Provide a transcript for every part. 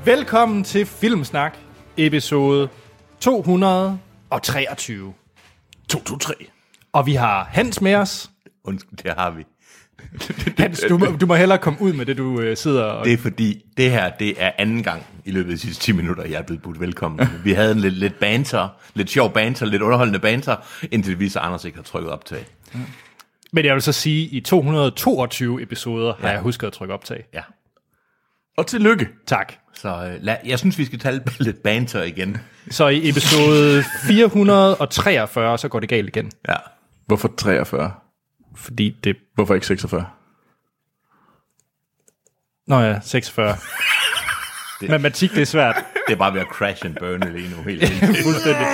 Velkommen til Filmsnak, episode 223. 223. Og vi har Hans med os. Undskyld, det har vi. Hans, du må hellere komme ud med det, du sidder og... Det er fordi, det her, det er anden gang i løbet af de sidste 10 minutter, jeg er blevet budt velkommen. Vi havde en lidt banter, lidt sjov banter, lidt underholdende banter, indtil det viser, at Anders ikke har trykket optag. Men jeg vil så sige, at i 222 episoder har jeg husket at trykke optag. Ja. Og tillykke. Tak. Så jeg synes, vi skal tage lidt banter igen. Så i episode 443, så går det galt igen. Ja. Hvorfor 43? Fordi det... Hvorfor ikke 46? Nå ja, 46. Matematik, det er svært. Det er bare ved at crash and burn lige nu. Helt Fuldstændig.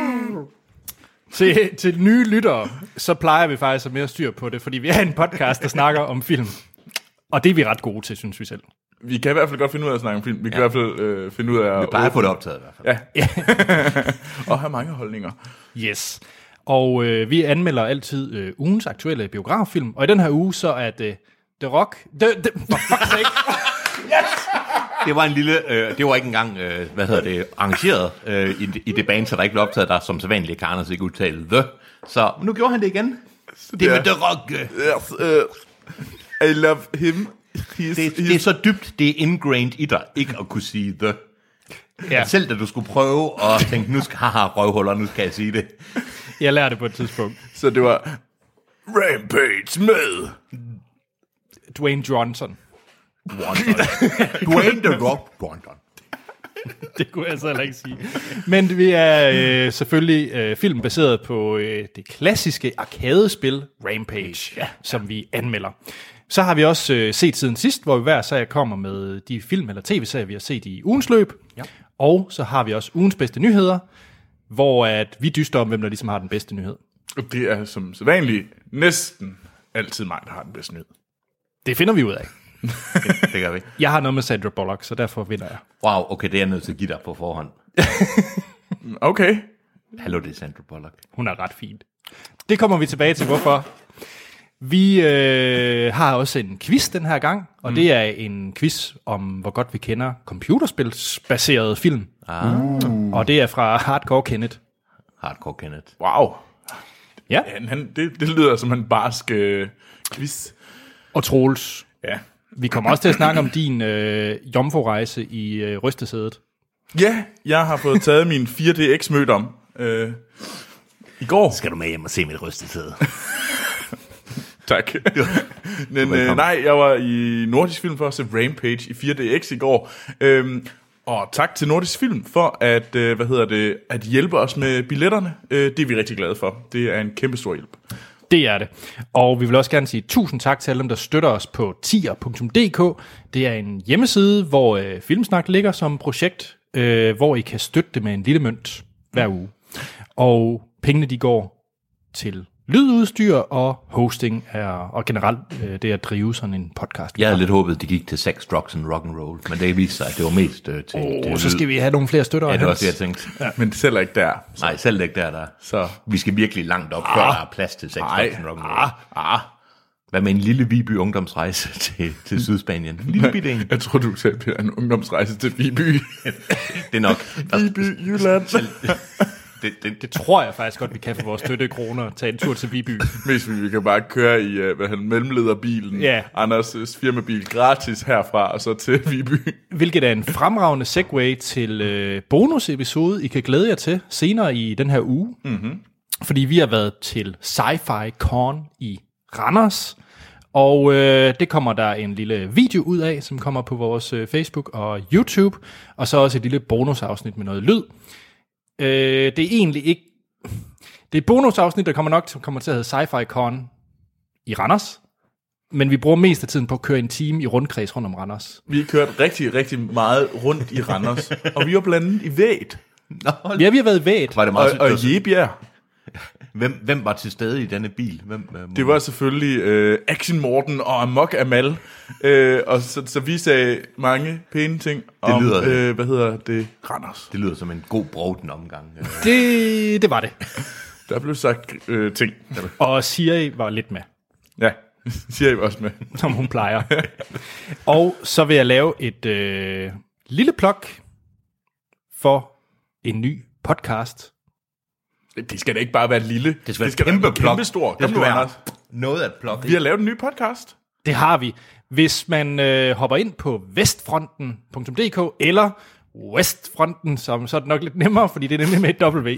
Til nye lyttere, så plejer vi faktisk at mere styr på det, fordi vi er en podcast, der snakker om film. Og det er vi ret gode til, synes vi selv. Vi kan i hvert fald godt finde ud af at snakke om film. Vi kan i hvert fald finde ud af... Vi plejer at få det optaget i hvert fald. Ja. Og have mange holdninger. Yes. Og vi anmelder altid ugens aktuelle biograffilm. Og i den her uge, så er det The Rock... For fuck's sake. Yes! Det var en lille... det var ikke engang, arrangeret i det band, så der ikke blev optaget, der som sædvanligt kan Anders ikke udtale The. Så nu gjorde han det igen. Det med The Rock. I love him. Det er så dybt, det er ingrained i dig, ikke at kunne sige The. Ja. Selv da du skulle prøve at tænke, nu skal røvhuller, nu skal jeg sige det. Jeg lærte det på et tidspunkt. Så det var Rampage med Dwayne Johnson. Dwayne The Rock Johnson. Det kunne jeg så heller ikke sige. Men vi er selvfølgelig film baseret på det klassiske arkadespil Rampage, som vi anmelder. Så har vi også set siden sidst, hvor vi hver sag kommer med de film eller tv-serier, vi har set i ugens løb. Ja. Og så har vi også ugens bedste nyheder, hvor at vi dyster om, hvem der ligesom har den bedste nyhed. Det er som sædvanligt næsten altid mig, der har den bedste nyhed. Det finder vi ud af. Det gør vi. Jeg har noget med Sandra Bullock, så derfor vinder jeg. Wow, okay, det er jeg nødt til at give dig på forhånd. Okay. Hallo, det er Sandra Bullock. Hun er ret fint. Det kommer vi tilbage til, hvorfor. Vi har også en quiz den her gang, og det er en quiz om, hvor godt vi kender computerspilsbaserede film. Og det er fra Hardcore Kenneth. Hardcore Kenneth. Wow. Ja. Det lyder som en barsk quiz. Og Troels. Ja. Vi kommer også til at snakke om din jomfru-rejse i rystesædet. Ja, jeg har fået taget min 4DX-mødom i går. Skal du med hjem og se mit rystesæde? Tak. Men nej, jeg var i Nordisk Film for at se Rampage i 4DX i går. Og tak til Nordisk Film for at hjælpe os med billetterne. Det er vi rigtig glade for. Det er en kæmpe stor hjælp. Det er det. Og vi vil også gerne sige tusind tak til alle dem, der støtter os på tier.dk. Det er en hjemmeside, hvor Filmsnak ligger som projekt, hvor I kan støtte det med en lille mønt hver uge. Og pengene de går til lydudstyr og hosting og generelt det at drive sådan en podcast. Jeg havde lidt håbet, de gik til sex, drugs and rock and roll, men det viste sig, at det var mest til så skal vi have nogle flere støtter. Ja, det var også det, jeg tænkte. Ja. Men selv ikke der. Så. Nej, selv ikke der. Så vi skal virkelig langt op, før der er plads til sex, drugs and rock and roll. Hvad med en lille Viby ungdomsrejse til Sydspanien? En lille bitte en. Jeg tror, du selv bliver en ungdomsrejse til Viby. Det er nok. Viby, Jylland. Det tror jeg faktisk godt, vi kan for vores støttekroner tage en tur til Viby. Hvis vi kan bare køre i mellemlederbilen, Anders' firmabil, gratis herfra og så til Viby. Hvilket er en fremragende segue til bonusepisode, I kan glæde jer til senere i den her uge. Mm-hmm. Fordi vi har været til Sci-Fi Con i Randers, og det kommer der en lille video ud af, som kommer på vores Facebook og YouTube, og så også et lille bonusafsnit med noget lyd. Det er egentlig ikke... Det er et bonusafsnit, der kommer til at hedde Sci-Fi Con i Randers, men vi bruger mest af tiden på at køre en time i rundkreds rundt om Randers. Vi har kørt rigtig, rigtig meget rundt i Randers, og vi var blandt andet i Væt. Ja, vi har været i Væt. Og Jebjerg. Hvem var til stede i denne bil? Det var selvfølgelig Action Morten og Amok Amal. Og så vi sagde mange pæne ting om, Randers. Det lyder som en god broden omgang. Det var det. Der blev sagt ting. Og Siri var lidt med. Ja, Siri var også med. Som hun plejer. Og så vil jeg lave et lille plok for en ny podcast. Det skal da ikke bare være lille. Det skal være kæmpe stor. Det skal være noget af et plok. Vi har lavet en ny podcast. Det har vi. Hvis man hopper ind på vestfronten.dk eller Westfronten, så er det nok lidt nemmere, fordi det er nemlig med et W.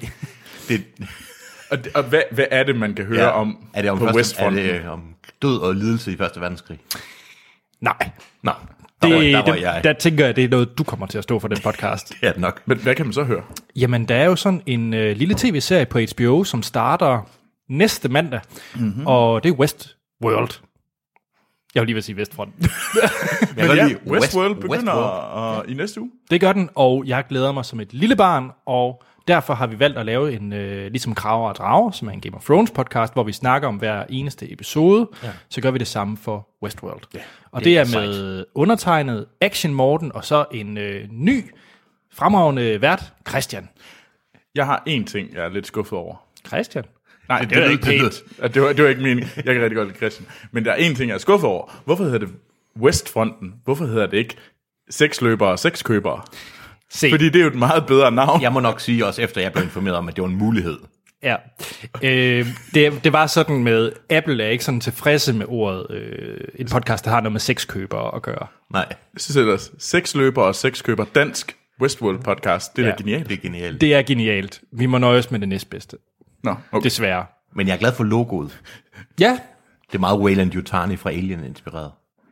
Og hvad er det, man kan høre om, er det om på Westfronten? Er det om død og lidelse i 1. verdenskrig? Nej. Nå, Der tænker jeg, det er noget, du kommer til at stå for den podcast. Det er det nok. Men hvad kan man så høre? Jamen, der er jo sådan en lille tv-serie på HBO, som starter næste mandag, og det er Westworld. Jeg vil lige vil sige Vestfronten. Westworld begynder i næste uge. Det gør den, og jeg glæder mig som et lille barn, og derfor har vi valgt at lave en, ligesom Krager og Drager, som er en Game of Thrones podcast, hvor vi snakker om hver eneste episode. Ja. Så gør vi det samme for Westworld. Ja, og det er med undertegnet Action Morten, og så en ny, fremragende vært, Christian. Jeg har en ting, jeg er lidt skuffet over. Christian? Nej, det er ikke pænt. Det var ikke meningen. Jeg kan rigtig godt lide Christian. Men der er en ting, jeg er skuffet over. Hvorfor hedder det Westfronten? Hvorfor hedder det ikke sexløbere og sexkøbere? Se. Fordi det er jo et meget bedre navn. Jeg må nok sige også, efter jeg blev informeret om, at det var en mulighed. Ja. Det var sådan med, Apple er ikke sådan tilfredse med ordet, en podcast, der har noget med sexkøbere at gøre. Nej. Jeg synes ellers, sexløbere og sexkøbere, dansk Westworld podcast, det er genialt. Det er genialt. Det er genialt. Vi må nøjes med det næstbedste. Nå, okay. Desværre. Men jeg er glad for logoet. Ja. Det er meget Weyland Yutani fra Alien inspireret.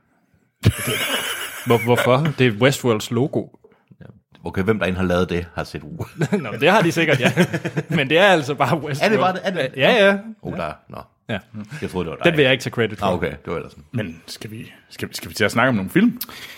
Hvorfor? Det er Westworlds logo. Okay, hvem derinde har lavet det, har set Nå, det har de sikkert, ja. Men det er altså bare Westworld. Er det bare det? Er det? Ja. Der. Nå. Ja. Jeg troede, det var dig. Den vil jeg ikke tage credit for. Okay, det var ellers sådan. Men skal vi til at snakke om nogle film?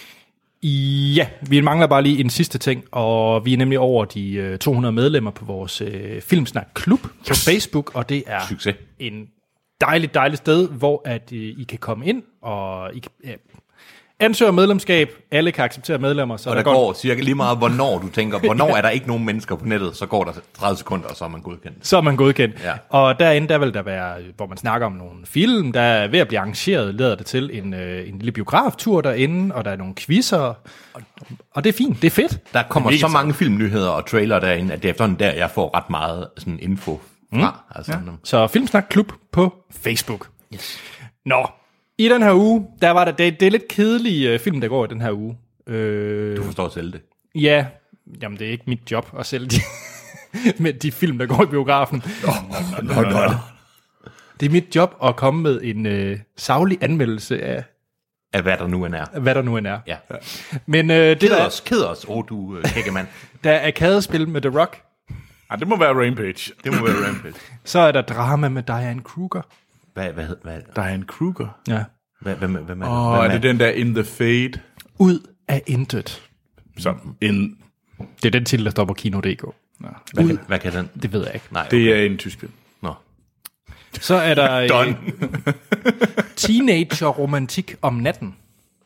Ja, vi mangler bare lige en sidste ting, og vi er nemlig over de 200 medlemmer på vores Filmsnak-klub på Facebook, og det er succes. En dejligt sted, hvor at I kan komme ind, og I kan ansøge medlemskab. Alle kan acceptere medlemmer. Så og der går cirka lige meget, hvornår du tænker, hvornår er der ikke nogen mennesker på nettet, så går der 30 sekunder, og så er man godkendt. Så er man godkendt. Ja. Og derinde, der vil der være, hvor man snakker om nogle film, der er ved at blive arrangeret, leder det til en lille biograftur derinde, og der er nogle quizzer, og det er fint, det er fedt. Der kommer så mange filmnyheder og trailer derinde, at det er efterhånden der, jeg får ret meget sådan info fra. Altså, ja. Så Filmsnak Klub på Facebook. Yes. Nå, i den her uge, der var det er lidt kedelige film, der går i den her uge. Du forstår at sælge det. Ja, jamen det er ikke mit job at sælge med de film, der går i biografen. Nå. Det er mit job at komme med en saglig anmeldelse af hvad der nu end er. Hvad der nu end er. Ja. Men Ked os, du kækkemand. Der er arkadespil med The Rock. Ah, det må være Rampage. Så er der drama med Diane Kruger. Hvad? Diane Kruger? Ja. Hvem er det den der In the Fade? Ud af intet. Det er den titel, der står på Kino.dk. Hvad kan den? Det ved jeg ikke. Nej, okay. Det er en tysk film. Nå. Så er der teenager-romantik om natten.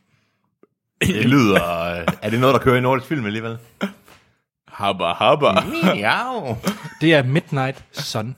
Det lyder... er det noget, der kører i nordisk film alligevel? Habba. Miau. Det er Midnight Sun.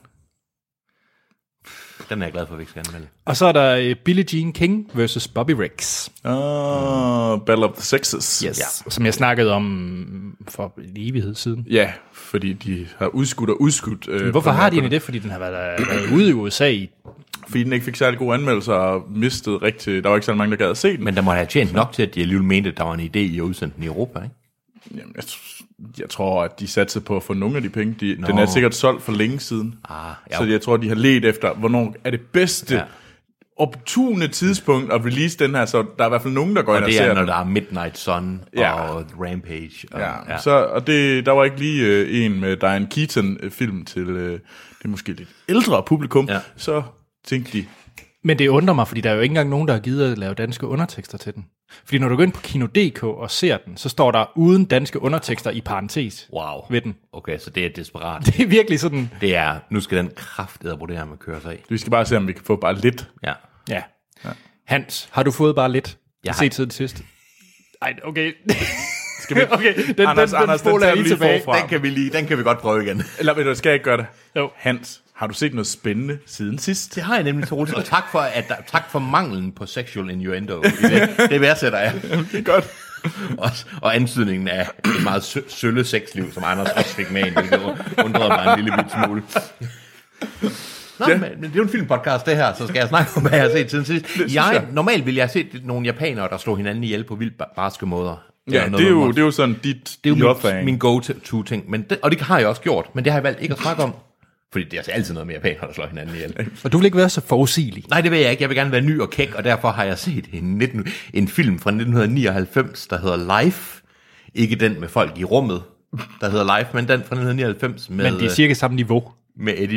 Den er jeg glad for, at vi ikke skal anmelde. Og så er der Billie Jean King versus Bobby Riggs. Battle of the Sexes. Yes. Ja. Som jeg snakkede om for en evighed siden. Ja, fordi de har udskudt. Hvorfor har de egentlig det? Fordi den har været ude i USA i... Fordi den ikke fik særlig gode anmeldelser og mistede rigtig... Der var ikke særlig mange, der gad at se den. Men der må have tjent nok til, at de alligevel mente, at der var en idé i at udsende den i Europa, ikke? Jamen, jeg tror, at de satsede på at få nogle af de penge. Den er sikkert solgt for længe siden. Så jeg tror, de har let efter, hvornår er det bedste optune tidspunkt at release den her. Så der er i hvert fald nogen, der går ind og ser den. Og det er, når der er Midnight Sun og Rampage. Og der var ikke lige en med Diane Keaton-film til det måske lidt ældre publikum. Ja. Så tænkte de... Men det undrer mig, fordi der er jo ikke engang nogen, der har givet at lave danske undertekster til den. Fordi når du går ind på Kino.dk og ser den, så står der uden danske undertekster i parentes ved den. Okay, så det er desperat. Det er virkelig sådan... Det er, nu skal den kraftedder vurdere med at køre sig af. Vi skal bare se, om vi kan få bare lidt. Ja. Hans, har du fået bare lidt? Jeg har set siden sidst. Ej, okay. Skal vi... Okay, den spoler jeg lige tilbage. Den kan vi godt prøve igen. Eller ved du, skal jeg ikke gøre det? Jo. Hans, har du set noget spændende siden sidst? Det har jeg nemlig, Troels. Og tak for manglen på sexual innuendo. Det værdsætter jeg. Det er godt. og antydningen af et meget sølle sexliv, som Anders også fik med ind, det undrede mig en lille bit smule. Nå, men det er jo en filmpodcast, det her, så skal jeg snakke om, hvad jeg har set siden sidst. Normalt ville jeg have set nogle japanere, der slog hinanden ihjel på vildt barske måder. Ja, det er jo sådan det er jo min go-to-ting, og det har jeg også gjort, men det har jeg valgt ikke at snakke om. Fordi det er altså altid noget med japanere, der slår hinanden ihjel. Og du vil ikke være så forudsigelig? Nej, det vil jeg ikke. Jeg vil gerne være ny og kæk, og derfor har jeg set en film fra 1999, der hedder Life. Ikke den med folk i rummet, der hedder Life, men den fra 1999. Med, men det er cirka samme niveau. Med Eddie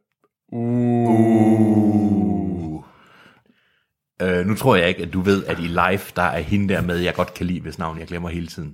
nu tror jeg ikke, at du ved, at i Life, der er hende der med, jeg godt kan lide, hvis navn jeg glemmer hele tiden.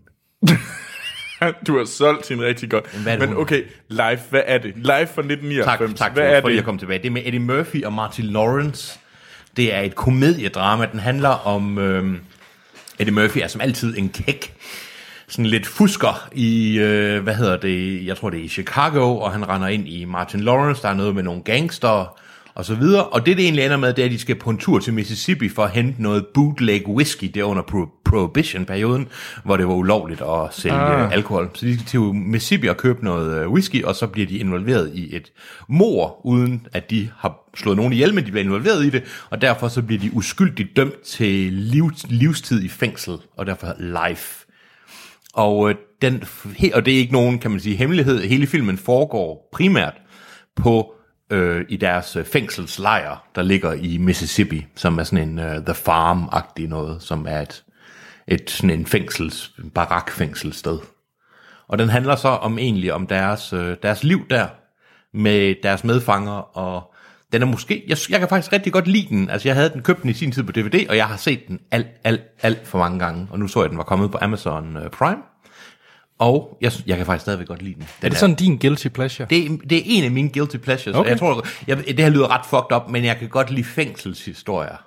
Du har solgt hende rigtig godt. Men okay, Life, hvad er det? Life fra 1999. Tak hvad er for, at jeg kom tilbage. Det er med Eddie Murphy og Martin Lawrence. Det er et komediedrama. Den handler om... Eddie Murphy er som altid en kæk, sådan lidt fusker i, jeg tror det er i Chicago, og han render ind i Martin Lawrence, der er noget med nogle gangster og så videre. Og det egentlig ender med, det er, at de skal på en tur til Mississippi for at hente noget bootleg whisky, det er under Prohibition-perioden, hvor det var ulovligt at sælge alkohol. Så de skal til Mississippi og købe noget whisky, og så bliver de involveret i et mord, uden at de har slået nogen ihjel, men de bliver involveret i det, og derfor så bliver de uskyldigt dømt til livstid i fængsel, og derfor life. Og det er ikke nogen, kan man sige, hemmelighed. Hele filmen foregår primært på i deres fængselslejr, der ligger i Mississippi, som er sådan en The Farm-agtig noget, som er sådan en barakfængselssted. Og den handler så om deres liv der, med deres medfanger, og den er måske, jeg kan faktisk rigtig godt lide den. Altså jeg havde købt den i sin tid på DVD, og jeg har set den alt for mange gange, og nu så jeg, den var kommet på Amazon Prime. Og jeg kan faktisk stadigvæk godt lide den. Er det sådan din guilty pleasure? Det er en af mine guilty pleasures. Okay. Jeg tror, det her lyder ret fucked up, men jeg kan godt lide fængselshistorier.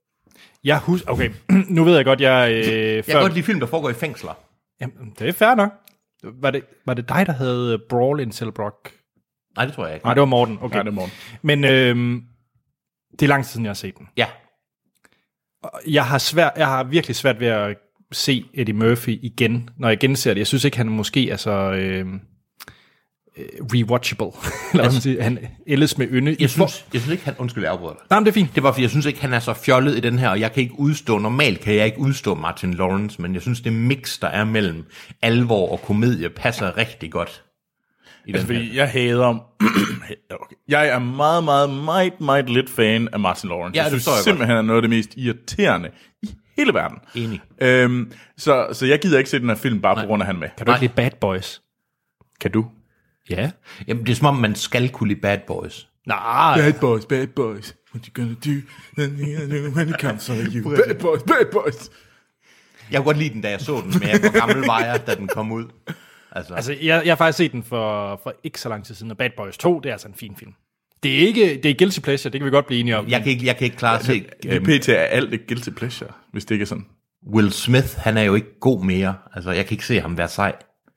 Okay, nu ved jeg godt, jeg kan godt lide film, der foregår i fængsler. Jamen, det er fair nok. Var det dig, der havde Brawl in Cell Block? Nej, det tror jeg ikke. Nej, det var Morten. Okay. Nej, det var Morten. Men det er lang tid siden, jeg har set den. Ja. Jeg har virkelig svært ved at se Eddie Murphy igen, når jeg genser det. Jeg synes ikke, han måske er så rewatchable. Han ældes med ynde. Jeg synes ikke, han... Undskyld, jeg afbryder dig. Nej, men det er fint. Det var, fordi jeg synes ikke, han er så fjollet i den her, og jeg kan ikke udstå... Normalt kan jeg ikke udstå Martin Lawrence, men jeg synes, det mix, der er mellem alvor og komedie, passer rigtig godt. Fordi jeg hader... okay. Jeg er meget lidt fan af Martin Lawrence. Ja, jeg synes simpelthen, han er noget af det mest irriterende i hele verden. Enig. Så jeg gider ikke se den her film, bare på grund af han med. Kan du ikke lide Bad Boys? Kan du? Ja. Jamen, det er som om, man skal kunne lide Bad Boys. Nej. Bad Boys. What you gonna do when it comes to you? Bad Boys. Jeg kunne godt lide den, da jeg så den, men jeg var gammel vejer, da den kom ud. Altså jeg har faktisk set den for ikke så lang tid siden, og Bad Boys 2, det er altså en fin film. Det er guilty pleasure, det kan vi godt blive enige om. Jeg kan ikke klare at se... PT er alt et guilty pleasure, hvis det ikke er sådan. Will Smith, han er jo ikke god mere. Altså, jeg kan ikke se ham være sej.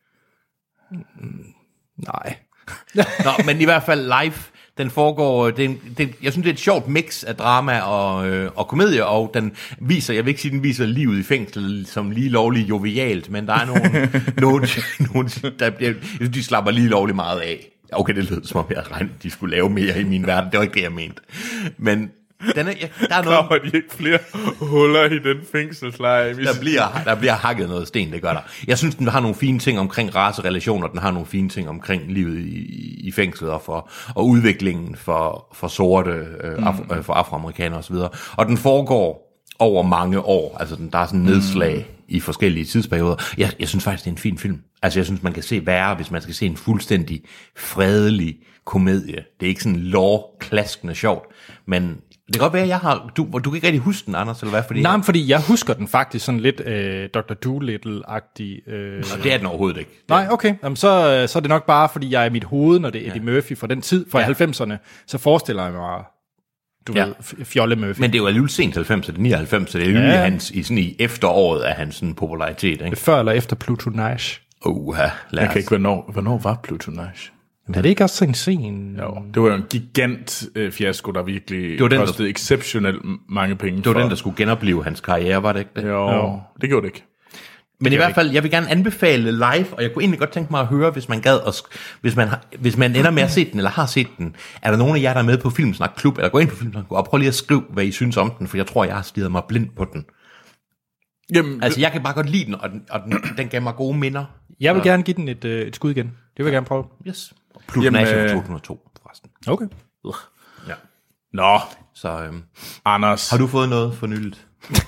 Nej. Nå, men i hvert fald Life, den foregår... jeg synes, det er et sjovt mix af drama og komedie, og den viser, jeg vil ikke sige, den viser livet i fængsel som lige lovligt jovialt, men der er nogle der bliver, de slapper lige lovligt meget af. Okay, det lød som om jeg regnede, de skulle lave mere i min verden. Det var ikke det, jeg mente. Men der er noget... Kommer de ikke flere huller i den fængselslejr? Der bliver hakket noget sten, det gør der. Jeg synes, den har nogle fine ting omkring racerelationer, den har nogle fine ting omkring livet i fængslet og udviklingen for sorte, for afroamerikanere osv. Og den foregår over mange år. Altså, der er sådan en nedslag i forskellige tidsperioder. Jeg synes faktisk, det er en fin film. Altså, jeg synes, man kan se værre, hvis man skal se en fuldstændig fredelig komedie. Det er ikke sådan lårklaskende sjovt, men det kan godt være, at jeg har... Du kan ikke rigtig huske den, Anders, eller hvad? Nej, men fordi jeg husker den faktisk sådan lidt Dr. Dolittle-agtig. Og det er den overhovedet ikke. Nej, okay. Jamen, så er det nok bare, fordi jeg er i mit hoved, når det er Eddie Murphy fra den tid, fra 90'erne, så forestiller jeg mig, ved, Fjolle Murphy. Men det er jo alligevel sent 90'erne, det er 99, så det er jo hans, i efteråret af hans sådan, popularitet. Ikke? Før eller efter Pluto Nash? Jeg kan ikke, hvornår var Pluto Nash? Er det ikke også en scene? Jo, det var jo en gigant fiasko, der virkelig kostede exceptionelt mange penge. Det var den, der skulle genopleve hans karriere, var det ikke det? Jo, det gjorde det ikke. Men i hvert fald, jeg vil gerne anbefale live, og jeg kunne egentlig godt tænke mig at høre, hvis man gad, og hvis man ender med at se den, eller har set den, er der nogen af jer, der er med på Filmsnak Klub, eller gå ind på Filmsnak Klub, og prøv lige at skrive, hvad I synes om den, for jeg tror, jeg har stirret mig blind på den. Jamen, altså, jeg kan bare godt lide den, og den gav mig gode minder. Jeg vil gerne give den et skud igen. Det vil jeg gerne prøve. Yes. Plus Nation 2002, forresten. Okay. Ja. Nå. Så, Anders. har du fået noget for nyligt?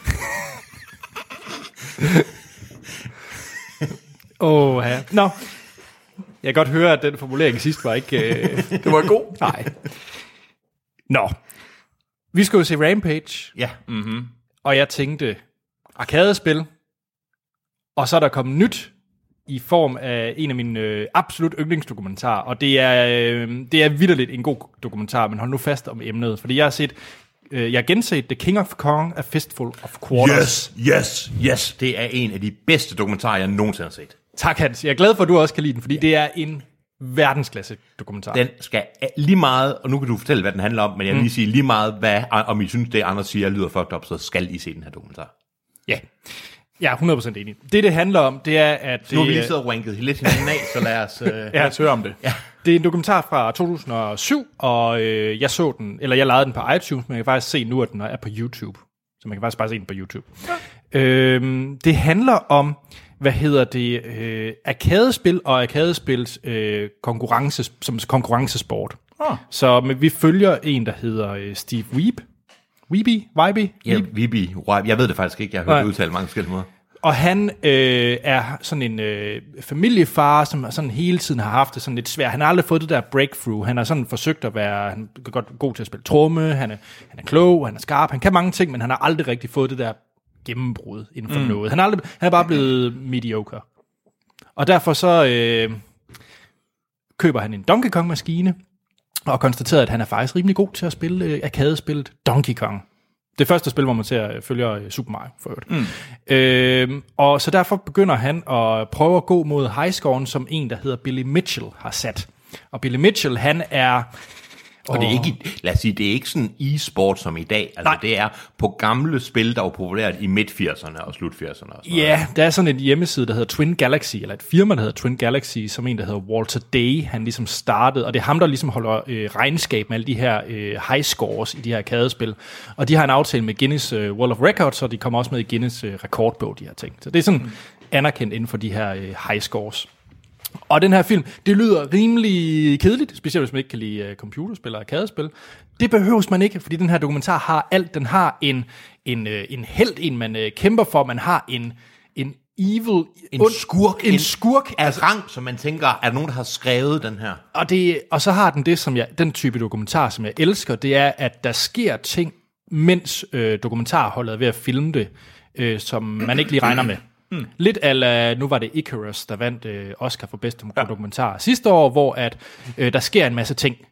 Ja. Nå. Jeg kan godt høre, at den formulering sidst var ikke... Det var god. Nej. Nå. Vi skal jo se Rampage. Ja. Mm-hmm. Og jeg tænkte, arkadespil. Og så er der kommet nyt i form af en af mine absolut yndlingsdokumentarer. Og det er vitterligt en god dokumentar, men hold nu fast om emnet. Fordi jeg har genset The King of Kong, A Fistful of Quarters. Yes. Det er en af de bedste dokumentarer, jeg nogensinde har set. Tak, Hans. Jeg er glad for, at du også kan lide den, fordi det er en verdensklasse dokumentar. Den skal lige meget, og nu kan du fortælle, hvad den handler om, men jeg vil lige sige lige meget, om I synes, det andre siger, lyder fucked up, så skal I se den her dokumentar. Ja. Jeg er 100% enig. Det handler om, det er, at... Nu har vi lige siddet og wanket lidt hinanden af, så lad os... Lad os høre om det. Ja. Det er en dokumentar fra 2007, og jeg så den, eller jeg lavede den på iTunes, men jeg kan faktisk se nu, at den er på YouTube. Så man kan faktisk bare se den på YouTube. Ja. Det handler om, arkadespil og arkadespils konkurrence, som konkurrencesport. Så vi følger en, der hedder Steve Wiebe? Ja, Wiebe. Jeg ved det faktisk ikke. Jeg har hørt det udtalt mange forskellige måder. Og han er sådan en familiefar, som sådan hele tiden har haft det sådan lidt svært. Han har aldrig fået det der breakthrough. Han har sådan forsøgt at være han er godt god til at spille tromme. Han er klog, han er skarp. Han kan mange ting, men han har aldrig rigtig fået det der gennembrud inden for noget. Han er bare blevet mediocre. Og derfor så køber han en Donkey Kong-maskine, og konstaterer, at han er faktisk rimelig god til at spille arkadespillet Donkey Kong. Det første spil, hvor man følger Super Mario for øvrigt. Og så derfor begynder han at prøve at gå mod highscoren, som en, der hedder Billy Mitchell, har sat. Og Billy Mitchell, han er... Og det er ikke, lad os sige, det er ikke sådan e-sport som i dag. Altså, det er på gamle spil, der var populært i midt-80'erne og slut-80'erne. Ja, der er sådan en hjemmeside, der hedder Twin Galaxy, eller et firma, der hedder Twin Galaxy, som en, der hedder Walter Day, han ligesom startede, og det er ham, der ligesom holder regnskab med alle de her high scores i de her arkadespil. Og de har en aftale med Guinness World of Records, og de kommer også med i Guinness rekordbog, de her ting. Så det er sådan anerkendt inden for de her high scores. Og den her film, det lyder rimelig kedeligt, specielt hvis man ikke kan lide computerspil og arkadespil. Det behøves man ikke, fordi den her dokumentar har alt. Den har en helt, en man kæmper for. Man har en evil... En skurk af rang, som man tænker, er der nogen, der har skrevet den her? Og så har den det, den type dokumentar, som jeg elsker, det er, at der sker ting, mens dokumentarholdet er ved at filme det, som man ikke lige regner med. Lidt ala, nu var det Icarus, der vandt Oscar for bedste dokumentar sidste år, hvor at der sker en masse ting,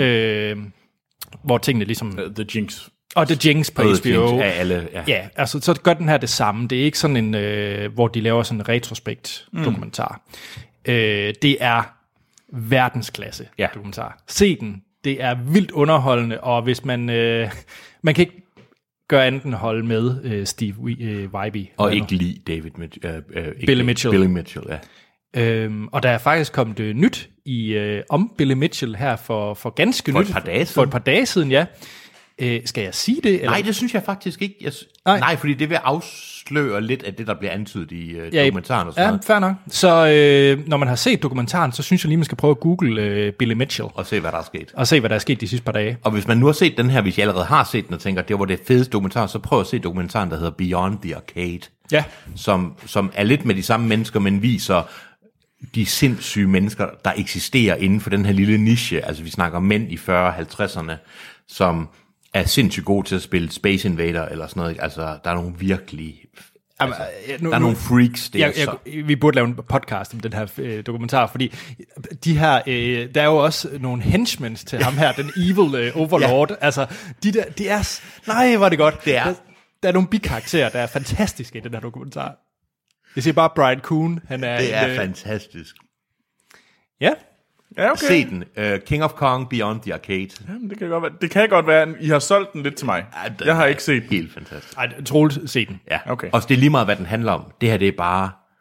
hvor tingene ligesom... The Jinx. Og The Jinx på HBO. Alle, ja, altså så gør den her det samme. Det er ikke sådan en, hvor de laver sådan en retrospekt dokumentar. Det er verdensklasse dokumentar. Se den. Det er vildt underholdende, og hvis man... man kan ikke gør andet end holde med Steve Wiebe. Og ikke lige David Billy Mitchell. Billy Mitchell, ja. Og der er faktisk kommet nyt om Billy Mitchell her for ganske nyt. For et par dage siden, ja. Skal jeg sige det? Eller? Nej, det synes jeg faktisk ikke. Nej, fordi det vil afsløre lidt af det, der bliver antydet i dokumentaren. Og sådan noget. Fair nok. Så når man har set dokumentaren, så synes jeg lige, man skal prøve at google Billy Mitchell. Og se, hvad der er sket. Og se, hvad der er sket de sidste par dage. Og hvis man nu har set den her, hvis jeg allerede har set den og tænker, det var det fedeste dokumentar, så prøv at se dokumentaren, der hedder Beyond the Arcade. Ja. Som er lidt med de samme mennesker, men viser de sindssyge mennesker, der eksisterer inden for den her lille niche. Altså vi snakker mænd i 40-50'erne, som er sindssygt gode til at spille Space Invader eller sådan noget. Altså, der er nogle virkelig... der er nogle freaks. Vi burde lave en podcast om den her dokumentar, fordi de her, der er jo også nogle henchmen til ham her, den evil overlord. Altså, de er... Nej, hvor er det godt. Det er. Der er nogle bikarakterer, der er fantastiske i den her dokumentar. Jeg siger bare Brian Coon. Det er fantastisk. Ja. Ja, okay. Se den. King of Kong Beyond the Arcade. Jamen, det kan godt være, I har solgt den lidt til mig. Jeg har ikke set den. Helt fantastisk. Troligt, se den. Ja, okay. Og det er lige meget, hvad den handler om. Det her, det er bare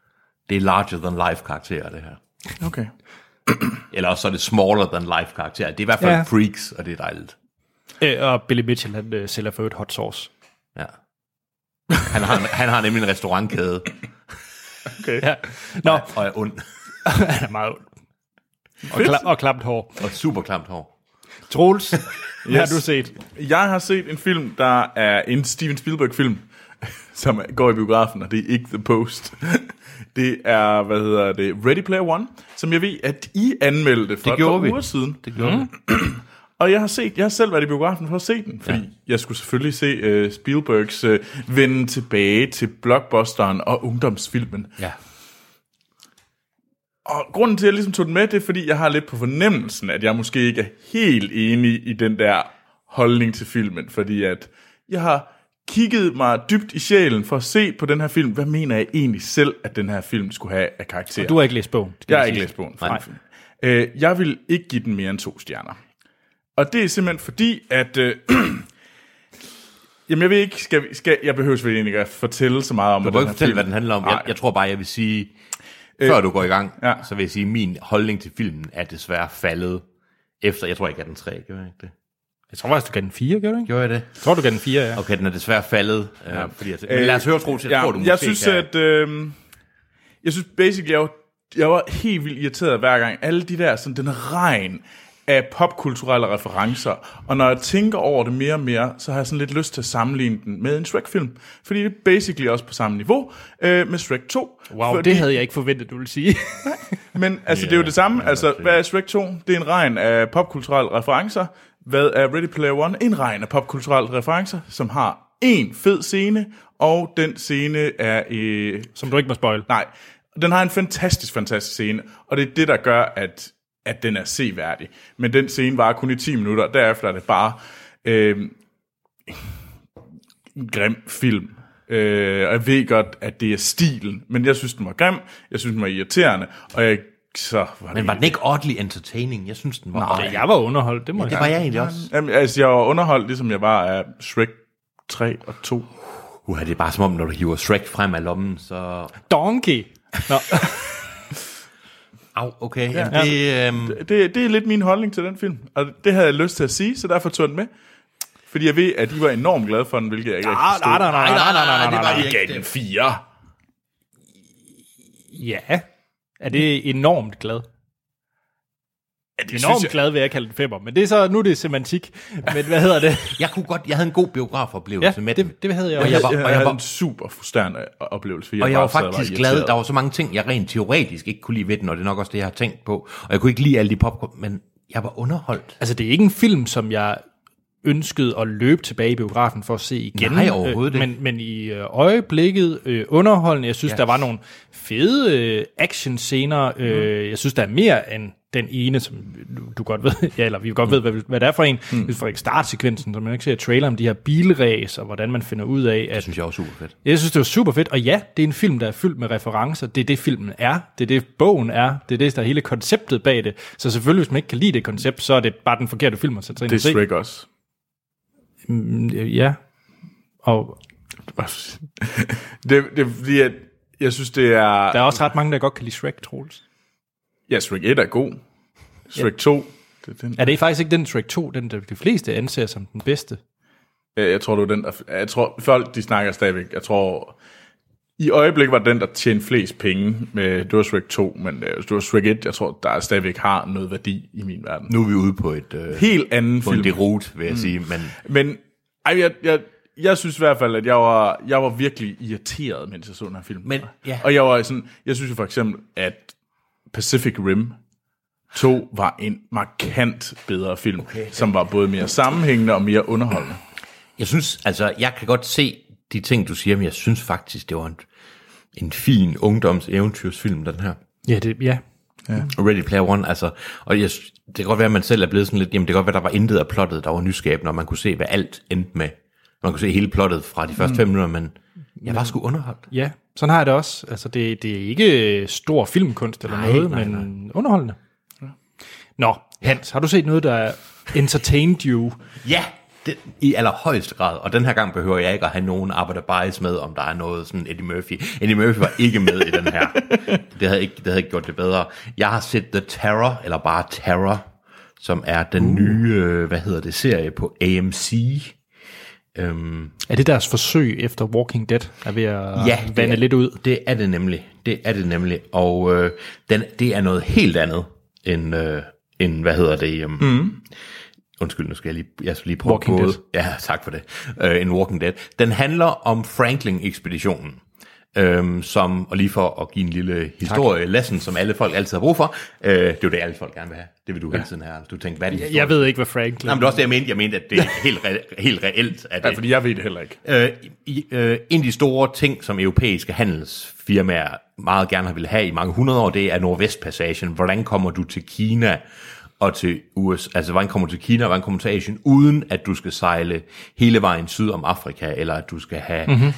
Det er larger-than-life karakterer, det her. Okay. Eller også så er det smaller-than-life karakterer. Det er i hvert fald freaks, og det er dejligt. Og Billy Mitchell, han sælger for et hot sauce. Ja. Han har nemlig en restaurantkæde. Okay. Ja. Nå. Og er ond. Han er meget ond. Og klamt hår. Og super klamt hår. Troels, hvad har du set? Jeg har set en film, der er en Steven Spielberg-film, som går i biografen, og det er ikke The Post. Det er, Ready Player One, som jeg ved, at I anmeldte for et par uger siden. Det gjorde vi. Og jeg har selv været i biografen for at se den, fordi jeg skulle selvfølgelig se Spielbergs vende tilbage til blockbusteren og ungdomsfilmen. Ja. Og grunden til, at jeg ligesom tog den med, det er, fordi jeg har lidt på fornemmelsen, at jeg måske ikke er helt enig i den der holdning til filmen, fordi at jeg har kigget mig dybt i sjælen for at se på den her film. Hvad mener jeg egentlig selv, at den her film skulle have af karakter? Og du har ikke læst bogen? Jeg har ikke læst bogen. Jeg vil ikke give den mere end 2 stjerner. Og det er simpelthen fordi, at... jamen, jeg ved ikke, jeg behøver vel egentlig ikke at fortælle så meget om, du må ikke fortælle, hvad den handler om. Jeg tror bare, jeg vil sige, før du går i gang, så vil jeg sige, at min holdning til filmen er desværre faldet efter, jeg tror ikke, at den 3, gjorde jeg ikke det? Jeg tror faktisk, du gav den 4, gjorde du ikke? Gjorde jeg det? Jeg tror, du gav den 4, ja. Okay, den er desværre faldet. Fordi men lad os høre, Troels, jeg tror, du måske jeg synes, jeg synes basically, jeg var helt vildt irriteret hver gang. Alle de der, sådan den regn af popkulturelle referencer. Og når jeg tænker over det mere og mere, så har jeg sådan lidt lyst til at sammenligne den med en Shrek-film. Fordi det er basically også på samme niveau med Shrek 2. Wow, det havde jeg ikke forventet, du ville sige. Men altså, det er jo det samme. Altså, hvad er Shrek 2? Det er en regn af popkulturelle referencer. Hvad er Ready Player One? En regn af popkulturelle referencer, som har en fed scene, og den scene er... som du ikke må spoil. Nej, den har en fantastisk scene, og det er det, der gør, at den er seværdig. Men den scene var kun i 10 minutter, og derefter er det bare en grim film. Og jeg ved godt, at det er stilen, men jeg synes, den var grim, jeg synes, den var irriterende, og men var den ikke oddly entertaining? Jeg synes, den var... Nej, jeg var underholdt, det må det var jeg egentlig også. Jamen, altså, jeg var underholdt, ligesom jeg var af Shrek 3 og 2. Det er bare som om, når du hiver Shrek frem af lommen, så... Donkey! Nå. Okay. Ja. Det er lidt min holdning til den film, og det havde jeg lyst til at sige, så derfor tog den med. Fordi jeg ved, at I var enormt glade for den, hvilket jeg ikke rigtig forstod. Nej, I gav den 4. Ja. Er det enormt glad? Enormt glad vil jeg kalde den 5'er, men det er så, nu er det semantik. Men hvad hedder det? Jeg havde en god biografoplevelse med den. det havde jeg også. Jeg havde en super frustrerende oplevelse. Og jeg var faktisk glad, der var så mange ting, jeg rent teoretisk ikke kunne lide ved den, og det er nok også det, jeg har tænkt på. Og jeg kunne ikke lide alle de popcorn, men jeg var underholdt. Altså, det er ikke en film, som jeg ønskede at løbe tilbage i biografen for at se igen. Nej, overhovedet ikke. Men i øjeblikket underholdende. Jeg synes, der var nogle fede actionscener. Jeg synes, der er mere end den ene, som du godt ved, eller vi godt ved, hvad det er for en. For ikke startsekvensen, som man ikke ser i traileren, de her bilræs, og hvordan man finder ud af, at... Det synes jeg også super fedt. Jeg synes, det var super fedt, og ja, det er en film, der er fyldt med referencer. Det er det, filmen er. Det er det, bogen er. Det er det, der er hele konceptet bag det. Så selvfølgelig, hvis man ikke kan lide det koncept, så er det bare den forkerte film at sætte sig ind og se. Det er Shrek også. Ja. Og... det er fordi, at jeg synes, det er... Der er også ret mange, der godt kan lide Shrek, Troels. Ja, Shrek 1 er god. Shrek 2... Er det faktisk ikke den Shrek 2, den der de fleste anser som den bedste? Jeg tror, det var den, jeg tror, folk, de snakker stadigvæk. Jeg tror, i øjeblikket var den, der tjente flest penge med, det var Shrek 2, men det var Shrek 1, jeg tror, der stadigvæk har noget værdi i min verden. Nu er vi ude på et... helt anden film. På en derute, vil jeg sige, Men jeg synes i hvert fald, at jeg var virkelig irriteret, mens jeg så den her film. Men, ja. Og jeg var sådan, jeg synes jo for eksempel, at Pacific Rim 2 var en markant bedre film, som var både mere sammenhængende og mere underholdende. Jeg synes, altså, jeg kan godt se de ting, du siger, men jeg synes faktisk, det var en fin ungdoms-eventyrsfilm, den her. Ja, ja. Ready Player One, altså, og det kan godt være, at man selv er blevet sådan lidt, jamen det kan godt være, der var intet af plottet, der var nyskabende, og man kunne se, hvad alt endte med. Man kunne se hele plottet fra de første 5 minutter, men jeg var sgu underholdt. Ja, sådan har jeg det også. Altså, det er ikke stor filmkunst eller noget, men underholdende. Ja. Nå, Hans, har du set noget, der entertained you? Ja, I allerhøjeste grad, og den her gang behøver jeg ikke at have nogen arbejder bias med, om der er noget sådan Eddie Murphy. Eddie Murphy var ikke med i den her. Det havde ikke gjort det bedre. Jeg har set The Terror, eller bare Terror, som er den nye, serie på AMC. Er det deres forsøg efter Walking Dead er ved at vande lidt ud? Det er det nemlig. Og det er noget helt andet end undskyld, nu skal jeg lige prøve Walking Dead. Ja, tak for det. En Walking Dead. Den handler om Franklin-ekspeditionen. Og lige for at give en lille historie-lesson, som alle folk altid har brug for. Det er jo det, alle folk gerne vil have. Det vil du hele tiden have. Du tænker, hvad er det? Jeg ved ikke, hvad Franklin... Jamen, det er også det, jeg mente, at det er helt reelt. At fordi jeg ved det heller ikke. En af de store ting, som europæiske handelsfirmaer meget gerne har ville have i mange 100 år, det er Nordvestpassagen. Hvordan kommer du til Kina og til USA, altså hvordan kommer du til Kina, og hvordan kommer du til Asien, uden at du skal sejle hele vejen syd om Afrika, eller at du skal have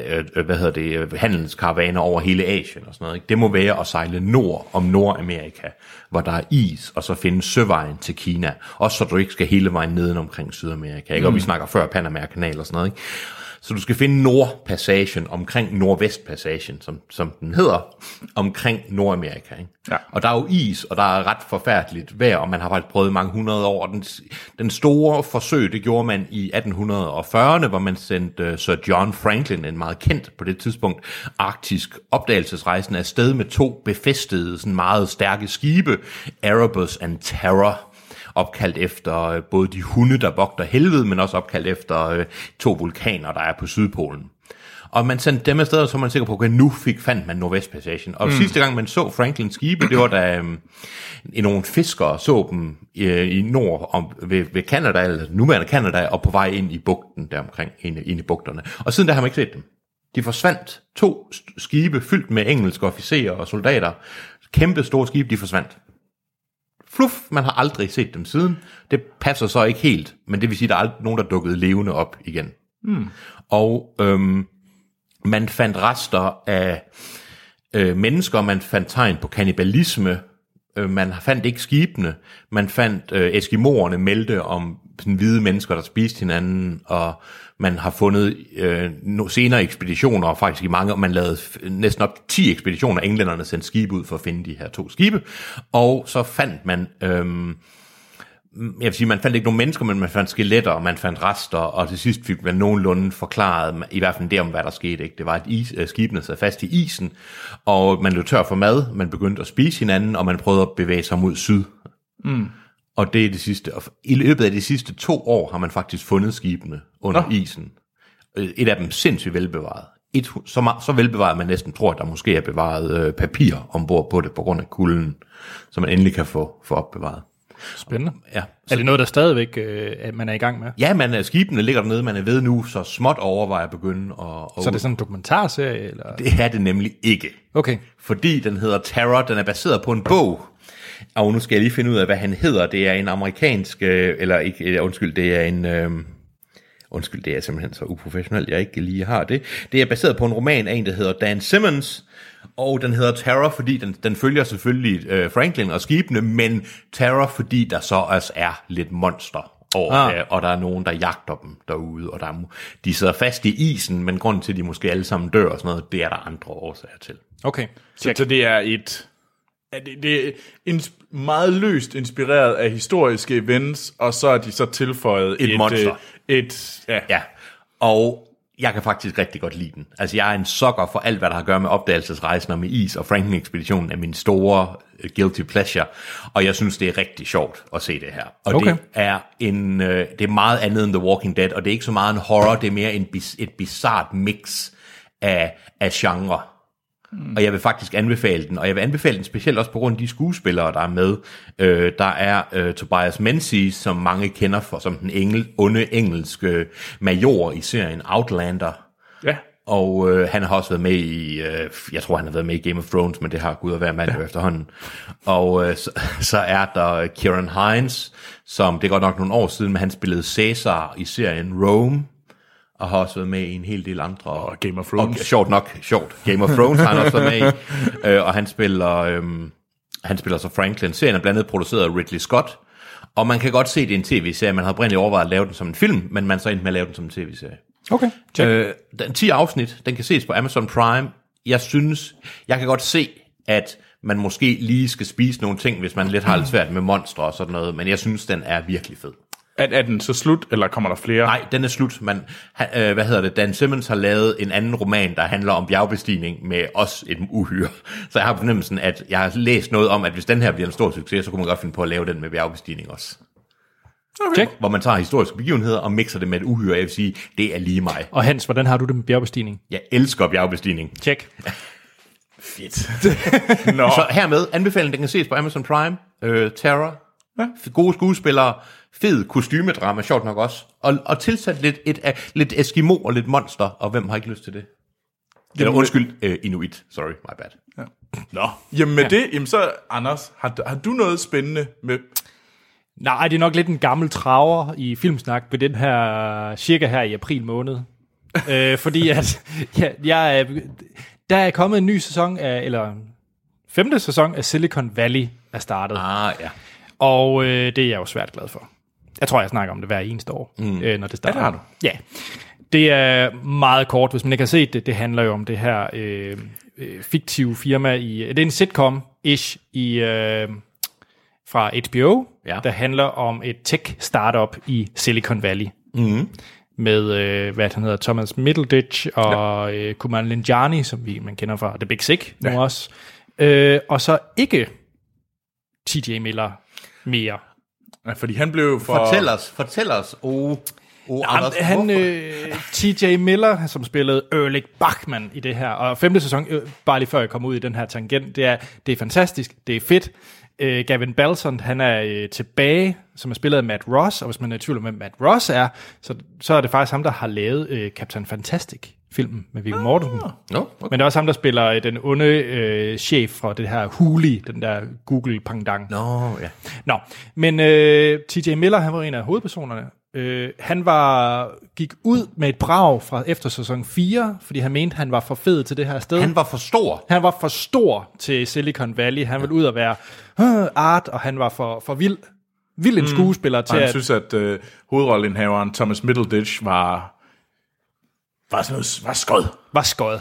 handelskaravaner over hele Asien og sådan noget. Ikke? Det må være at sejle nord om Nordamerika, hvor der er is, og så finde søvejen til Kina, også så du ikke skal hele vejen neden omkring Sydamerika, ikke? Og vi snakker før Panama-kanal og sådan noget, ikke? Så du skal finde Nordpassagen omkring Nordvestpassagen, som den hedder, omkring Nordamerika. Ikke? Ja. Og der er jo is, og der er ret forfærdeligt vejr, og man har faktisk prøvet mange 100 år. Den store forsøg, det gjorde man i 1840'erne, hvor man sendte Sir John Franklin, en meget kendt på det tidspunkt, arktisk opdagelsesrejsende, afsted med 2 befæstede, sådan meget stærke skibe, Erebus and Terror, opkaldt efter både de hunde, der vogter helvede, men også opkaldt efter 2 vulkaner, der er på Sydpolen. Og man sendte dem afsted, og så var man sikker på, at nu fandt man Nordvestpassagen. Og sidste gang man så Franklins skibe, det var da nogle fiskere så dem i nord ved Canada, eller nuværende Canada, og på vej ind i bugten deromkring, ind i bugterne. Og siden der har man ikke set dem. De forsvandt. 2 skibe fyldt med engelske officerer og soldater. Kæmpe store skibe, de forsvandt. Fluff, man har aldrig set dem siden. Det passer så ikke helt, men det vil sige, at der er aldrig nogen, der dukkede levende op igen. Og man fandt rester af mennesker, man fandt tegn på kannibalisme, man fandt ikke skibene, man fandt eskimoerne meldte om sådan hvide mennesker, der spiste hinanden, og man har fundet senere ekspeditioner, og faktisk i mange, man lavede næsten op 10 ekspeditioner, englænderne sendte skibe ud for at finde de her 2 skibe, og så fandt man, jeg vil sige, man fandt ikke nogen mennesker, men man fandt skeletter, og man fandt rester, og til sidst fik man nogenlunde forklaret, i hvert fald det om, hvad der skete. Ikke? Det var, at skibene sad fast i isen, og man blev tør for mad, man begyndte at spise hinanden, og man prøvede at bevæge sig mod syd. Og det er det sidste. Og i løbet af de sidste 2 år har man faktisk fundet skibene under isen. Et af dem sindssygt velbevaret. Så velbevaret, at man næsten tror, at der måske er bevaret papir ombord på det, på grund af kulden, så man endelig kan få opbevaret. Spændende. Ja. Er det noget, der stadigvæk man er i gang med? Ja, skibene ligger dernede, man er ved nu, så småt overvejer at begynde at... Så det er sådan en dokumentarserie? Eller? Det er det nemlig ikke. Okay. Fordi den hedder Terror, den er baseret på en bog. Og nu skal jeg lige finde ud af, hvad han hedder. Det er en amerikansk, det er simpelthen så uprofessionelt, jeg ikke lige har det. Det er baseret på en roman af en, der hedder Dan Simmons, og den hedder Terror, fordi den følger selvfølgelig Franklin og skibene, men Terror, fordi der så også er lidt monster over, og der er nogen, der jagter dem derude, og de sidder fast i isen, men grunden til, at de måske alle sammen dør og sådan noget, det er der andre årsager til. Okay. Så det er det er meget løst inspireret af historiske events, og så er de så tilføjet et monster. Ja, og jeg kan faktisk rigtig godt lide den. Altså, jeg er en sucker for alt, hvad der har at gøre med opdagelsesrejsen og med is, og Franklin-ekspeditionen er min store guilty pleasure, og jeg synes, det er rigtig sjovt at se det her. Og det er meget andet end The Walking Dead, og det er ikke så meget en horror, det er mere et bizart mix af genre. Og jeg vil faktisk anbefale den, og jeg vil anbefale den specielt også på grund af de skuespillere, der er med. Der er Tobias Menzies, som mange kender for som den onde engelske major i serien Outlander. Ja. Og han har også været med i, jeg tror han har været med i Game of Thrones, men det har Gud at være mand efterhånden. Og så er der Kieran Hines, som det er godt nok nogle år siden, men han spillede Caesar i serien Rome. Og har også været med i en hel del andre. Og Game of Thrones. Og sjovt. Game of Thrones har han også været med i. Og han spiller så Franklin. Serien er blandt andet produceret af Ridley Scott. Og man kan godt se, det er en tv-serie. Man har oprindeligt overvejet at lave den som en film, men man så endte med at lave den som en tv-serie. Okay. Den 10 afsnit, den kan ses på Amazon Prime. Jeg kan godt se, at man måske lige skal spise nogle ting, hvis man lidt har lidt svært med monstre og sådan noget, men jeg synes, den er virkelig fed. Er den så slut, eller kommer der flere? Nej, den er slut. Dan Simmons har lavet en anden roman, der handler om bjergbestigning med også et uhyre. Så jeg har fornemmelsen, at jeg har læst noget om, at hvis den her bliver en stor succes, så kunne man godt finde på at lave den med bjergbestigning også. Okay. Hvor man tager historiske begivenheder og mixer det med et uhyre. Jeg vil sige, det er lige mig. Og Hans, hvordan har du det med bjergbestigning? Jeg elsker bjergbestigning. Check. Fedt. Så hermed anbefalingen, den kan ses på Amazon Prime. Terror. Ja. Gode skuespillere. Fed kostymedrama, sjovt nok også. Og tilsat lidt Eskimo og lidt monster, og hvem har ikke lyst til det? Eller undskyld, Inuit. Sorry, my bad. Ja. Nå, jamen med det, jamen så Anders, har du noget spændende med... Nej, det er nok lidt en gammel traver i Filmsnak ved den her, cirka her i april måned. Fordi at, der er kommet en ny sæson af, eller 5. sæson af Silicon Valley er startet. Ja. Og det er jeg jo svært glad for. Jeg tror, jeg snakker om det hver eneste år, når det starter. Ja, det har du. Ja. Det er meget kort, hvis man ikke har set det. Det handler jo om det her fiktive firma det er en sitcom-ish fra HBO, der handler om et tech-startup i Silicon Valley. Med, hvad han hedder, Thomas Middleditch og Kumail Nanjiani, som man kender fra The Big Sick nu også. Og så ikke TJ Miller mere. Ja, fordi han blev for... Fortæl os. TJ Miller, som spillede Erlich Bachman i det her, og 5. sæson, bare lige før jeg kom ud i den her tangent, det er fantastisk, det er fedt. Gavin Balsant, han er tilbage, som er spillet af Matt Ross, og hvis man er i tvivl om, hvem Matt Ross er, så er det faktisk ham, der har lavet Captain Fantastic-filmen med Viggo Mortensen. Okay. Men det er også ham, der spiller den onde chef fra det her Huli, den der Google-pangdang. Nå, men TJ Miller, han var en af hovedpersonerne. Han gik ud med et brag fra efter sæson 4, fordi han mente, han var for fed til det her sted. Han var for stor. Han var for stor til Silicon Valley. Han ville ud og være art, og han var for vild en skuespiller til han synes, at hovedrolleindhaveren Thomas Middleditch var skød. Var skød.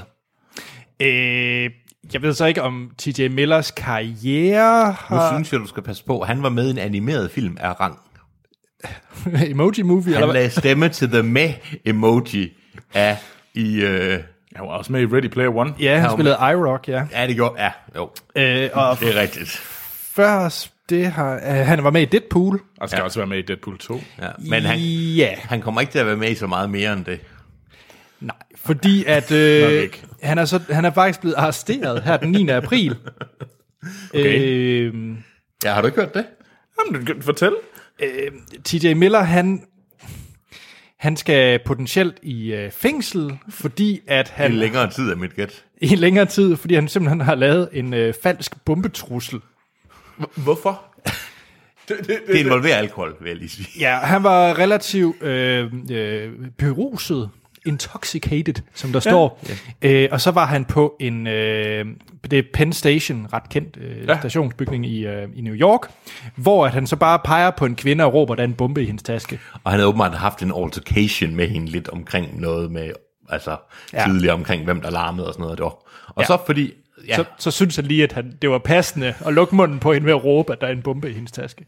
Jeg ved så ikke, om TJ Millers karriere har... Nu synes jeg, du skal passe på. Han var med i en animeret film af rang. Emoji Movie? Han lagde stemme til The Meh-emoji af i... Han var også med i Ready Player One. Ja, han spillede iRock, ja. Ja, det gjorde, ja, jo. Og det er rigtigt. Først, han var med i Deadpool. Og skal også være med i Deadpool 2. Ja, men han kommer ikke til at være med i så meget mere end det. Nej, fordi at han er faktisk blevet arresteret her den 9. april. Okay. Ja, har du ikke hørt det? Jamen, fortæl. TJ Miller, han skal potentielt i fængsel, fordi at han... I en længere tid af mit gæt. I en længere tid, fordi han simpelthen har lavet en falsk bombetrussel. Hvorfor? Det involverer alkohol, vil jeg lige sige. Ja, han var relativt beruset, intoxicated, som der står. Ja. Og så var han på det er Penn Station, ret kendt stationsbygning i New York, hvor at han så bare peger på en kvinde og råber, der er en bombe i hendes taske. Og han havde åbenbart haft en altercation med hende lidt omkring noget med, tidligere omkring, hvem der larmede og sådan noget. Og så fordi... Ja. Så synes han lige, at det var passende at lukke munden på hende ved at råbe, at der er en bombe i hendes taske.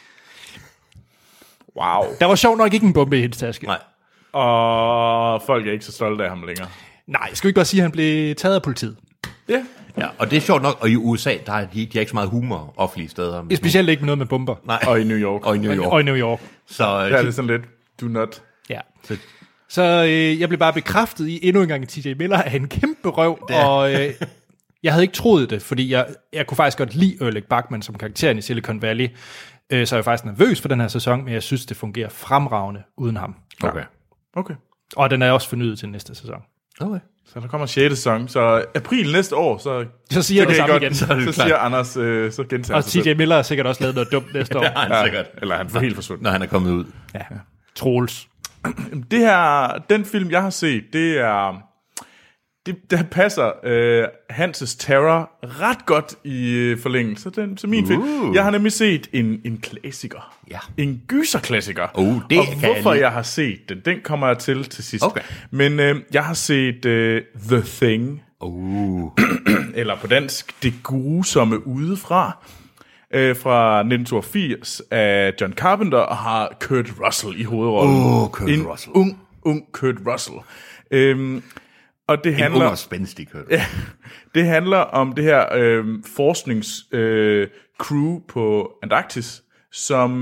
Wow. Der var sjovt nok ikke en bombe i hendes taske. Nej. Og folk er ikke så stolte af ham længere. Nej, skal vi ikke bare sige, at han blev taget af politiet? Ja. Ja, og det er sjovt nok, og i USA, de har ikke så meget humor offentlige steder. Specielt ikke noget med bomber. Nej. Og i New York. Og i New York. Så det er sådan lidt, do not. Ja. Så jeg blev bare bekræftet i endnu en gang, at TJ Miller er en kæmpe røv, og jeg havde ikke troet det, fordi jeg kunne faktisk godt lide Erlich Bachman som karakteren i Silicon Valley, så jeg er faktisk nervøs for den her sæson, men jeg synes, det fungerer fremragende uden ham. Okay. Og den er også fornyet til næste sæson. Okay. Så der kommer 6. sæson, så april næste år, så siger jeg det samme igen. Så siger Anders, så gentager og TJ Miller har sikkert også lavet noget dumt næste år. Det har han sikkert. Eller han får helt forsvundet. Når han er kommet ud. Ja. Troels. Den film, jeg har set, det der passer Hanses Terror ret godt i forlængelse. Så min film. Jeg har nemlig set en klassiker. Ja. En gyserklassiker. Det og kan hvorfor jeg har set den kommer jeg til sidst. Okay. Men jeg har set The Thing. Eller på dansk, Det grusomme udefra. Fra 1982 af John Carpenter, og har Kurt Russell i hovedrollen. Kurt Russell. Ung Kurt Russell. Og det handler... En ung og spændstig Kurt Russell. Det handler om det her forskningscrew på Antarktis, som,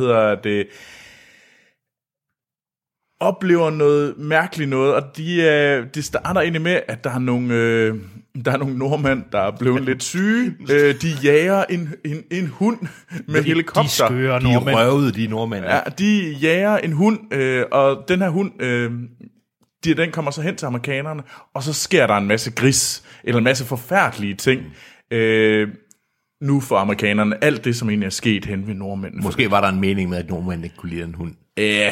oplever noget mærkeligt noget, og de starter egentlig med, at der er nogle nordmænd, der er blevet lidt syge. De jager en hund med helikopter. De skøre nordmænd. De røvede de nordmænd. Ja, de jager en hund, og den her hund, den kommer så hen til amerikanerne, og så sker der en masse gris, eller en masse forfærdelige ting. Nu for amerikanerne, alt det, som egentlig er sket hen ved nordmændene. Måske var der en mening med, at nordmændene ikke kunne lide en hund. Ja.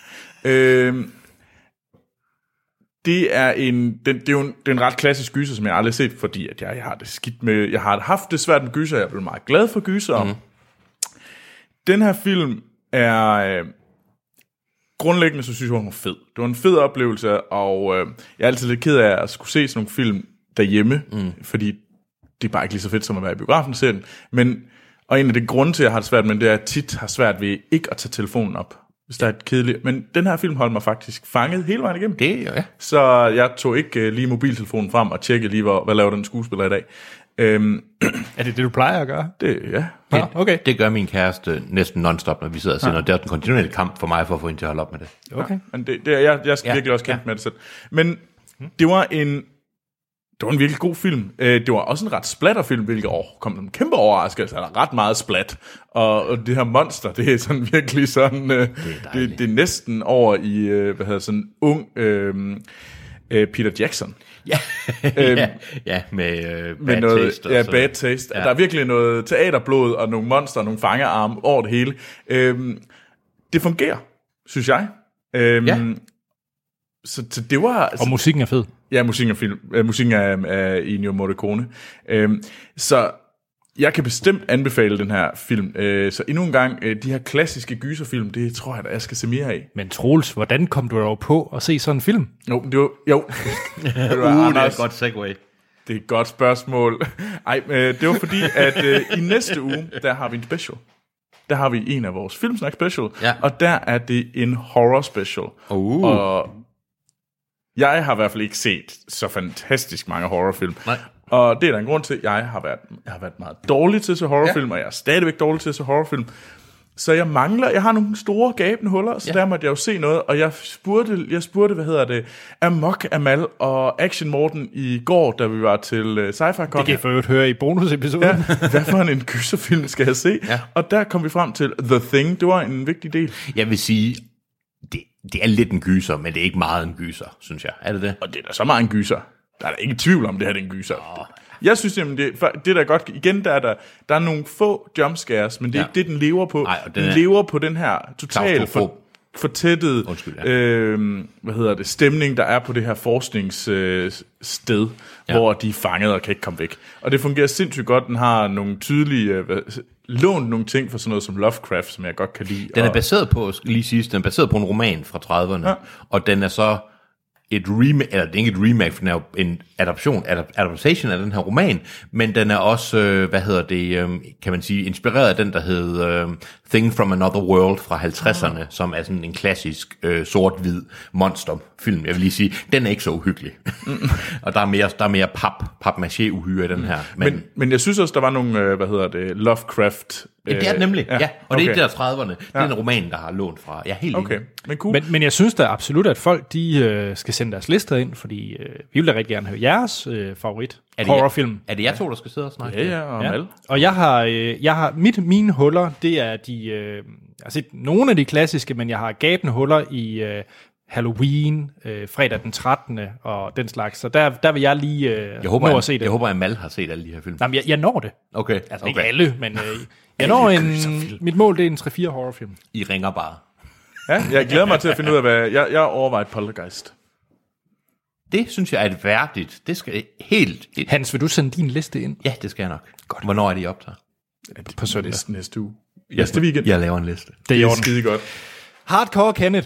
Det er en ret klassisk gyser, som jeg aldrig har set, fordi at jeg har det skidt med. Jeg har haft det svært med gyser, jeg er blevet meget glad for gyser. Den her film er grundlæggende, så synes jeg, hun var fed. Det var en fed oplevelse, og jeg er altid lidt ked af at skulle se sådan nogle film derhjemme, fordi det er bare ikke lige så fedt som at være i biografen selv. Og en af de grunde til, at jeg har det svært med det, er, at jeg tit har svært ved ikke at tage telefonen op, hvis der er et kedeligt. Men den her film holdt mig faktisk fanget hele vejen igennem. Det, ja. Så jeg tog ikke lige mobiltelefonen frem og tjekkede lige, hvad laver den skuespiller i dag. Er det du plejer at gøre? Ja. Okay. Det gør min kæreste næsten non-stop, når vi sidder og ser noget. Det er en kontinuerlig kamp for mig, for at få hende til at holde op med det. Okay. Men jeg skal virkelig også kæmpe med det selv. Men det var en virkelig god film. Det var også en ret splatterfilm, hvilket kom en kæmpe overraskelse. Der er ret meget splat. Og det her monster, det er sådan virkelig sådan... det er næsten over i, sådan ung Peter Jackson. Ja, med Bad noget, Taste. Ja, Bad Taste. Ja. Der er virkelig noget teaterblod og nogle monster, nogle fangearme over det hele. Det fungerer, synes jeg. Så det var... Og musikken er fed. Ja, musikken er Ennio Morricone. Så jeg kan bestemt anbefale den her film. Så endnu en gang, de her klassiske gyserfilm, det tror jeg, jeg skal se mere af. Men Troels, hvordan kom du dog på at se sådan en film? Det er et godt segue. Det er et godt spørgsmål. Det var fordi, at i næste uge, der har vi en special. Der har vi en af vores Filmsnak special, og der er det en horror special. Og jeg har i hvert fald ikke set så fantastisk mange horrorfilm. Nej. Og det er der en grund til, at jeg har været meget dårlig til at se horrorfilm, og jeg er stadigvæk dårlig til at se horrorfilm. Så jeg har nogle store gabende huller, så der måtte jeg jo se noget, og jeg spurgte, Amok Amal og Action Morten i går, da vi var til Sci-Fi Con. Det kan I for øvrigt høre i bonusepisoden. Ja, hvad for en gyserfilm skal jeg se? Ja. Og der kom vi frem til The Thing, det var en vigtig del. Jeg vil sige, det er lidt en gyser, men det er ikke meget en gyser, synes jeg. Er det det? Og det er da så meget en gyser. Der er da ikke tvivl om, det her er en gyser. Jeg synes simpelthen, det er godt. Igen, der er nogle få jumpscares, men det er ikke det, den lever på. Nej, den lever på den her totalt fortættede stemning, der er på det her forskningssted, hvor de er fanget og kan ikke komme væk. Og det fungerer sindssygt godt. Den har nogle tydelige... lånt nogle ting for sådan noget som Lovecraft, som jeg godt kan lide. Den er baseret på, den er baseret på en roman fra 30'erne, og den er så et remake, eller det er ikke et remake, for den er jo en adaptation af den her roman, men den er også, kan man sige, inspireret af den, der hed Thing from Another World fra 50'erne, som er sådan en klassisk sort-hvid monsterfilm. Jeg vil lige sige, den er ikke så uhyggelig. Og der er mere pap-maché-uhyre i den her. Men jeg synes også, der var nogle, Lovecraft... det er det nemlig, ja. Og det er ikke der 30'erne. Det er en roman, der har lånt fra. Jeg er helt enig. Men cool. Men jeg synes da absolut, at folk de skal sende deres lister ind, fordi vi vil da rigtig gerne høre jeres favorit horrorfilm. Er det jer to, der skal sidde og snakke? Ja, og Mal. Og jeg har mine huller, det er jeg har set nogle af de klassiske, men jeg har gabende huller i Halloween, fredag den 13. og den slags. Så der vil jeg lige nå at se det. Jeg håber, at Mal har set alle de her film. Jamen, jeg når det. Okay. Altså ikke alle, men jeg når mit mål, det er en 3-4 horrorfilm. I ringer bare. Ja, jeg glæder mig til at finde ud af, hvad... Jeg overvejer Poltergeist. Det synes jeg er et værdigt. Det skal helt... Hans, vil du sende din liste ind? Ja, det skal jeg nok. Godt. Hvornår er det, I optager? På søndag. Næste uge. Næste weekend. Jeg laver en liste. Det er skide godt. Hardcore Kenneth.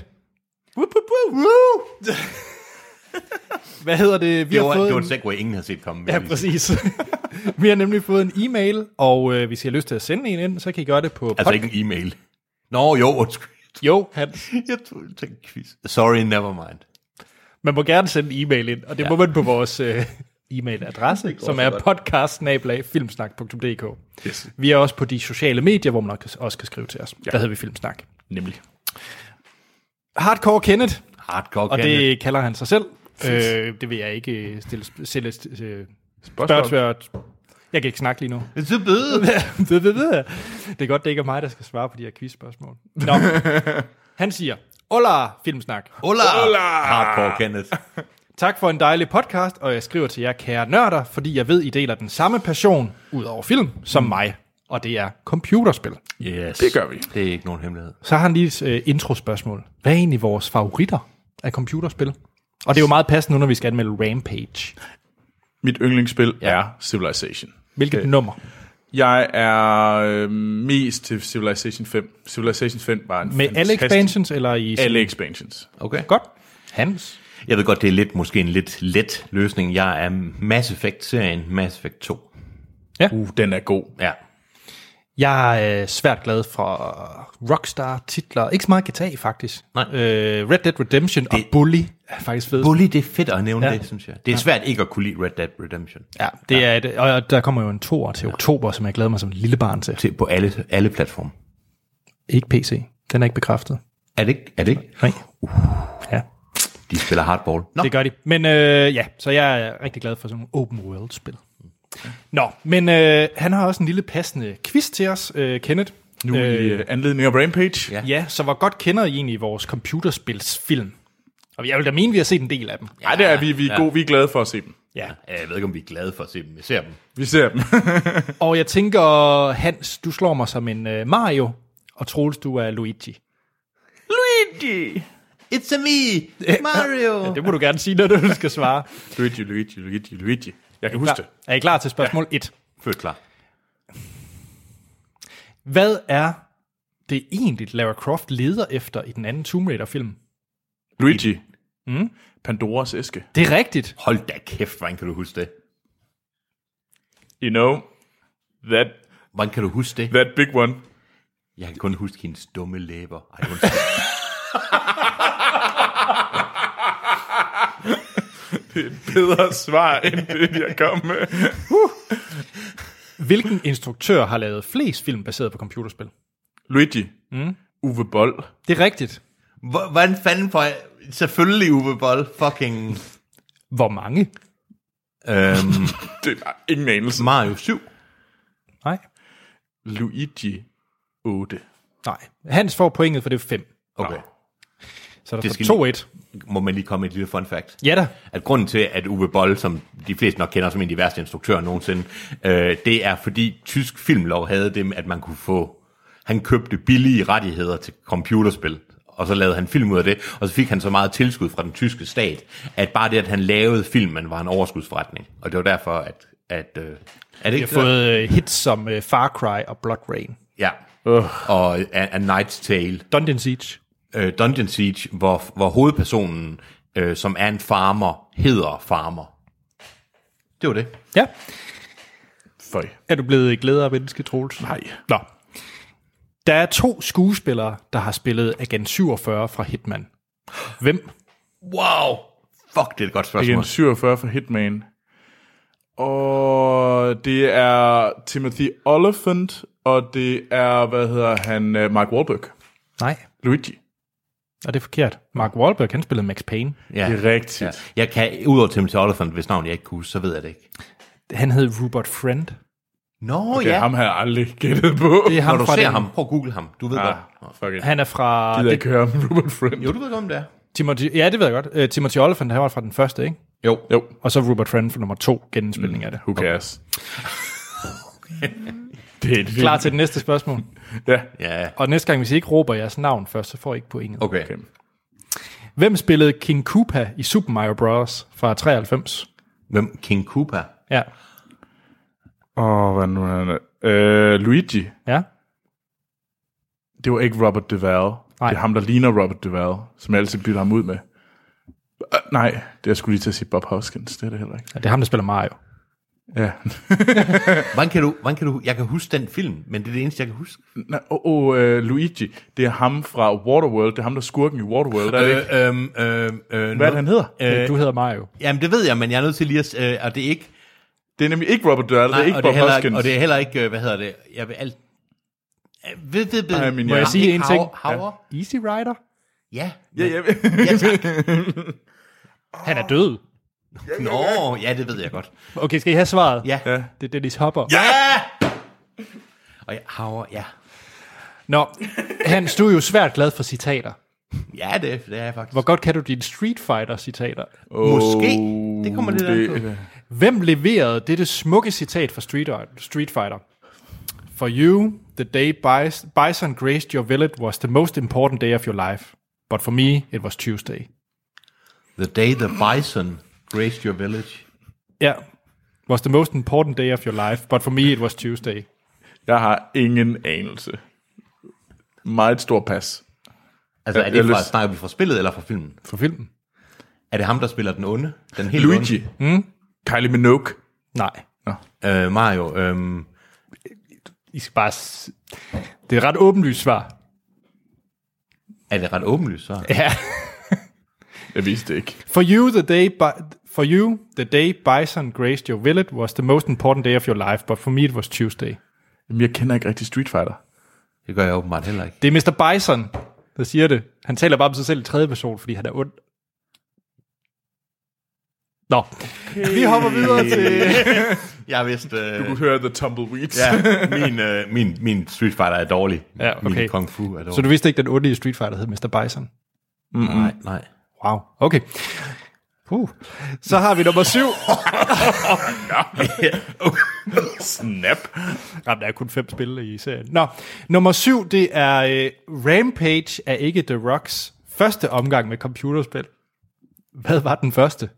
Hvad hedder det? Det var en segway, ingen har set komme. Ja, præcis. Vi har nemlig fået en e-mail, og hvis I har lyst til at sende en ind, så kan I gøre det på... Altså ikke en e-mail. Nå, jo. Jo, Hans. Jeg tænkte quiz. Sorry, never mind. Man må gerne sende en e-mail ind, og det må man på vores e-mailadresse, som er podcast@filmsnak.dk. Yes. Vi er også på de sociale medier, hvor man også kan skrive til os. Ja. Der hedder vi Filmsnak. Nemlig. Hardcore Kenneth. Hardcore Kenneth. Og det kalder han sig selv. Det vil jeg ikke stille spørgsmål. Jeg kan ikke snakke lige nu. Det er bøde. Det er godt, det ikke er mig, der skal svare på de her quiz-spørgsmål. Nå. Han siger, Hola, Filmsnak. Hola. Hardcore Kenneth. Tak for en dejlig podcast, og jeg skriver til jer kære nørder, fordi jeg ved, I deler den samme passion, ud over film, som mig. Og det er computerspil. Yes. Det gør vi. Det er ikke nogen hemmelighed. Så har han lige et introspørgsmål. Hvad er egentlig vores favoritter af computerspil? Og det er jo meget passende nu, når vi skal anmelde Rampage. Mit yndlingsspil er Civilization. Hvilket nummer? Jeg er mest til Civilization 5. Civilization 5 var en med alle expansions eller i... Alle expansions. Okay. Godt. Hans? Jeg ved godt, det er måske en lidt let løsning. Jeg er Mass Effect-serien Mass Effect 2. Ja. Den er god. Ja. Jeg er svært glad for Rockstar-titler. Ikke så meget GTA, faktisk. Nej. Red Dead Redemption og Bully er faktisk fedt. Bully, det er fedt at nævne det, synes jeg. Det er svært ikke at kunne lide Red Dead Redemption. Ja, det er det. Og der kommer jo en 2'er til oktober, som jeg glæder mig som en lille barn til. På alle platforme. Ikke PC. Den er ikke bekræftet. Er det ikke? Nej. Ja. De spiller hardball. Nå. Det gør de. Men ja, så jeg er rigtig glad for sådan nogle open world-spil. Nå, men han har også en lille passende quiz til os, Kenneth. Nu i anledning af Rampage. Ja, så hvor godt kender I egentlig vores computerspilsfilm? Og jeg vil da mene, vi har set en del af dem. Ja, det er vi. Vi er glade for at se dem. Ja. Jeg ved ikke, om vi er glade for at se dem. Vi ser dem. Vi ser dem. Og jeg tænker, Hans, du slår mig som en Mario, og Troels, du er Luigi. Luigi! It's a me, Mario! Ja, det må du gerne sige, når du skal svare. Luigi. Jeg kan huske det. Er I klar til spørgsmål 1? Født klar. Hvad er det egentlig, Lara Croft leder efter i den anden Tomb Raider-film? Luigi. Pandoras æske. Det er rigtigt. Hold da kæft, hvordan kan du huske det? You know, hvordan kan du huske det? That big one. Jeg kan kun huske hendes dumme læber. Det er et bedre svar, end det, jeg kom med. Hvilken instruktør har lavet flest film baseret på computerspil? Luigi. Uwe Boll. Det er rigtigt. Hvordan fanden for... Selvfølgelig Uwe Boll. Fucking... Hvor mange? Det er ingen anelse. Mario 7. Nej. Luigi 8. Nej. Hans får pointet, for det er 5. Okay. Så der er 2-1. Må man lige komme med et lille fun fact? Ja da. At grunden til, at Uwe Boll, som de fleste nok kender som en af de værste instruktører nogensinde, det er fordi tysk filmlov havde det, at man kunne få... Han købte billige rettigheder til computerspil, og så lavede han film ud af det, og så fik han så meget tilskud fra den tyske stat, at bare det, at han lavede filmen, var en overskudsforretning. Og det var derfor, at er det ikke... Vi har fået hits som Far Cry og Blood Rain. Ja, og A Knight's Tale. Dungeon Siege. Dungeon Siege, hvor hovedpersonen, som er en farmer, hedder Farmer. Det var det. Ja. Føj. Er du blevet glæder af menneske, Troels? Nej. Nå. Der er 2 skuespillere, der har spillet Agent 47 fra Hitman. Hvem? Wow. Fuck, det er et godt spørgsmål. Agent 47 fra Hitman. Og det er Timothy Olyphant, og det er, Mark Wahlberg. Nej. Luigi. Og det er forkert. Mark Wahlberg, han spillede Max Payne. Ja. Det er rigtigt. Ja. Jeg kan, udover Timothy Olyphant, hvis navn jeg ikke kunne, så ved jeg det ikke. Han hed Rupert Friend. Okay, ham har jeg aldrig gættet på. Det er ham. Når du fra ser ham, prøv at google ham. Du ved godt. Han er fra... Gider ikke høre om Rupert Friend. Jo, du ved godt, om det er. Ja, det ved jeg godt. Timothy Olyphant, han var fra den første, ikke? Jo. Og så Rupert Friend for nummer 2 genindspilning af det. Who cares? Det er klar til det næste spørgsmål. Ja. Ja. Og næste gang, hvis I ikke råber jeres navn først, så får I ikke pointet. Okay. Hvem spillede King Koopa i Super Mario Bros. Fra 93? Hvem? King Koopa? Ja. Hvad nu er det? Luigi. Ja. Det var ikke Robert Duvall. Nej. Det er ham, der ligner Robert Duvall, som jeg altid bytter ham ud med. Nej, det er jeg skulle lige til at sige Bob Hoskins. Det er det heller ikke. Ja, det er ham, der spiller Mario. Ja. Hvordan kan du... Jeg kan huske den film, men det er det eneste, jeg kan huske. Luigi, det er ham fra Waterworld. Det er ham, der er skurken i Waterworld. Er det ikke? Hvad er det, han hedder? Du hedder Mario. Jamen, det ved jeg, men jeg er nødt til lige at... og det er ikke... Det er nemlig ikke Robert Duvall, det er ikke Bob Hoskins. Og det er heller ikke... Hvad hedder det? Jeg vil alt... Må jeg sige en ting? Howard? Easy Rider? Ja. Ja, tak. Han er død. Nå, ja, det ved jeg godt. Okay, skal I have svaret? Ja. Ja. Det er Dennis Hopper. Ja! Og ja, Howard, ja. Nå, han stod jo svært glad for citater. Ja, det er jeg faktisk. Hvor godt kan du dine Street Fighter-citater? Måske. Det kommer lidt an på. Hvem leverede dette smukke citat fra Street Fighter? For you, the day Bison graced your village was the most important day of your life. But for me, it was Tuesday. The day the bison graced your village. Ja, was the most important day of your life. But for me, it was Tuesday. Jeg har ingen anelse. Meget stor pas. Altså, er det snakker vi fra spillet eller fra filmen? For filmen? Er det ham, der spiller den onde? Den helt Luigi. Kylie Minogue. Nej. Mario. I skal bare... Det er et ret åbenlyst svar. Er det ret åbenlyst, så? Ja. Jeg vidste det ikke. For you, the day Bison graced your village was the most important day of your life, but for me it was Tuesday. Jamen, jeg kender ikke rigtig Street Fighter. Det gør jeg åbenbart heller ikke. Det er Mr. Bison, der siger det. Han taler bare om sig selv i tredje person, fordi han er ond. Nå, vi hopper videre til... Jeg vidste... Du kunne høre The Tumbleweeds. Ja, min Street Fighter er dårlig. Ja, okay. Min Kung Fu er dårlig. Så du vidste ikke, den onde i Street Fighter hed Mr. Bison? Nej. Wow, okay. Så har vi nummer 7. Snap. Jamen, der er kun 5 spil i serien. Nå, nummer 7, det er Rampage er ikke The Rocks første omgang med computerspil. Hvad var den første?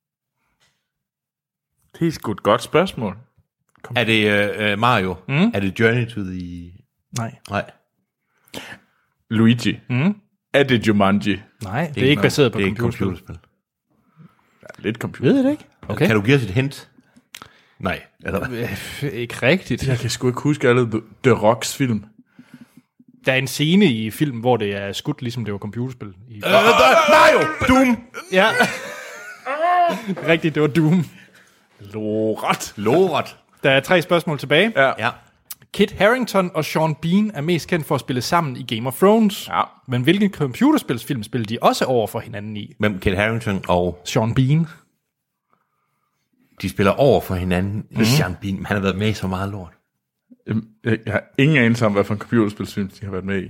Det er sgu et godt spørgsmål. Er det Mario? Er det Journey to the... Nej. Luigi. Er det Jumanji? Nej, det er ikke baseret på computerspil. Lidt computer. Ved I det ikke? Okay. Kan du give os et hint? Nej. Eller? Ikke rigtigt. Jeg kan sgu ikke huske alle The Rocks film. Der er en scene i filmen, hvor det er skudt, ligesom det var computerspil. Mario! Doom! Ja. Rigtigt, det var Doom. Loret. Der er 3 spørgsmål tilbage. Ja. Kit Harington og Sean Bean er mest kendt for at spille sammen i Game of Thrones. Ja. Men hvilken computerspilsfilm spiller de også over for hinanden i? Hvem? Kit Harington og... Sean Bean. De spiller over for hinanden. Sean Bean, han har været med i så meget lort. Jeg har ingen anelse om, hvad for en computerspilsfilm de har været med i.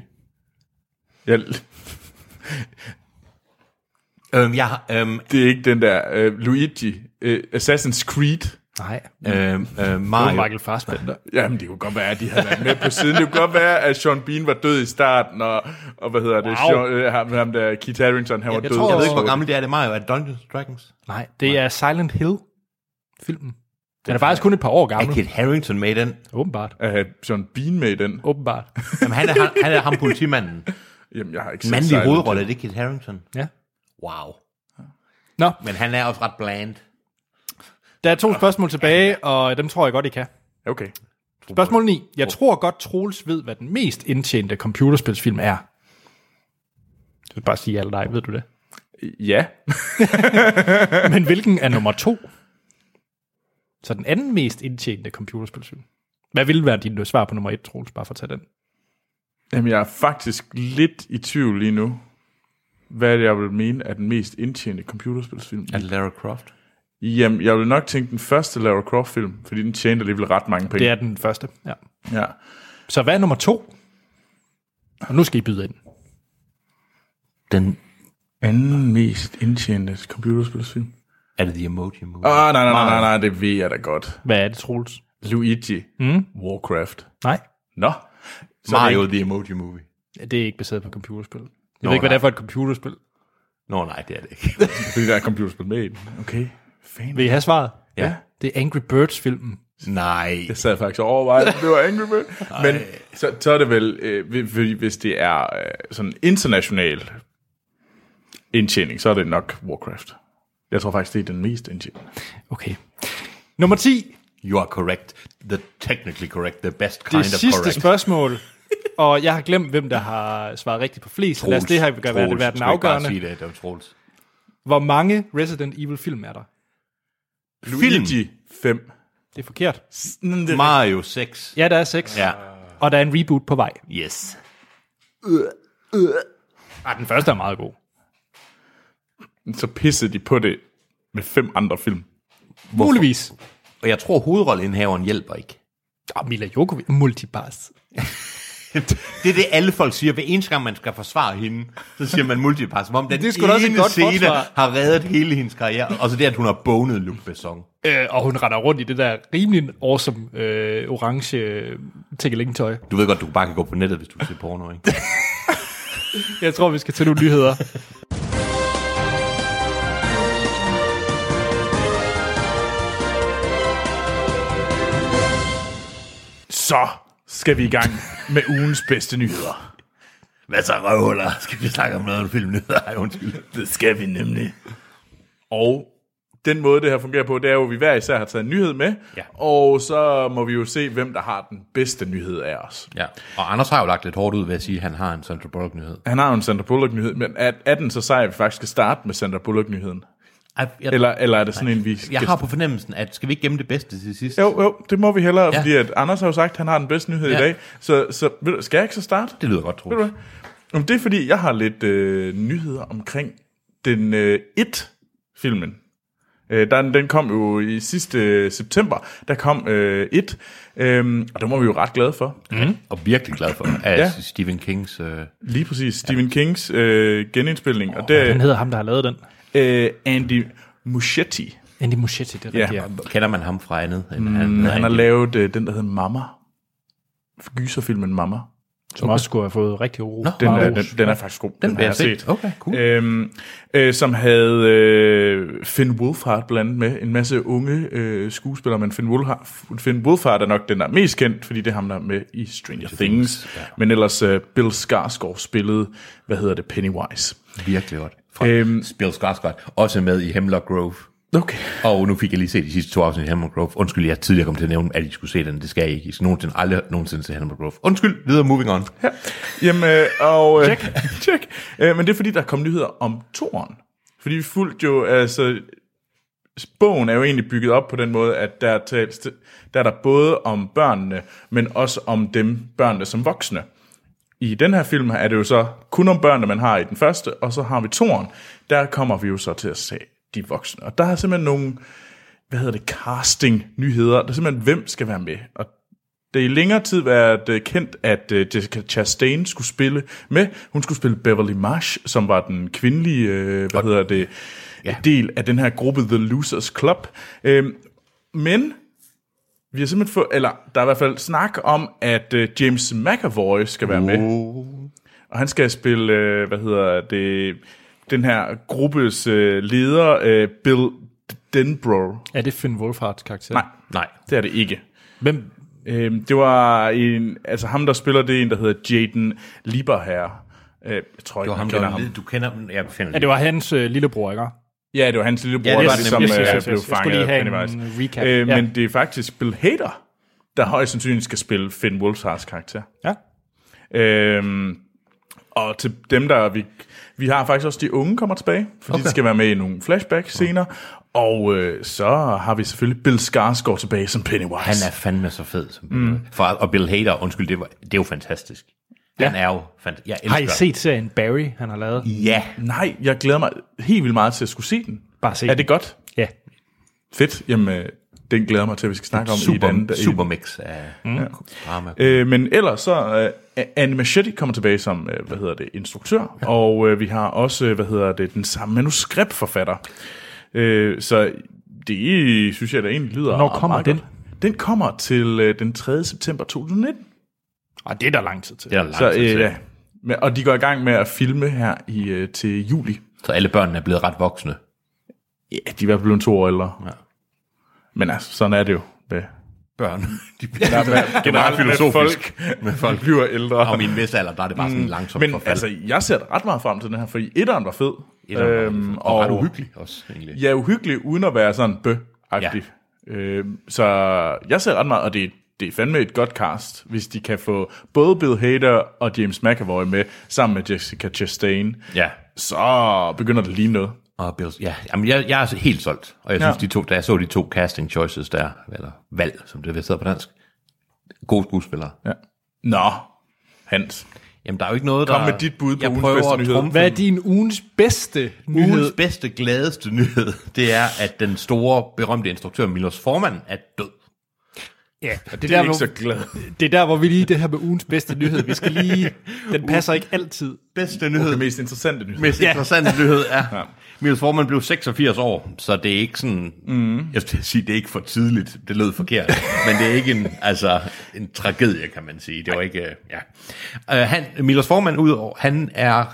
Det er ikke den der Luigi, Assassin's Creed. Nej. Mario. Michael Fassbender. Jamen, det kunne godt være, at de havde været med på siden. Det kunne godt være, at Sean Bean var død i starten, og hvad hedder det, ham der, Kit Harington, han var død. Jeg ved ikke, hvor gammel det er Mario. Er det Dungeons & Dragons? Nej, det er Silent Hill-filmen. Den er faktisk kun et par år gammel. Er Kit Harington med i den? Åbenbart. Er Sean Bean med i den? Åbenbart. Jamen, han er ham politimanden. Jamen, jeg har ikke set mandlig hovedrolle, er det Kit Harington? Ja. Wow. Nå. Men han er også ret bland. Der er 2 spørgsmål tilbage, og dem tror jeg godt, I kan. Okay. Spørgsmål 9. Jeg tror godt, Troels ved, hvad den mest indtjente computerspilsfilm er. Du vil bare sige ja eller nej, ved du det? Ja. Men hvilken er nummer 2? Så den anden mest indtjente computerspilsfilm. Hvad ville være din svar på nummer 1, Troels, bare for at tage den? Jamen, jeg er faktisk lidt i tvivl lige nu. Hvad er det, jeg vil mene er den mest indtjente computerspilsfilm? Er det Lara Croft? Jamen, jeg vil nok tænke den første Lara Croft-film, fordi den tjente alligevel ret mange penge. Det er den første, ja. Ja. Så hvad er nummer 2? Og nu skal I byde ind. Den anden mest indtjente computerspilsfilm. Er det The Emoji Movie? Nej, det ved jeg da godt. Hvad er det, Troels? Luigi. Warcraft. Nej. Nå. Mario The Emoji Movie. Det er ikke baseret på computerspil. Jeg ved ikke, hvad det er for et computerspil. Nå nej, det er det ikke. Fordi der er computerspil med i den. Okay, fan. Vil I have svaret? Ja. Det er Angry Birds-filmen. Nej. Jeg sad faktisk og overvejede, det var Angry Birds. Men så er det vel, hvis det er sådan international indtjening, så er det nok Warcraft. Jeg tror faktisk, det er den mest indtjening. Okay. Nummer 10. You are correct. The technically correct. The best kind Det of sidste correct. spørgsmål, og jeg har glemt, hvem der har svaret rigtigt på flest. Så lad os det her være den afgørende. Sige det var Troels. Hvor mange Resident Evil-film er der? Luigi 5. Det er forkert. Mario 6. Ja, der er 6. Ja. Og der er en reboot på vej. Yes. Den første er meget god. Så pissede de på det med 5 andre film. Muligvis. Og jeg tror, hovedrolleindhaveren hjælper ikke. Mila Jovovich. Multipass. Det er det, alle folk siger. Hver eneste gang, man skal forsvare hende, så siger man multipass. Som om den Det er sgu da også et ene godt scene forsvar. har reddet hele hendes karriere. Og så det, at hun har bonet Luc Besson. Og hun render rundt i det der rimelig awesome orange tækkelingtøj. Du ved godt, du bare kan gå på nettet, hvis du ser porno, ikke? Jeg tror, vi skal til nogle nyheder. Så skal vi i gang med ugens bedste nyheder. Hvad så, røvhuller? Skal vi snakke om noget filmnyheder? Ej, undskyld. Det skal vi nemlig. Og den måde, det her fungerer på, det er jo, at vi hver især har taget en nyhed med, Ja. og så må vi jo se, hvem der har den bedste nyhed af os. Ja, og Anders har jo lagt lidt hårdt ud ved at sige, at han har en Sandra Bullock-nyhed. Han har jo en Sandra Bullock-nyhed, men er den så sej, at vi faktisk skal starte med Sandra Bullock-nyheden? Eller er det sådan en, vi skal... Jeg har på fornemmelsen, at skal vi ikke gemme det bedste til sidst? Jo, det må vi hellere, Ja. fordi at Anders har jo sagt, at han har den bedste nyhed i dag. Så skal jeg ikke så starte? Det lyder godt, Ved du Troels. hvad? Det er fordi, jeg har lidt nyheder omkring den It-filmen. Den kom jo i sidste september. Der kom It, og det var vi jo ret glade for. Og virkelig glad for, at Ja. Stephen Kings... Lige præcis. Stephen Kings genindspilning. Og Den hedder ham, der har lavet den. Andy Muschietti. Andy Muschietti, det er Ja. rigtigt. Kender man ham fra andet? Han har lavet den, der hedder Mamma. Gyserfilmen Mamma. Som også skulle have fået rigtig ro. Den er faktisk god. Den har vil jeg set. Okay, cool. Som havde Finn Wolfhard blandt med. En masse unge skuespillere, men Finn Wolfhard er nok den, der er mest kendt, fordi det er ham, der er med i Stranger Things. Ja. Men ellers Bill Skarsgård spillede, Pennywise. Virkelig godt. Bill Skarsgård, også med i Hemlock Grove. Okay. Og nu fik jeg lige set de sidste 2 afsnit i Hemlock Grove. Undskyld, jeg tidligere kom til at nævne, at I skulle se den. Det skal jeg ikke. I skal aldrig nogensinde se Hemlock Grove. Undskyld, videre, moving on. Ja. Jamen, check. Men det er fordi, der kom nyheder om toren. Fordi vi fulgte jo, bogen er jo egentlig bygget op på den måde, at der er der både om børnene, men også om børnene som voksne. I den her film er det jo så kun om børnene, man har i den første, og så har vi toren. Der kommer vi jo så til at se de voksne. Og der er simpelthen nogle, casting-nyheder. Der er simpelthen, hvem skal være med. Og det er i længere tid været kendt, at Jessica Chastain skulle spille med. Hun skulle spille Beverly Marsh, som var den kvindelige, del af den her gruppe The Losers Club. Men vi har simpelthen der er i hvert fald snak om, at James McAvoy skal være med. Og han skal spille, den her gruppes leder, Bill Denbrough. Er det Finn Wolfhards karakter? Nej, det er det ikke. Hvem? Det var ham, der spiller det, en, der hedder Jaden Lieberherr. Jeg tror ikke, man kender ham. Du kender ham. Ja, det var hans lillebror, ikke? Ja, det var hans lillebror, som blev fanget af Pennywise. Men det er faktisk Bill Hader, der højst sandsynligt skal spille Finn Wolfhards karakter. Ja. Og til dem, der vi har faktisk også de unge kommer tilbage, fordi de skal være med i nogle flashbacks senere. Og så har vi selvfølgelig Bill Skarsgård tilbage som Pennywise. Han er fandme så fed. Og Bill Hader, undskyld, det er jo fantastisk. Han er jo fantastisk. Jeg elsker. Har I set serien Barry, han har lavet? Ja. Nej, jeg glæder mig helt vildt meget til at skulle se den. Bare se Er det godt? Ja. Fedt. Jamen, den glæder mig til, at vi skal snakke om i den. Supermix af drama. Men ellers så Andy Muschietti kommer tilbage som instruktør, og vi har også den samme manuskriptforfatter. Så det synes jeg da egentlig lyder. Hvornår kommer den? Godt. Den kommer til den 3. september 2019. Og det er der lang tid til. Det er lang tid til. Og de går i gang med at filme her til juli. Så alle børnene er blevet ret voksne. Ja, de er i hvert fald blevet 2 år ældre. Ja. Men altså, sådan er det jo. Børn. De Generelt filosofisk. Med folk bliver ældre. Og min vis alder, der er det bare sådan en langsom Men forfald. altså, jeg ser ret meget frem til den her, fordi etteren var fed. Og ret uhyggelig også, egentlig. Ja, uhyggelig, uden at være sådan bø-agtig. Ja. Så jeg ser ret meget, og det er fandme et godt cast, hvis de kan få både Bill Hader og James McAvoy med, sammen med Jessica Chastain. Ja. Så begynder det lige noget. Og Bills, ja, jamen jeg er altså helt solgt. Og jeg synes, da jeg så de 2 casting choices der, eller valg, som det vil hedde på dansk, gode skuespillere. Ja. Nå, Hans. Jamen, der er jo ikke noget, Kom med dit bud på ugens bedste nyhed. Hvad er din ugens bedste nyhed? Ugens bedste, gladeste nyhed, det er, at den store, berømte instruktør Milos Forman er død. Ja, og Det er ikke så glad. det er der, hvor vi lige det her med ugens bedste nyhed. Vi skal lige... Den passer ikke altid. Bedste nyhed. Det mest interessante nyhed. Mest interessante nyhed er, Milos Forman blev 86 år, så det er ikke sådan, jeg skal sige, det er ikke for tidligt, det lød forkert, men det er ikke en tragedie, kan man sige. Det var ikke, Milos Forman, udover, han er,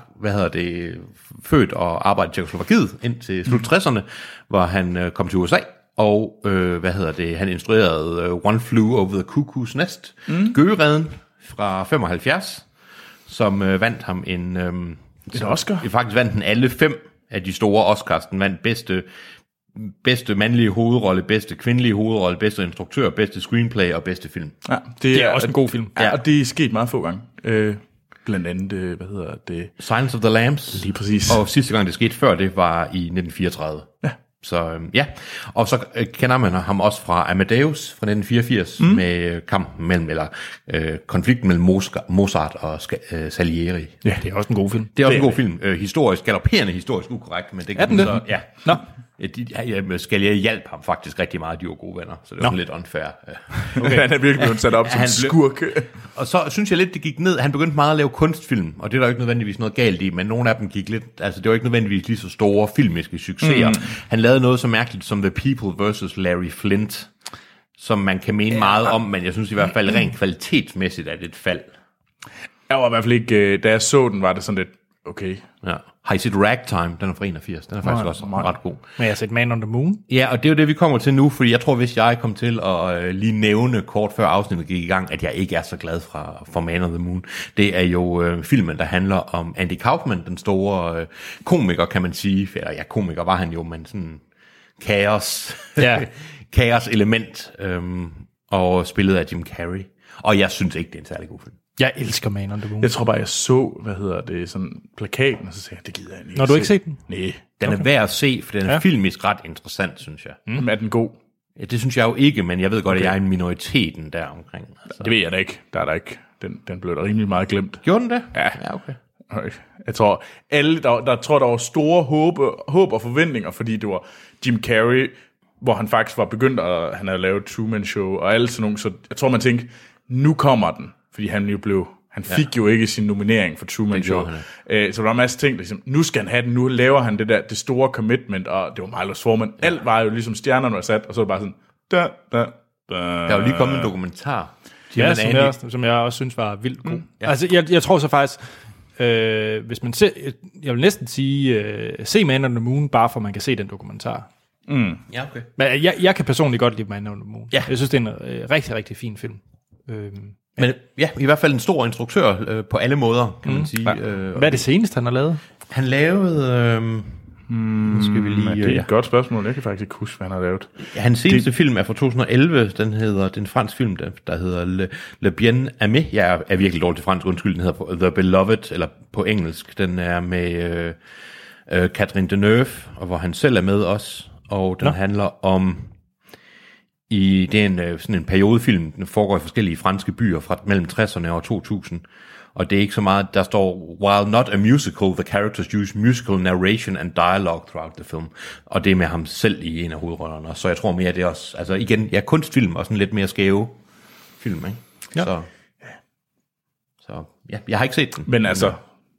født og arbejdet i Tjekkoslovakiet indtil slut 60'erne, hvor han kom til USA, og han instruerede One Flew Over the Cuckoo's Nest, Gøgeredden fra 75, som vandt ham en Oscar. Faktisk vandt den alle 5 af de store Oscars. Den vandt bedste mandlige hovedrolle, bedste kvindelige hovedrolle, bedste instruktør, bedste screenplay og bedste film. Ja, Det er også en god film. Ja, og det er sket meget få gange. Blandt andet, Silence of the Lambs. Lige præcis. Og sidste gang det skete før, det var i 1934. Ja. Så ja, og så kender man ham også fra Amadeus fra 1984 med kampen mellem, konflikten mellem Mozart og Salieri. Ja, det er også en god film. Det er også en god film. Historisk, galopperende historisk ukorrekt, men det kan den så, det? ja. Nå. Salieri hjalp ham faktisk rigtig meget, de var gode venner, så det var sådan lidt unfair. Okay. Han er virkelig blevet sat op som skurk. Og så synes jeg lidt, det gik ned. Han begyndte meget at lave kunstfilm, og det er der jo ikke nødvendigvis noget galt i, men nogle af dem gik lidt, altså det var ikke nødvendigvis lige så store filmiske succeser. Han lavede noget så mærkeligt som The People vs. Larry Flint, som man kan mene meget om, men jeg synes i hvert fald rent kvalitetsmæssigt er det et fald. Jeg var i hvert fald ikke, da jeg så den, var det sådan lidt, okay. Ja. Har I set Ragtime? Den er fra 81. Den er faktisk også ret god. Men jeg har set Man on the Moon. Ja, og det er jo det, vi kommer til nu, fordi jeg tror, hvis jeg kom til at lige nævne kort før afsnittet gik i gang, at jeg ikke er så glad for Man on the Moon. Det er jo filmen, der handler om Andy Kaufman, den store komiker, kan man sige. Eller ja, komiker var han jo, men sådan kaos element, og spillet af Jim Carrey. Og jeg synes ikke, det er en særlig god film. Jeg elsker Man on the Moon. Jeg tror bare, jeg så, sådan plakaten, og så sagde jeg, det gider jeg ikke. Når du ikke set den? Nej. Den er værd at se, for den er filmisk ret interessant, synes jeg. Men er den god? Ja, det synes jeg jo ikke, men jeg ved godt, at jeg er en minoriteten der omkring. Altså. Det ved jeg da ikke. Der er der ikke. Den blev da rimelig meget glemt. Gjorde den det? Ja. Okay. Jeg tror, der var store håb og forventninger, fordi det var Jim Carrey, hvor han faktisk var begyndt, og han havde lavet Truman Show og alt sådan nogle, så jeg tror, man tænkte, nu kommer den, fordi han fik jo ikke sin nominering for Truman Show. Så der var en masse ting, ligesom, nu skal han have den, nu laver han det store commitment, og det var Milos Forman. Ja. Alt var jo ligesom stjernerne var sat, og så var det bare sådan, Der er jo lige kommet en dokumentar. Ja, som jeg også synes var vildt god. Ja. Altså, jeg tror så faktisk, hvis man ser, jeg vil næsten sige, se Man on the Moon, bare for man kan se den dokumentar. Ja, okay. Men jeg kan personligt godt lide Man on the Moon. Ja. Jeg synes, det er en rigtig, rigtig fin film. Men ja, i hvert fald en stor instruktør på alle måder, kan man sige. Hvad er det seneste, han har lavet? Han lavede... skal vi lige, det er et godt spørgsmål. Jeg kan faktisk ikke huske, hvad han har lavet. Hans seneste film er fra 2011. Den hedder, det er en fransk film, der hedder Le Bien Aimé. Jeg er virkelig dårlig til fransk, undskyld. Den hedder The Beloved, eller på engelsk. Den er med Catherine Deneuve, og hvor han selv er med også. Og den handler om... det er sådan en periodefilm, den foregår i forskellige franske byer fra mellem 60'erne og 2000. Og det er ikke så meget, der står, while not a musical, the characters use musical narration and dialogue throughout the film. Og det er med ham selv i en af hovedrollerne. Så jeg tror mere, det er også, altså igen, kunstfilm og sådan lidt mere skæve film, ikke? Ja. Så ja, jeg har ikke set den. Men altså,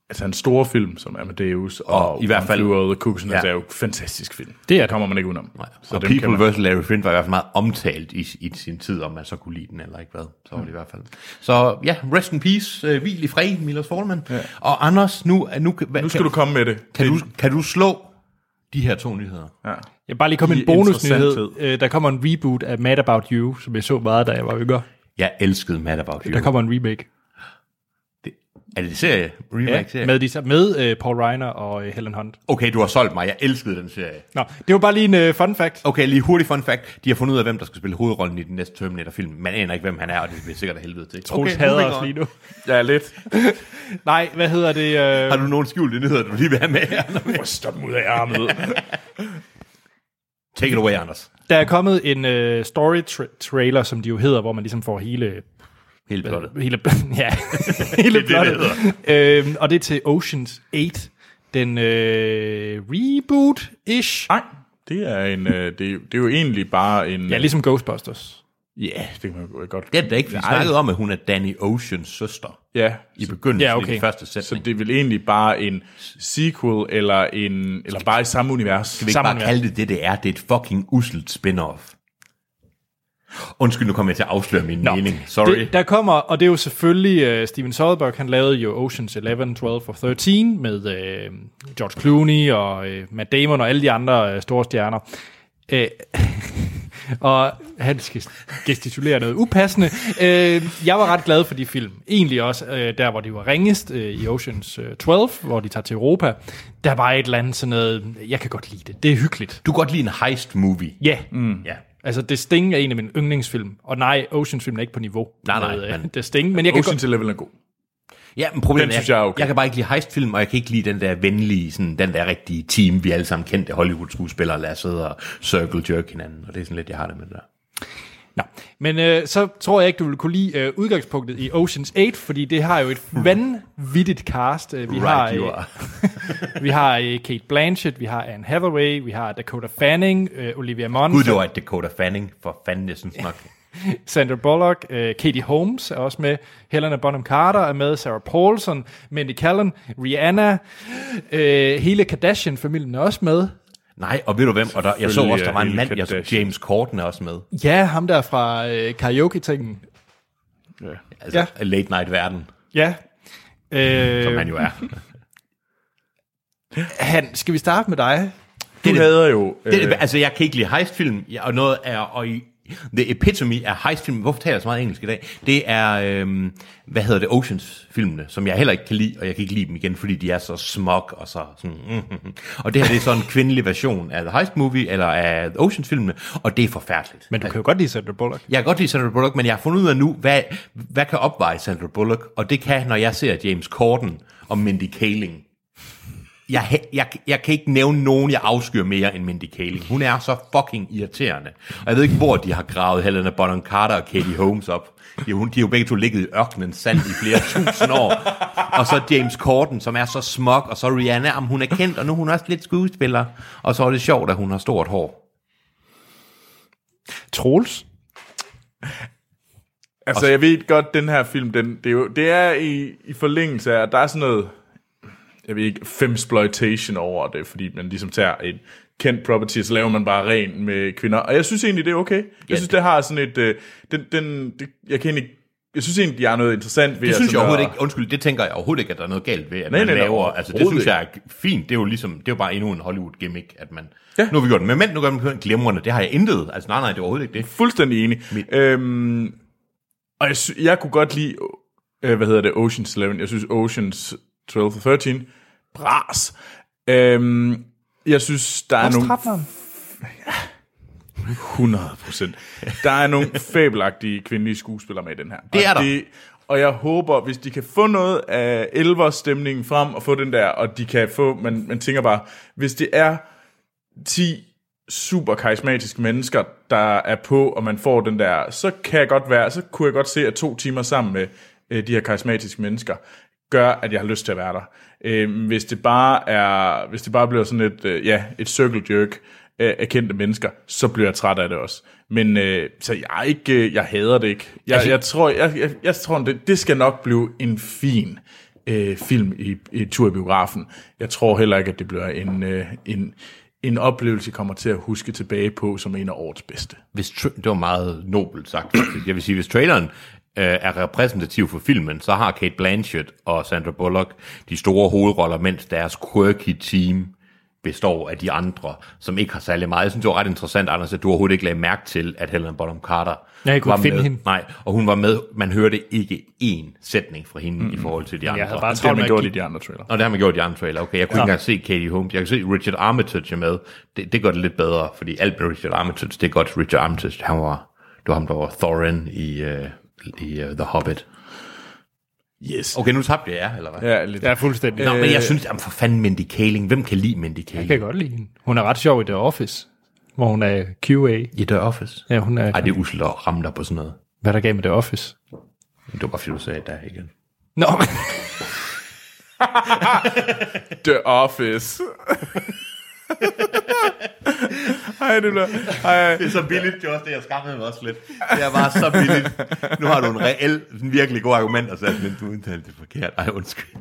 altså en stor film, som Amadeus og i hvert fald Flew the Cuckoo's Nest er jo en fantastisk film. Det kommer man ikke udenom. Så og People vs. Larry Flint var i hvert fald meget omtalt i sin tid, om man så kunne lide den eller ikke hvad. Så var det i hvert fald. Så ja, rest in peace, hvil i fred, Milos Forman. Ja. Og Anders, nu skal du komme med det. Kan du slå de her 2 nyheder? Ja. Jeg bare lige komme med en bonusnyhed. Der kommer en reboot af Mad About You, som jeg så meget, da jeg var yngre. Jeg elskede Mad About You. Der kommer en remake. Er det serie? Remake-serie? Med Paul Reiner og Helen Hunt. Okay, du har solgt mig. Jeg elskede den serie. Nå, det var bare lige en fun fact. Okay, lige hurtig fun fact. De har fundet ud af, hvem der skal spille hovedrollen i den næste Terminator-film. Man aner ikke, hvem han er, og det bliver sikkert af helvede til. Troels hader os lige nu. Ja, lidt. Nej, hvad hedder det? Har du nogen skjulte nyheder, du lige vil have med? Stop dem ud af ærmet. Take it away, Anders. Der er kommet en story-trailer, som de jo hedder, hvor man ligesom får hele plottet. Hele plottet. Og det er til Ocean's 8. Den reboot-ish. Nej, det er jo egentlig bare en... Ja, ligesom Ghostbusters. Ja, yeah, det kan man godt... Det er da ikke, vi snakkede om, at hun er Danny Oceans søster. Ja. I begyndelsen i den første sætning. Så det er vel egentlig bare en sequel, eller bare i samme univers. Skal vi ikke bare kalde det er? Det er et fucking usselt spin-off. Undskyld, nu kommer jeg til at afsløre min mening. Sorry. Der kommer, og det er jo selvfølgelig Steven Soderbergh, han lavede jo Ocean's 11, 12 og 13 med George Clooney og Matt Damon og alle de andre store stjerner. Og han skal gestikulere noget upassende. Jeg var ret glad for de film. Egentlig også der, hvor de var ringest i Ocean's 12, hvor de tager til Europa. Der var et eller andet sådan noget, jeg kan godt lide det. Det er hyggeligt. Du kan godt lide en heist-movie. Ja. Ja. Altså, The Sting er en af mine yndlingsfilm. Og nej, Oceans-film er ikke på niveau med The Sting. Men jeg Ocean's 11 er god. Ja, men problemet er, jeg kan bare ikke lide heistfilm, og jeg kan ikke lide den der venlige, sådan, den der rigtige team, vi alle sammen kendte Hollywood-skuespillere, lad os sidde og circle jerk hinanden, og det er sådan lidt, jeg har det med det der. Nå, men så tror jeg ikke, du vil kunne lide udgangspunktet i Ocean's 8, fordi det har jo et vanvittigt cast. Vi har Kate Blanchett, vi har Anne Hathaway, vi har Dakota Fanning, Olivia Munn. Gud, det var et Dakota Fanning, for fanden, jeg synes nok. Sandra Bullock, Katie Holmes er også med, Helena Bonham Carter er med, Sarah Paulson, Mindy Kaling, Rihanna, hele Kardashian-familien er også med. Nej, og ved du hvem? Og jeg så også, der var en mand, James Corden er også med. Ja, ham der fra karaoke-tingen. Ja. Altså, late night verden. Ja. Som han jo er. Skal vi starte med dig? Du hader jo... altså, jeg kan ikke lide heistfilm, og noget er... Og the epitome af heistfilm, hvorfor taler jeg så meget engelsk i dag? Det er, Oceans-filmene, som jeg heller ikke kan lide, og jeg kan ikke lide dem igen, fordi de er så smug, og så sådan... Og det her, det er sådan en kvindelig version af The Heist-movie, eller af Oceans-filmene, og det er forfærdeligt. Men du kan jo godt lide Sandra Bullock. Jeg kan godt lide Sandra Bullock, men jeg har fundet ud af nu, hvad kan opveje Sandra Bullock, og det kan, når jeg ser James Corden og Mindy Kaling. Jeg kan ikke nævne nogen, jeg afskyr mere end Mindy Kaling. Hun er så fucking irriterende. Og jeg ved ikke, hvor de har gravet Helena Bonham Carter og Katie Holmes op. De har jo begge to ligget i ørkenen sand i flere tusind år. Og så James Corden, som er så smuk, og så Rihanna, hun er kendt, og nu er hun også lidt skuespiller. Og så er det sjovt, at hun har stort hår. Troels? Altså, jeg ved godt, den her film, det er i forlængelse af, at der er sådan noget... Jeg ved ikke, femsploitation over det, fordi man ligesom tager et kendt property, så laver man bare ren med kvinder. Og jeg synes egentlig, det er okay. Jeg synes, det har sådan et... Jeg synes egentlig, de har noget interessant ved... Det synes jeg overhovedet ikke... Undskyld, det tænker jeg overhovedet ikke, at der er noget galt ved, at man laver... Altså, det synes jeg er fint. Det er jo ligesom... Det er jo bare endnu en Hollywood-gimmick, at man... Ja. Nu har vi gjort det med mænd, nu gør vi det glimrende. Det har jeg intet. Altså, nej, det er overhovedet ikke det. Fuldstændig enig. Og jeg kunne godt lide... Ocean's 11. Jeg synes, Ocean's 12 og 13, bras. Jeg synes, der er nogle... 100%. Der er nogle fabelagtige kvindelige skuespillere med i den her. Det er der. Og jeg håber, hvis de kan få noget af elverstemningen frem, og få den der, og de kan få... Man tænker bare, hvis det er 10 super karismatiske mennesker, der er på, og man får den der, så kunne jeg godt se, at 2 timer sammen med de her karismatiske mennesker, gør, at jeg har lyst til at være der. Hvis det bare bliver sådan et circle jerk af kendte mennesker, så bliver jeg træt af det også. Men så jeg hader det ikke. Jeg tror, det skal nok blive en fin film i tur i biografen. Jeg tror heller ikke, at det bliver en oplevelse, jeg kommer til at huske tilbage på som en af årets bedste. Det var meget nobelt sagt. Jeg vil sige, hvis traileren er repræsentativ for filmen, så har Cate Blanchett og Sandra Bullock de store hovedroller, mens deres quirky team består af de andre, som ikke har særlig meget. Jeg synes, det var ret interessant, Anders, at du overhovedet ikke lagde mærke til, at Helena Bonham Carter jeg kunne var finde med. hende. Nej, og hun var med. Man hørte ikke én sætning fra hende i forhold til de andre. Jeg havde bare Det har man gjort i de de andre trailer. Og det har man gjort i de andre trailer. Okay, jeg kunne ikke engang se Katie Holmes. Jeg kan se Richard Armitage er med. Det gør det lidt bedre, fordi alt med Richard Armitage, det er godt. Richard Armitage, det var ham, der var Thorin i The Hobbit. Yes. Okay, nu tabte jeg eller hvad? Ja, lidt. Ja, fuldstændig. Nå, men jeg synes, for fanden Mindy Kaling. Hvem kan lide Mindy Kaling? Jeg kan godt lide hende. Hun er ret sjov i The Office, hvor hun er QA. I The Office? Ja, hun er... Ej, det er uselt at ramme dig på sådan noget. Hvad der gav med The Office? Det var bare fordi, du sagde der igen. Nå. The Office. Hej, det bliver... Hej. Det er så billigt, det er også det, jeg skammede mig også lidt. Det er bare så billigt. Nu har du en reel, sådan virkelig god argument, og så men du udtalte det forkert. Ej, undskyld.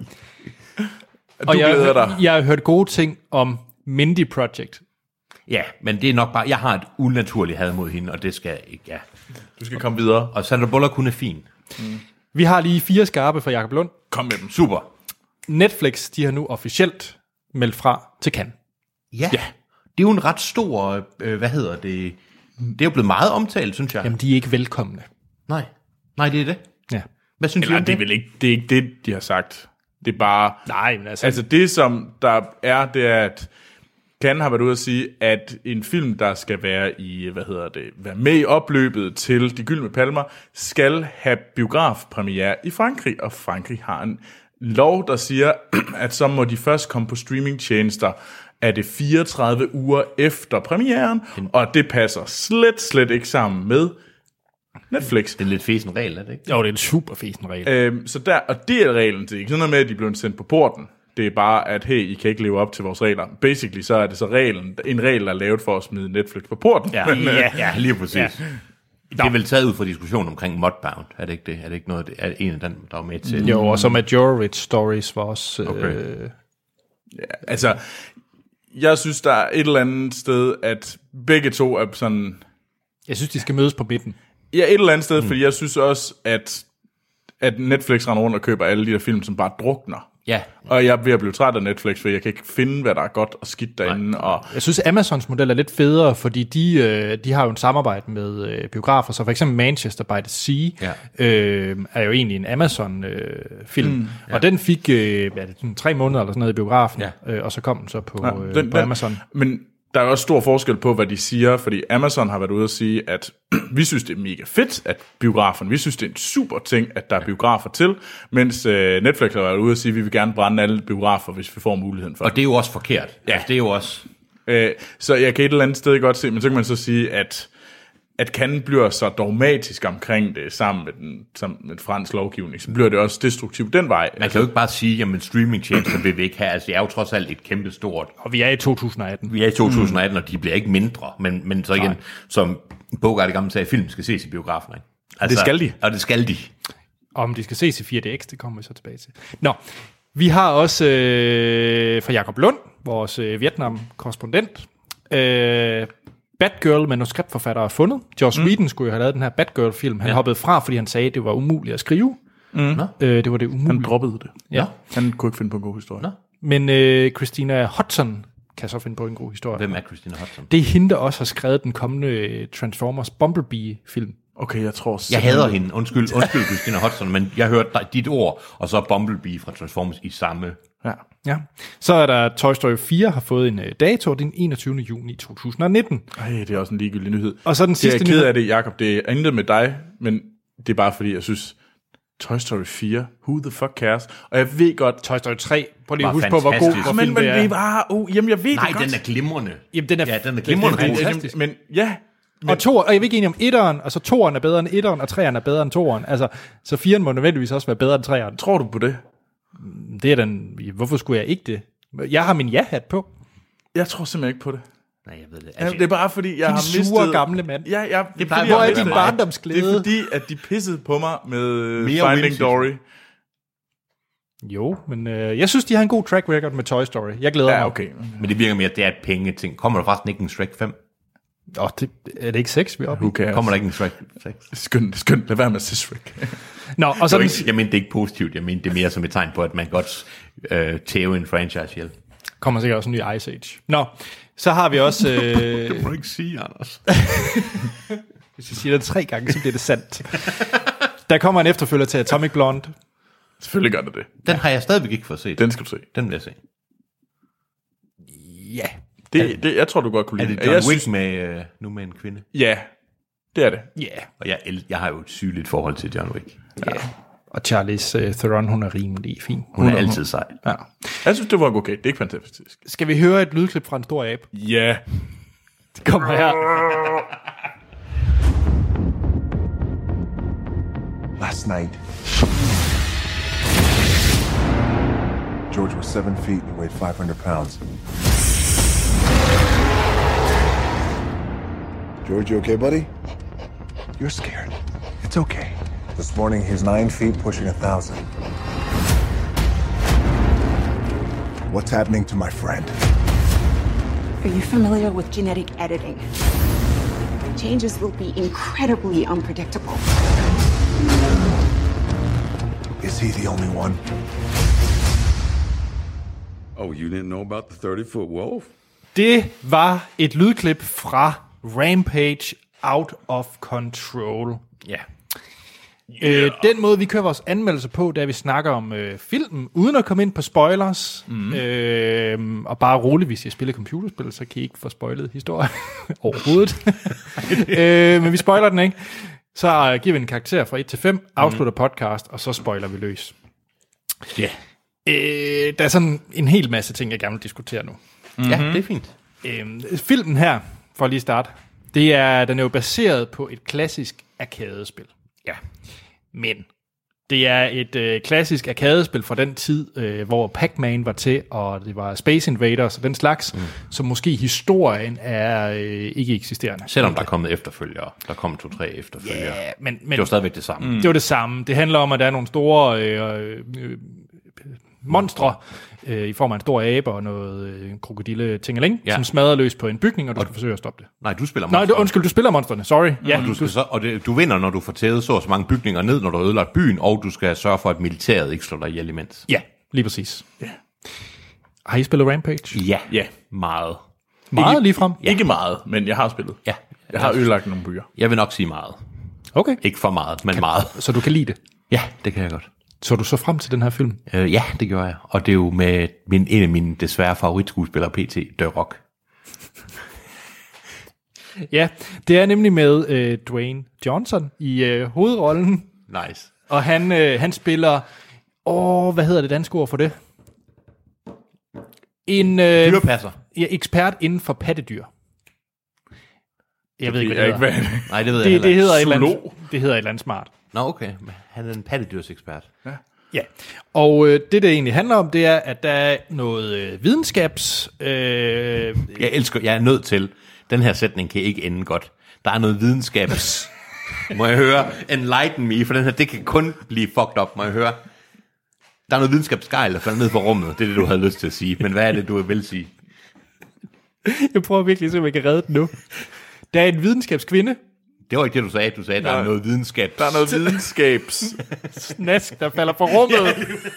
Og jeg har hørt gode ting om Mindy Project. Ja, men det er nok bare, jeg har et unaturligt had mod hende, og det skal ikke, ja. Du skal komme videre. Og Sandra Bullock, hun er fin. Vi har lige 4 skarpe fra Jakob Lund. Kom med dem. Super. Netflix, de har nu officielt meldt fra til Cannes. Ja. Det er jo en ret stor, det er jo blevet meget omtalt, synes jeg. Jamen, de er ikke velkomne. Nej, det er det. Ja. Hvad synes du Eller om det er det? vel ikke, det er ikke det, de har sagt. Det er bare... Nej, men Altså det, som der er, det er, at Cannes har været ude at sige, at en film, der skal være i, være med i opløbet til De Gyldne Palmer, skal have biografpremiere i Frankrig, og Frankrig har en lov, der siger, at så må de først komme på streamingtjenester af det 34 uger efter premieren, og det passer slet ikke sammen med Netflix. Det er en lidt fesen regel, er det ikke? Jo, det er en super fesen regel. Så der, og det er reglen til. Ikke sådan noget med, at de blev sendt på porten. Det er bare, at hey, I kan ikke leve op til vores regler. Basically, så er det så en regel, der er lavet for at smide Netflix på porten. Ja, ja lige præcis. Ja. Det er vel taget ud fra diskussionen omkring Mudbound, er det ikke det? Er det ikke noget, er en af dem, der var med til? Jo, og så Majority Stories var også... Okay. Ja, altså, jeg synes, der er et eller andet sted, at begge to er sådan... Jeg synes, de skal mødes på midten. Ja, et eller andet sted, fordi jeg synes også, at Netflix render rundt og køber alle de der film, som bare drukner. Ja. Og jeg er ved at blive træt af Netflix, for jeg kan ikke finde, hvad der er godt og skidt derinde. Og jeg synes, Amazons model er lidt federe, fordi de har jo en samarbejde med biografer, så for eksempel Manchester by the Sea er jo egentlig en Amazon-film, og den fik 3 måneder eller sådan noget i biografen, og så kom den så på Amazon. Men der er også stor forskel på, hvad de siger, fordi Amazon har været ude at sige, at vi synes, det er mega fedt, at biograferne, vi synes, det er en super ting, at der er biografer til, mens Netflix har været ude at sige, at vi vil gerne brænde alle biografer, hvis vi får muligheden for det. Og det er jo også forkert. Ja, det er jo også... Så jeg kan et eller andet sted godt se, men så kan man så sige, at Cannes bliver så dogmatisk omkring det sammen med fransk lovgivning, så bliver det også destruktivt den vej. Man kan jo ikke bare sige, jamen streamingtjenester vil vi ikke have. Altså det er jo trods alt et kæmpe stort. Og vi er i 2018. Vi er i 2018, og de bliver ikke mindre. Men så igen, som Bogart i gamle sagde, film skal ses i biografen. Ikke? Altså, det skal de. Og det skal de. Om de skal ses i 4DX, det kommer vi så tilbage til. Nå, vi har også fra Jakob Lund, vores Vietnam-korrespondent, Batgirl manuskriptforfatter er fundet. Joss Whedon skulle jo have lavet den her Batgirl-film. Han hoppede fra, fordi han sagde, at det var umuligt at skrive. Det var det umulige. Han droppede det. Ja. Han kunne ikke finde på en god historie. Men Christina Hodson kan så finde på en god historie. Hvem er Christina Hodson? Det er hende, der også har skrevet den kommende Transformers Bumblebee-film. Okay, jeg tror... Jeg hader hende. Undskyld Christina Hodson, men jeg hørte dit ord, og så Bumblebee fra Transformers i samme... Ja. Så er der Toy Story 4 har fået en dato, den 21. juni 2019. Det er også en ligegyldig nyhed. Og så den sidste nyhed. Jeg er ked af det, Jacob. Det er intet med dig, men det er bare fordi, jeg synes... Toy Story 4, who the fuck cares? Og jeg ved godt... Toy Story 3, prøv lige at huske på, hvor god hvor men det er bare... jamen, jeg ved nej, det godt. den er glimrende. Jamen, den er glimrende. Fantastisk. Men ja... Og jeg er ikke enig om etteren, altså toeren er bedre end etteren, og treeren er bedre end toeren. Altså, så firen må nødvendigvis også være bedre end treeren. Tror du på det? Det er den... Hvorfor skulle jeg ikke det? Jeg har min ja-hat på. Jeg tror simpelthen ikke på det. Nej, jeg ved det. Altså, det er bare fordi, jeg har mistet... sure gamle mand. Ja, det er hvor er din barndomsglæde? Det er fordi, at de pissede på mig med Mere Finding Dory. Jo, men jeg synes, de har en god track record med Toy Story. Jeg glæder mig. Ja, okay. Men det virker mere, at det er et pengeting. Kommer der faktisk ikke en Shrek 5? Det, er det ikke 6, vi er oppe i? Kommer der ikke en Shrek 6? Skønt. Lad være med at se Shrek. Nå, og så... Jeg mente det ikke positivt. Jeg mente det mere som et tegn på, at man godt tæve en franchise ihjel. Kommer sikkert også en ny Ice Age. Nå, så har vi også... Det må du ikke sige, Anders. Hvis jeg siger det 3 gange, så bliver det sandt. Der kommer en efterfølger til Atomic Blonde. Selvfølgelig gør det. Den har jeg stadigvæk ikke fået set. Den skal du se. Den vil jeg se. Ja. Det, jeg tror, du godt kunne Er lide. det John Wick med, nu med en kvinde? Ja, det er det. Ja. Og jeg har jo et sygeligt forhold til John Wick. Ja. Og Charlize Theron, hun er rimelig fin. Hun er altid sej. Ja. Jeg synes, det var okay. Det er ikke fantastisk. Skal vi høre et lydklip fra en stor abe? Ja. Det kommer her. Last night, George was 7 feet and weighed 500 pounds. George, you okay, buddy? You're scared. It's okay. This morning, he's 9 feet, pushing 1,000. What's happening to my friend? Are you familiar with genetic editing? Changes will be incredibly unpredictable. Is he the only one? Oh, you didn't know about the 30-foot wolf? Det var et lydklip fra Rampage Out of Control. Ja. Den måde, vi kører vores anmeldelser på, da vi snakker om filmen, uden at komme ind på spoilers, og bare roligt, hvis jeg spiller computerspil, så kan I ikke få spoilet historien overhovedet. Men vi spoiler den ikke. Så giver vi en karakter fra 1 til 5, afslutter podcast, og så spoiler vi løs. Ja. Der er sådan en hel masse ting, jeg gerne vil diskutere nu. Ja, det er fint. Filmen her, for at lige starte, den er jo baseret på et klassisk arkadespil. Ja. Men det er et klassisk arkadespil fra den tid, hvor Pac-Man var til, og det var Space Invaders og den slags, så måske historien er ikke eksisterende. Selvom der er kommet efterfølgere. Der kom 2-3 efterfølgere. Ja, men Det var stadigvæk det samme. det var det samme. Det handler om, at der er nogle store monstre i form af en stor abe og noget krokodille tingeling, som smadrer løs på en bygning, og du skal forsøge at stoppe det. Nej, du spiller monster. Nej, undskyld, du spiller monsterne. Sorry. Ja, du vinder, når du får taget så mange bygninger ned, når du har ødelagt byen, og du skal sørge for, at militæret ikke slår dig ihjel imens. Ja, lige præcis. Ja. Har I spillet Rampage? Ja. Meget. Meget ligefrem? Ja. Ikke meget, men jeg har spillet. Ja. Jeg har ødelagt nogle byer. Jeg vil nok sige meget. Okay. Ikke for meget, men meget. Så du kan lide det? Ja, det kan jeg godt. Så du så frem til den her film? Ja, det gør jeg. Og det er jo med en af mine desværre favoritskuespillere, P.T. The Rock. Ja, det er nemlig med Dwayne Johnson i hovedrollen. Nice. Og han spiller... hvad hedder det danske ord for det? En Dyrepasser. Ja, ekspert inden for pattedyr. Jeg ved ikke, hvad det hedder. Nej, det ved jeg Det hedder et eller andet smart. Nå, okay. Han er en pattedyrsekspert. Ja, og det egentlig handler om, det er, at der er noget videnskabs... Jeg er nødt til, den her sætning kan ikke ende godt. Der er noget videnskabs... Må jeg høre, enlighten me, for den her, det kan kun blive fucked up, må jeg høre. Der er noget videnskabsgejl, der falder ned på rummet, det er det, du havde lyst til at sige. Men hvad er det, du vil sige? Jeg prøver virkelig at se, om jeg kan redde det nu. Der er en videnskabskvinde. Det var ikke det, du sagde. Du sagde, der er noget videnskabs... Der er noget videnskabs... snask, der falder på rummet.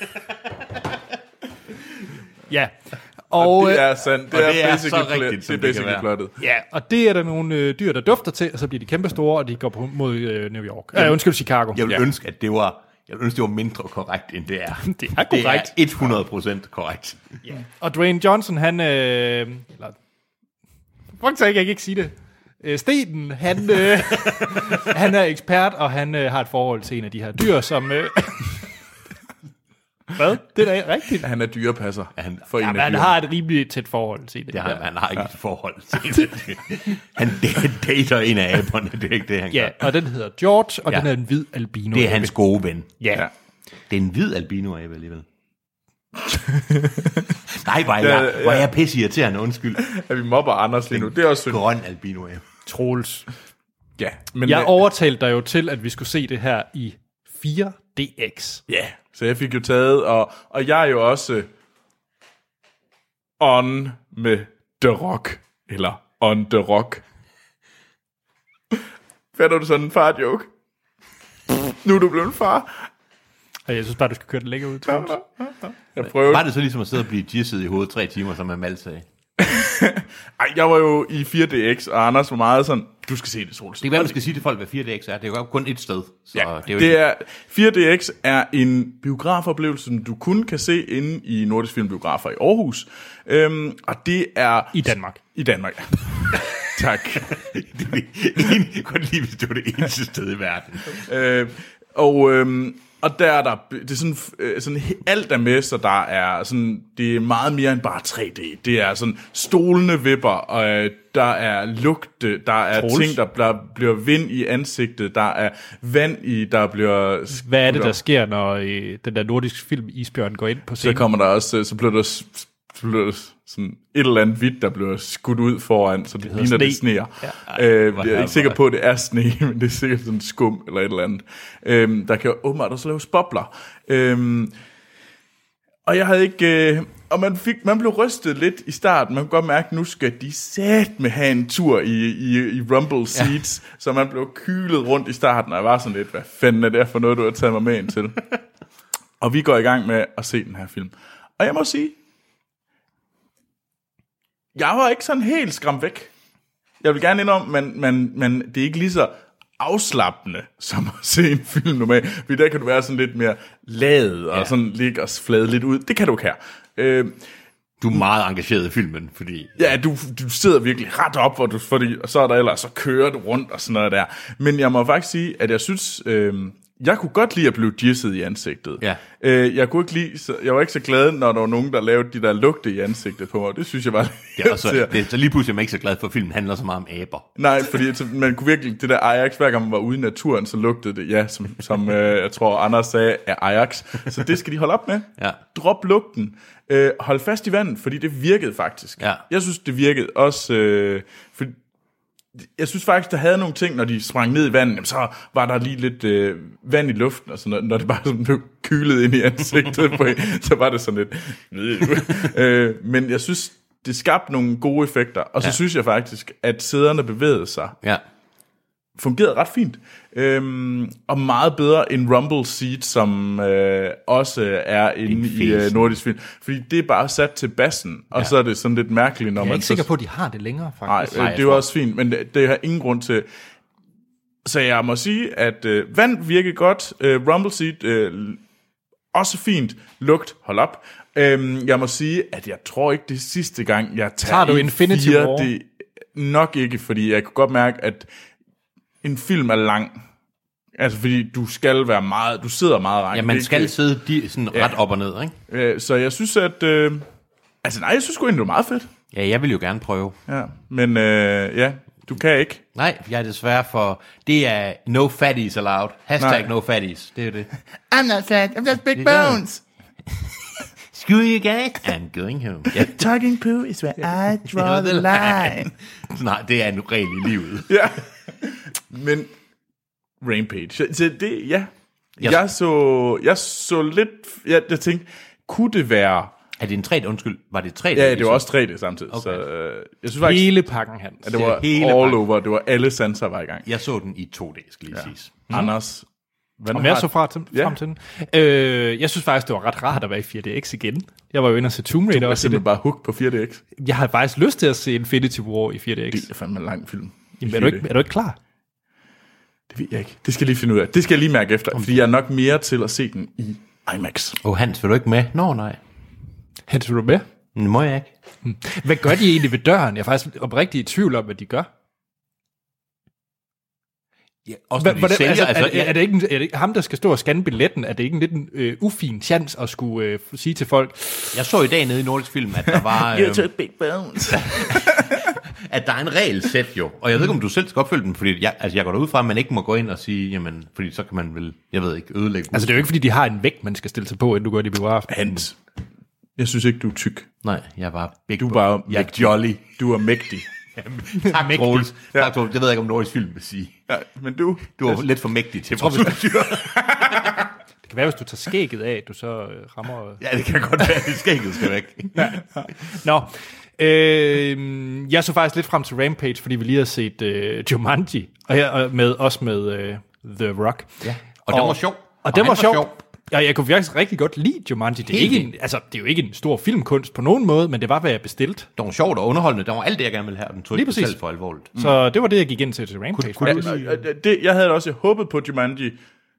Ja. Og det er sandt. Det er så rigtigt, det er basically plottet. Ja, og det er der nogle dyr, der dufter til, og så bliver de kæmpestore, og de går mod New York. Undskyld, Chicago. Jeg vil ønske, at det var... Jeg ønske, det var mindre korrekt, end det er. Det er korrekt. Det er 100% korrekt. Ja. Og Dwayne Johnson, han... Faktisk jeg kan ikke sige det. Stenen, han er ekspert, og han har et forhold til en af de her dyr, som... Hvad? Det er da rigtigt. Han er dyrepasser for en af han har et rimelig tæt forhold til det. Han har ikke et forhold til det. Han dater en af aberne, det er ikke det, han gør. Ja, og den hedder George, og den er en hvid albino. Det er hans gode ven. Ja. Det er en hvid albino-abe alligevel. Nej, hvor er jeg pisse irriterende, undskyld. At vi mobber Anders lige nu, det er også synd. Grøn albino-abe. Troels. Ja, men jeg overtalte dig jo til, at vi skulle se det her i 4 4DX. Ja, så jeg fik jo taget, og jeg er jo også on med The Rock, eller on The Rock. Fatter du sådan en far-joke? Nu er du blevet en far. Jeg synes bare, du skal køre den længere ud. Jeg prøvede. Var det så ligesom at sidde og blive jizzet i hovedet 3 timer, som Amal sagde? Ej, jeg var jo i 4DX, og Anders var meget sådan, du skal se det, Solsen. Det kan være, du skal sige til folk, hvad 4DX er. Det er jo kun et sted. Så Ja, det er jo 4DX er en biografoplevelse, som du kun kan se inde i Nordisk Filmbiografer i Aarhus. Og det er... I Danmark. I Danmark, ja. Tak. Jeg kunne lide, hvis det var det eneste sted i verden. Og der er der, det er sådan alt er med, så der er sådan, det er meget mere end bare 3D. Det er sådan stolende vipper, og der er lugte, der er ting, der bliver vind i ansigtet, der er vand i, der bliver... Hvad er det, der sker, når den der nordiske film Isbjørn går ind på scenen? Så kommer der også, så bliver der sådan et eller andet hvidt, der bliver skudt ud foran, så det ligner det sneer. Ja. Jeg er ikke sikker på, at det er sne, men det er sikkert sådan skum eller et eller andet. Der kan åbenbart også laves bobler. Og jeg havde ikke... og man blev rystet lidt i starten. Man kunne godt mærke, at nu skal de satme have en tur i rumble seats, så man blev kylet rundt i starten, og jeg var sådan lidt, hvad fanden er det for noget, du har taget mig med ind til? Og vi går i gang med at se den her film. Og jeg må sige, jeg var ikke sådan helt skræmt væk. Jeg vil gerne indrømme, men det er ikke lige så afslappende, som at se en film normalt. Fordi der kan du være sådan lidt mere ladet, og sådan ligge og flade lidt ud. Det kan du ikke her. Du er meget engageret i filmen, fordi... Ja, du sidder virkelig ret op, fordi, og så er der ellers, så kører du rundt og sådan noget der. Men jeg må faktisk sige, at jeg synes... jeg kunne godt lide at blive jizzet i ansigtet. Ja. Jeg var ikke så glad, når der var nogen, der lavede de der lugte i ansigtet på mig. Det synes jeg var så lige pludselig er man ikke så glad for, at filmen handler så meget om aber. Nej, fordi man kunne virkelig, det der Ajax, hver gang man var ude i naturen, så lugtede det, ja, som jeg tror Anders sagde, er Ajax. Så det skal de holde op med. Ja. Drop lugten. Hold fast i vandet, fordi det virkede faktisk. Ja. Jeg synes, det virkede også, fordi jeg synes faktisk, der havde nogle ting, når de sprang ned i vandet, så var der lige lidt vand i luften, og sådan noget, når det bare sådan blev kylet ind i ansigtet på en, så var det sådan lidt... men jeg synes, det skabte nogle gode effekter, og så synes jeg faktisk, at sæderne bevægede sig. Ja. Fungerede ret fint. Og meget bedre end Rumble Seat, som også er inde i Nordisk Film. Fordi det er bare sat til bassen, og så er det sådan lidt mærkeligt, når man... Jeg er ikke sikker på, at de har det længere, faktisk. Nej, det er jo også fint, men det har ingen grund til... Så jeg må sige, at vand virker godt, Rumble Seat også fint, lugt, hold op. Jeg må sige, at jeg tror ikke, det er sidste gang, jeg tager du Infinity War? Det nok ikke, fordi jeg kunne godt mærke, at en film er lang. Altså, fordi du skal være meget... Du sidder meget langt. Ja, man skal sidde sådan ret op og ned, ikke? Så jeg synes, at... jeg synes sgu egentlig, det var meget fedt. Ja, jeg vil jo gerne prøve. Ja, men du kan ikke. Nej, jeg er desværre for... Det er no fatties allowed. # no fatties. Det er det. I'm not fat, I'm just big bones. Screw you guys, I'm going home. Yeah. Talking poo is where I draw the line. Nej, det er en regel i livet. Ja. Men Rampage. Så det, ja. Jeg så lidt... Jeg tænkte, kunne det være... Er det en 3D? Undskyld, var det 3D? Ja, det var også 3D samtidig. Okay. Så jeg synes faktisk... Hele pakken, Hans. Ja, det var all over. Det var alle sanser var i gang. Jeg så den i 2D, skal lige siges. Anders... Om jeg så frem til den. Jeg synes faktisk, det var ret rart at være i 4DX igen. Jeg var jo inde og se Tomb Raider også. Du var bare hooked på 4DX. Jeg havde faktisk lyst til at se Infinity War i 4DX. Det er fandme en lang film. Jamen, er du ikke klar? Det ved jeg ikke. Det skal jeg lige finde ud af. Det skal jeg lige mærke efter, fordi jeg er nok mere til at se den i IMAX. Hans, vil du ikke med? Nej. Hans, vil du med? Det må jeg ikke. Hvad gør de egentlig ved døren? Jeg er faktisk oprigtigt i tvivl om, hvad de gør. Ja, også når de sælger, er det ikke ham, der skal stå og scanne billetten? Er det ikke en lidt ufin chance at skulle sige til folk? Jeg så i dag nede i Nordisk Film, at der var... You took big bones. at der er en regelsæt jo, og jeg ved ikke, om du selv skal opfylde den, fordi jeg går derud fra, at man ikke må gå ind og sige, jamen, fordi så kan man vel, jeg ved ikke, ødelægge... Altså det er jo ikke, fordi de har en vægt, man skal stille sig på, inden du går i biografen. Hans, jeg synes ikke, du er tyk. Nej, jeg er bare big. Du er bare... Jeg er jolly. Du er mægtig. Tak, Troels. Tak, Troels. Det ved jeg ikke, om Nordisk Film vil sige. Ja, men du er lidt for mægtig til det kan kan være, hvis du tager skægget af, du så rammer... Ja, det kan godt være, at skægget skal væk. Nå, jeg så faktisk lidt frem til Rampage, fordi vi lige har set Jumanji, og med The Rock. Ja. Og den var sjov. Og den var sjov. Ja, jeg kunne faktisk rigtig godt lide Jumanji. Det er jo ikke en stor filmkunst på nogen måde, men det var, hvad jeg bestilte. Det var sjovt og underholdende. Det var alt det, jeg gerne ville have. Den tog ikke selv for alvorligt. Så det var det, jeg gik ind til Rampage. Jeg havde også håbet på Jumanji,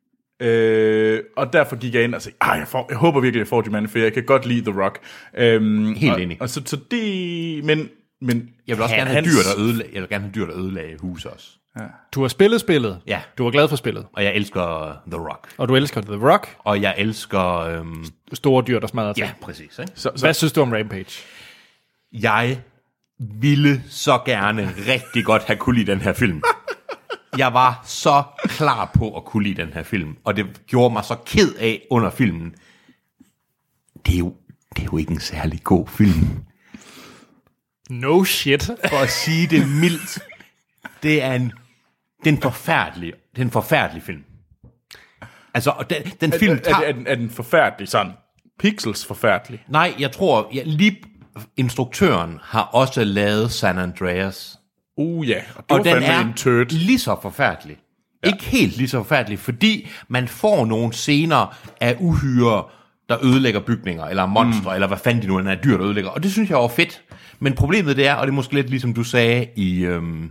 og derfor gik jeg ind og sagde, jeg håber virkelig, jeg får Jumanji, for jeg kan godt lide The Rock. Helt enig. Og så det... Men jeg vil også gerne have dyr, der ødelagde hus også. Ja. Du har spillet spillet. Ja. Du var glad for spillet. Og jeg elsker The Rock. Og du elsker The Rock. Og jeg elsker... store dyr, der smadrer ting. Ja, præcis. Ikke? Så hvad synes du om Rampage? Jeg ville så gerne rigtig godt have kunne lide den her film. Jeg var så klar på at kunne lide den her film. Og det gjorde mig så ked af under filmen. Det er jo ikke en særlig god film. No shit. For at sige det mildt. Det er en forfærdelig film. Altså, og den film er den forfærdelig sådan? Pixels forfærdelig? Nej, jeg tror, lige instruktøren har også lavet San Andreas. Ja, og den er lige så forfærdelig. Ja. Ikke helt lige så forfærdelig, fordi man får nogle scener af uhyrer, der ødelægger bygninger, eller monstre, eller hvad fanden de nu er, dyr, der ødelægger. Og det synes jeg var fedt. Men problemet det er, og det er måske lidt ligesom du sagde i...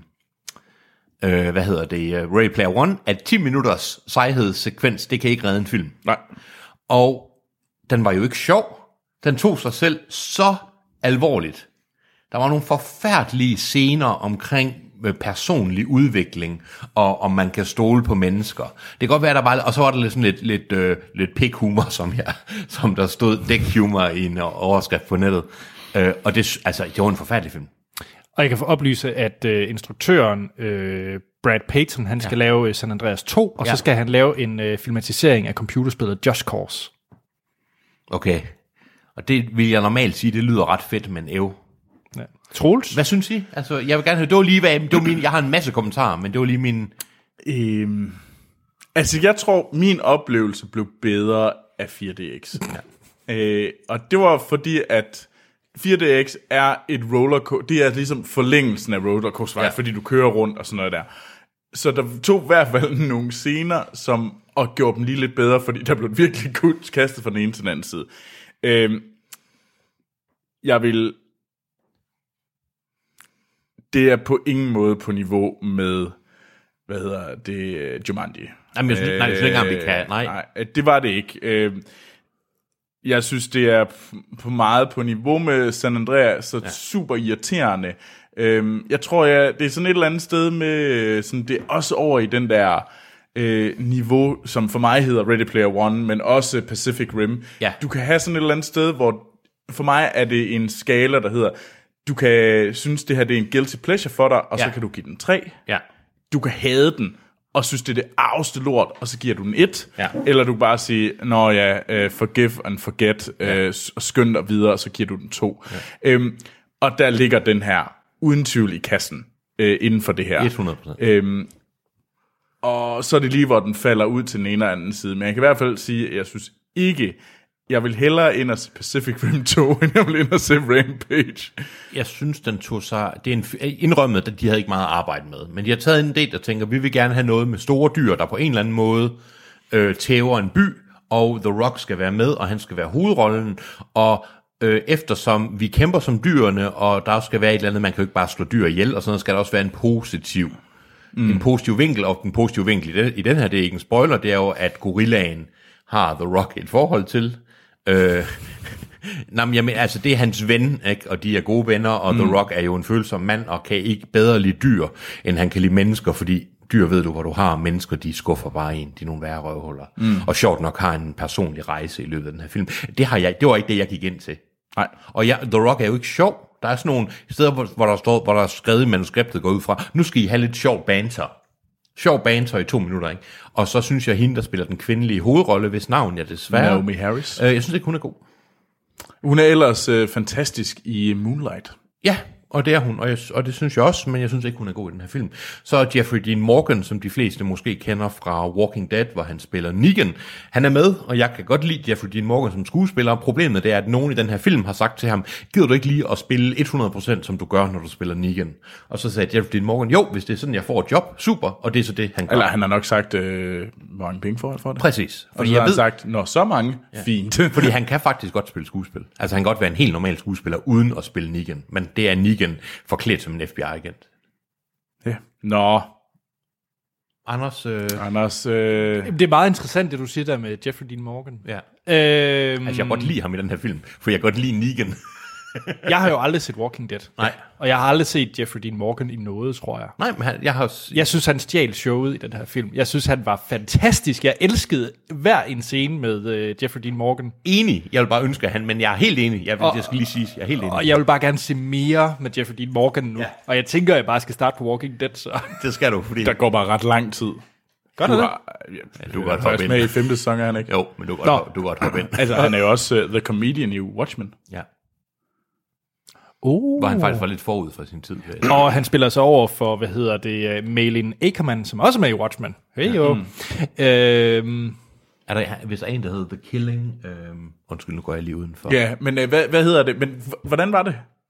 Ready Player One, at 10 minutters sejhedssekvens, det kan ikke redde en film. Nej. Og den var jo ikke sjov. Den tog sig selv så alvorligt. Der var nogle forfærdelige scener omkring personlig udvikling, og om man kan stole på mennesker. Det kan godt være, der var, og så var der sådan lidt pik-humor, som der stod dæk-humor i en overskrift på nettet. Og det var en forfærdelig film. Og jeg kan få oplyse, at instruktøren Brad Payton, han skal lave San Andreas 2, og så skal han lave en filmatisering af computerspillet Just Cause. Okay. Og det vil jeg normalt sige, det lyder ret fedt, men Ja. Troels? Hvad synes I? Altså, jeg vil gerne høre, jeg har en masse kommentarer, men det var lige min... jeg tror, min oplevelse blev bedre af 4DX. Ja. Og det var fordi, at 4DX er et rollercoaster. Det er ligesom forlængelsen af rollercoaster, fordi du kører rundt og sådan noget der. Så der tog i hvert fald nogle scener, og gjorde dem lige lidt bedre, fordi der blev virkelig kastet fra den ene til den anden side. Det er på ingen måde på niveau med, Jumanji. Jamen, jeg synes ikke engang, vi kan. Nej, det var det ikke. Jeg synes, det er på niveau med San Andreas, så super irriterende. Jeg tror, det er sådan et eller andet sted med, sådan, det er også over i den der niveau, som for mig hedder Ready Player One, men også Pacific Rim. Ja. Du kan have sådan et eller andet sted, hvor for mig er det en skala, der hedder, du kan synes, det her det er en guilty pleasure for dig, og så kan du give den 3. Ja. Du kan hade den, og synes, det er det arveste lort, og så giver du den 1. Ja. Eller du bare siger, forgive and forget, og skynd dig videre, og så giver du den 2. Ja. Og der ligger den her, uden tvivl i kassen, inden for det her. 100%. Og så er det lige, hvor den falder ud til den ene eller anden side. Men jeg kan i hvert fald sige, at jeg synes ikke, jeg vil hellere ind og se Pacific Rim 2, end jeg vil ind og se Rampage. Jeg synes, den tog sig... Det er indrømmet, at de havde ikke meget at arbejde med. Men de har taget en del, der tænker, vi vil gerne have noget med store dyr, der på en eller anden måde tæver en by, og The Rock skal være med, og han skal være hovedrollen. Og eftersom vi kæmper som dyrene, og der skal være et eller andet, man kan jo ikke bare slå dyr ihjel, og sådan skal der også være en positiv vinkel, og den positive vinkel i den her, det er ikke en spoiler, det er jo, at gorillaen har The Rock et forhold til. Altså det er hans ven, ikke? Og de er gode venner, og The Rock er jo en følsom mand, og kan ikke bedre lide dyr, end han kan lide mennesker, fordi dyr ved du, hvor du har, mennesker, de skuffer bare en, de er nogle værre røvhuller. Og sjovt nok har en personlig rejse i løbet af den her film. Det var ikke det, jeg gik ind til. Nej. Og The Rock er jo ikke sjov. Der er sådan nogle steder, hvor der er skrevet i manuskriptet, går ud fra, nu skal I have lidt sjov banter i 2 minutter, ikke? Og så synes jeg, hende, der spiller den kvindelige hovedrolle, hvis navn jeg desværre... Naomi Harris. Jeg synes ikke, hun er god. Hun er ellers fantastisk i Moonlight. Ja, og det er hun, og det synes jeg også, men jeg synes ikke, hun er god i den her film. Så er Jeffrey Dean Morgan, som de fleste måske kender fra Walking Dead, hvor han spiller Negan. Han er med, og jeg kan godt lide Jeffrey Dean Morgan som skuespiller. Problemet det er, at nogen i den her film har sagt til ham, gider du ikke lige at spille 100%, som du gør, når du spiller Negan? Og så sagde Jeffrey Dean Morgan, jo, hvis det er sådan, jeg får et job, super, og det er så det, han gør. Eller han har nok sagt, hvor mange penge får for det? Præcis. Fordi jeg har sagt, når så mange, fint. Fordi han kan faktisk godt spille skuespil. Altså han kan godt være en helt normal skuespiller, uden at spille Negan. Men det er Negan forklædt som en FBI-agent. Ja. Nå. Anders... Det er meget interessant, det du siger der med Jeffrey Dean Morgan. Ja. Altså jeg kan godt lide ham i den her film, for jeg kan godt lide Negan. Jeg har jo aldrig set Walking Dead. Nej. Og jeg har aldrig set Jeffrey Dean Morgan i noget, tror jeg. Nej, men jeg synes, han stjal showet i den her film. Jeg synes, han var fantastisk. Jeg elskede hver en scene med Jeffrey Dean Morgan. Enig. Jeg vil bare ønske han, men jeg er helt enig. Jeg skal lige sige, jeg er helt enig. Og jeg vil bare gerne se mere med Jeffrey Dean Morgan nu. Ja. Og jeg tænker, jeg bare skal starte på Walking Dead, så... Det skal du, fordi... Der går bare ret lang tid. Gør det? Du kan godt hoppe ind. Med i 5. sæson, er han ikke? Jo, men du kan godt hoppe ind. Altså, han er jo også The Comedian i Watchmen. Ja. Hvor han faktisk var lidt forud for sin tid. Og han spiller sig over for, Malin Akerman, som også er med i Watchmen. Hey jo. Er der, hvis der er en, der hedder The Killing... undskyld, nu går jeg lige udenfor. Ja, men hvad hedder det? Men hvordan var det?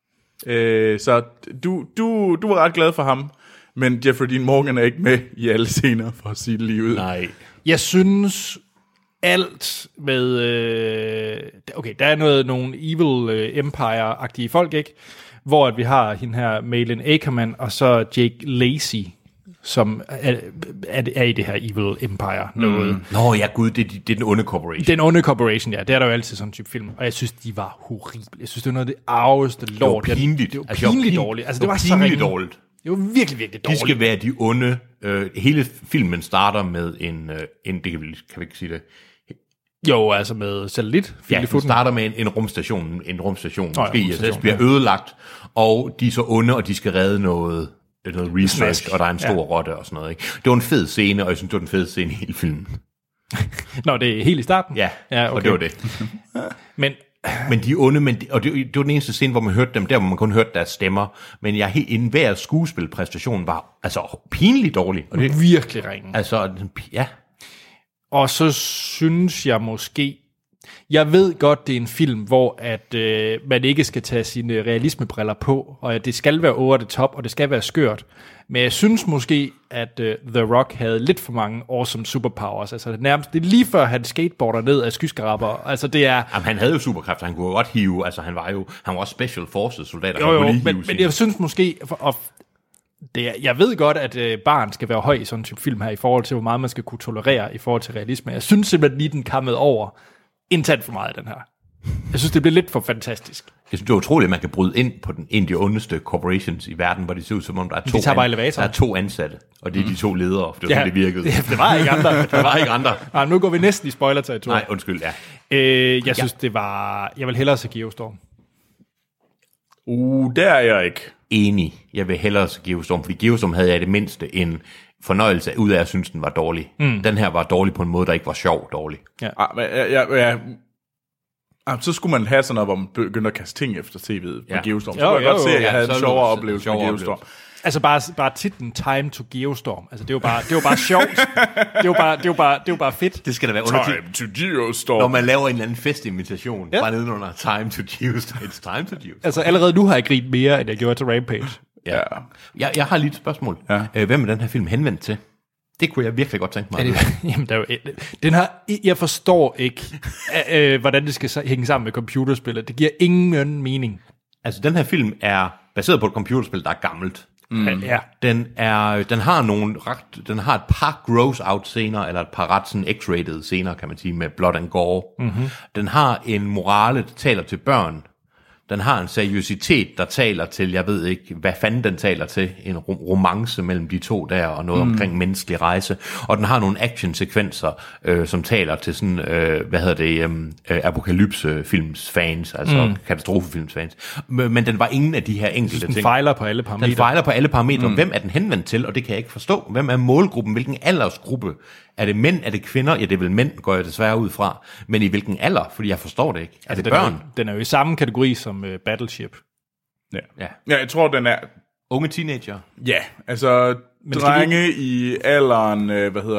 Så du var ret glad for ham, men Jeffrey Dean Morgan er ikke med i alle scener, for at sige det lige ud. Nej. Jeg synes... alt med... okay, der er nogle evil empire-agtige folk, ikke? Hvor at vi har hende her, Malin Akerman, og så Jake Lacy, som er i det her evil empire noget. Nå ja, gud, det er den onde corporation. Den onde corporation, ja. Det er der jo altid sådan en type film. Og jeg synes, de var horrible. Jeg synes, det var noget af det arveste lort. Det var pinligt. Det var pinligt dårligt. Altså, det var så pinligt dårligt. Det var virkelig, virkelig dårligt. De skal være de onde. Hele filmen starter med en det kan vi ikke sige det. Jo, altså med satellit. Ja, den starter med en rumstation. En rumstation måske ISS bliver ødelagt, og de er så onde, og de skal redde noget research, og der er en stor rotte og sådan noget. Ikke? Det var en fed scene, og jeg synes, det var den fede scene i hele filmen. Nå, det er helt i starten? Ja, okay. Og det var det. Men de er onde, og det var den eneste scene, hvor man hørte dem, der hvor man kun hørte deres stemmer. Men enhver skuespilpræstation var altså pinligt dårlig. Og det er virkelig ringen. Altså, ja. Og så synes jeg måske... Jeg ved godt, det er en film, hvor at man ikke skal tage sine realismebriller på, og at det skal være over the top, og det skal være skørt. Men jeg synes måske, at The Rock havde lidt for mange awesome superpowers. Altså det er lige før han skateboarder ned af skyskraber. Altså det er... Jamen, han havde jo superkræfter, han kunne godt hive. Altså han var også special forces soldater. Jo, men jeg synes måske... jeg ved godt, at barn skal være høj i sådan en type film her, i forhold til, hvor meget man skal kunne tolerere i forhold til realisme. Jeg synes simpelthen lige, den kammede over indsat for meget af den her. Jeg synes, det bliver lidt for fantastisk. Jeg synes, det er utroligt, at man kan bryde ind på en af de ondeste corporations i verden, hvor det ser ud som om, der er 2 ansatte, og det er de 2 ledere, for det var sådan, det virkede. Det var ikke andre. Det var ikke andre. Nej, nu går vi næsten i spoiler-territoriet. Nej, undskyld, ja. Jeg synes, det var... Jeg vil hellere se Geostorm. Der er jeg ikke. Enig. Jeg vil hellere se Geostorm, fordi Geostorm havde jeg det mindste en fornøjelse ud af, at jeg synes, den var dårlig. Den her var dårlig på en måde, der ikke var sjov dårlig. Ja. Så skulle man have sådan noget, hvor man begynder at kaste ting efter tv'et på Geostorm. Så kunne jeg godt se, at jeg havde en sjovere oplevelse med Geostorm. Altså bare titlen Time to Geostorm. Altså det var bare sjovt. det var bare fedt. Det skal da være under Time to Geostorm. Når man laver en eller anden festinvitation, bare nedenunder Time to Geostorm. It's time to Geostorm. Altså allerede nu har jeg grinet mere, end jeg gjorde til Rampage. Ja. Jeg har lige et spørgsmål. Ja. Hvem er den her film henvendt til? Det kunne jeg virkelig godt tænke mig. Jamen, jeg forstår ikke, hvordan det skal hænge sammen med computerspillet. Det giver ingen mening. Altså, den her film er baseret på et computerspil, der er gammelt. Ja. Den har et par gross-out scener, eller et par ret sådan X-rated scener, kan man sige, med blood and gore. Mm-hmm. Den har en morale, der taler til børn. Den har en seriøsitet, der taler til, jeg ved ikke, hvad fanden den taler til, en romance mellem de 2 der, og noget omkring menneskelig rejse. Og den har nogle actionsekvenser, som taler til sådan, apokalypsefilms fans, altså katastrofefilms fans. Men den var ingen af de her enkelte ting. Den fejler på alle parametre. Den fejler på alle parametre. Hvem er den henvendt til, og det kan jeg ikke forstå. Hvem er målgruppen? Hvilken aldersgruppe? Er det mænd? Er det kvinder? Ja, det er vel mænd, går jeg desværre ud fra. Men i hvilken alder? Fordi jeg forstår det ikke. Er det børn? Den er jo i samme kategori som Battleship. Ja, jeg tror, den er... Unge teenager. Ja, altså drenge i alderen,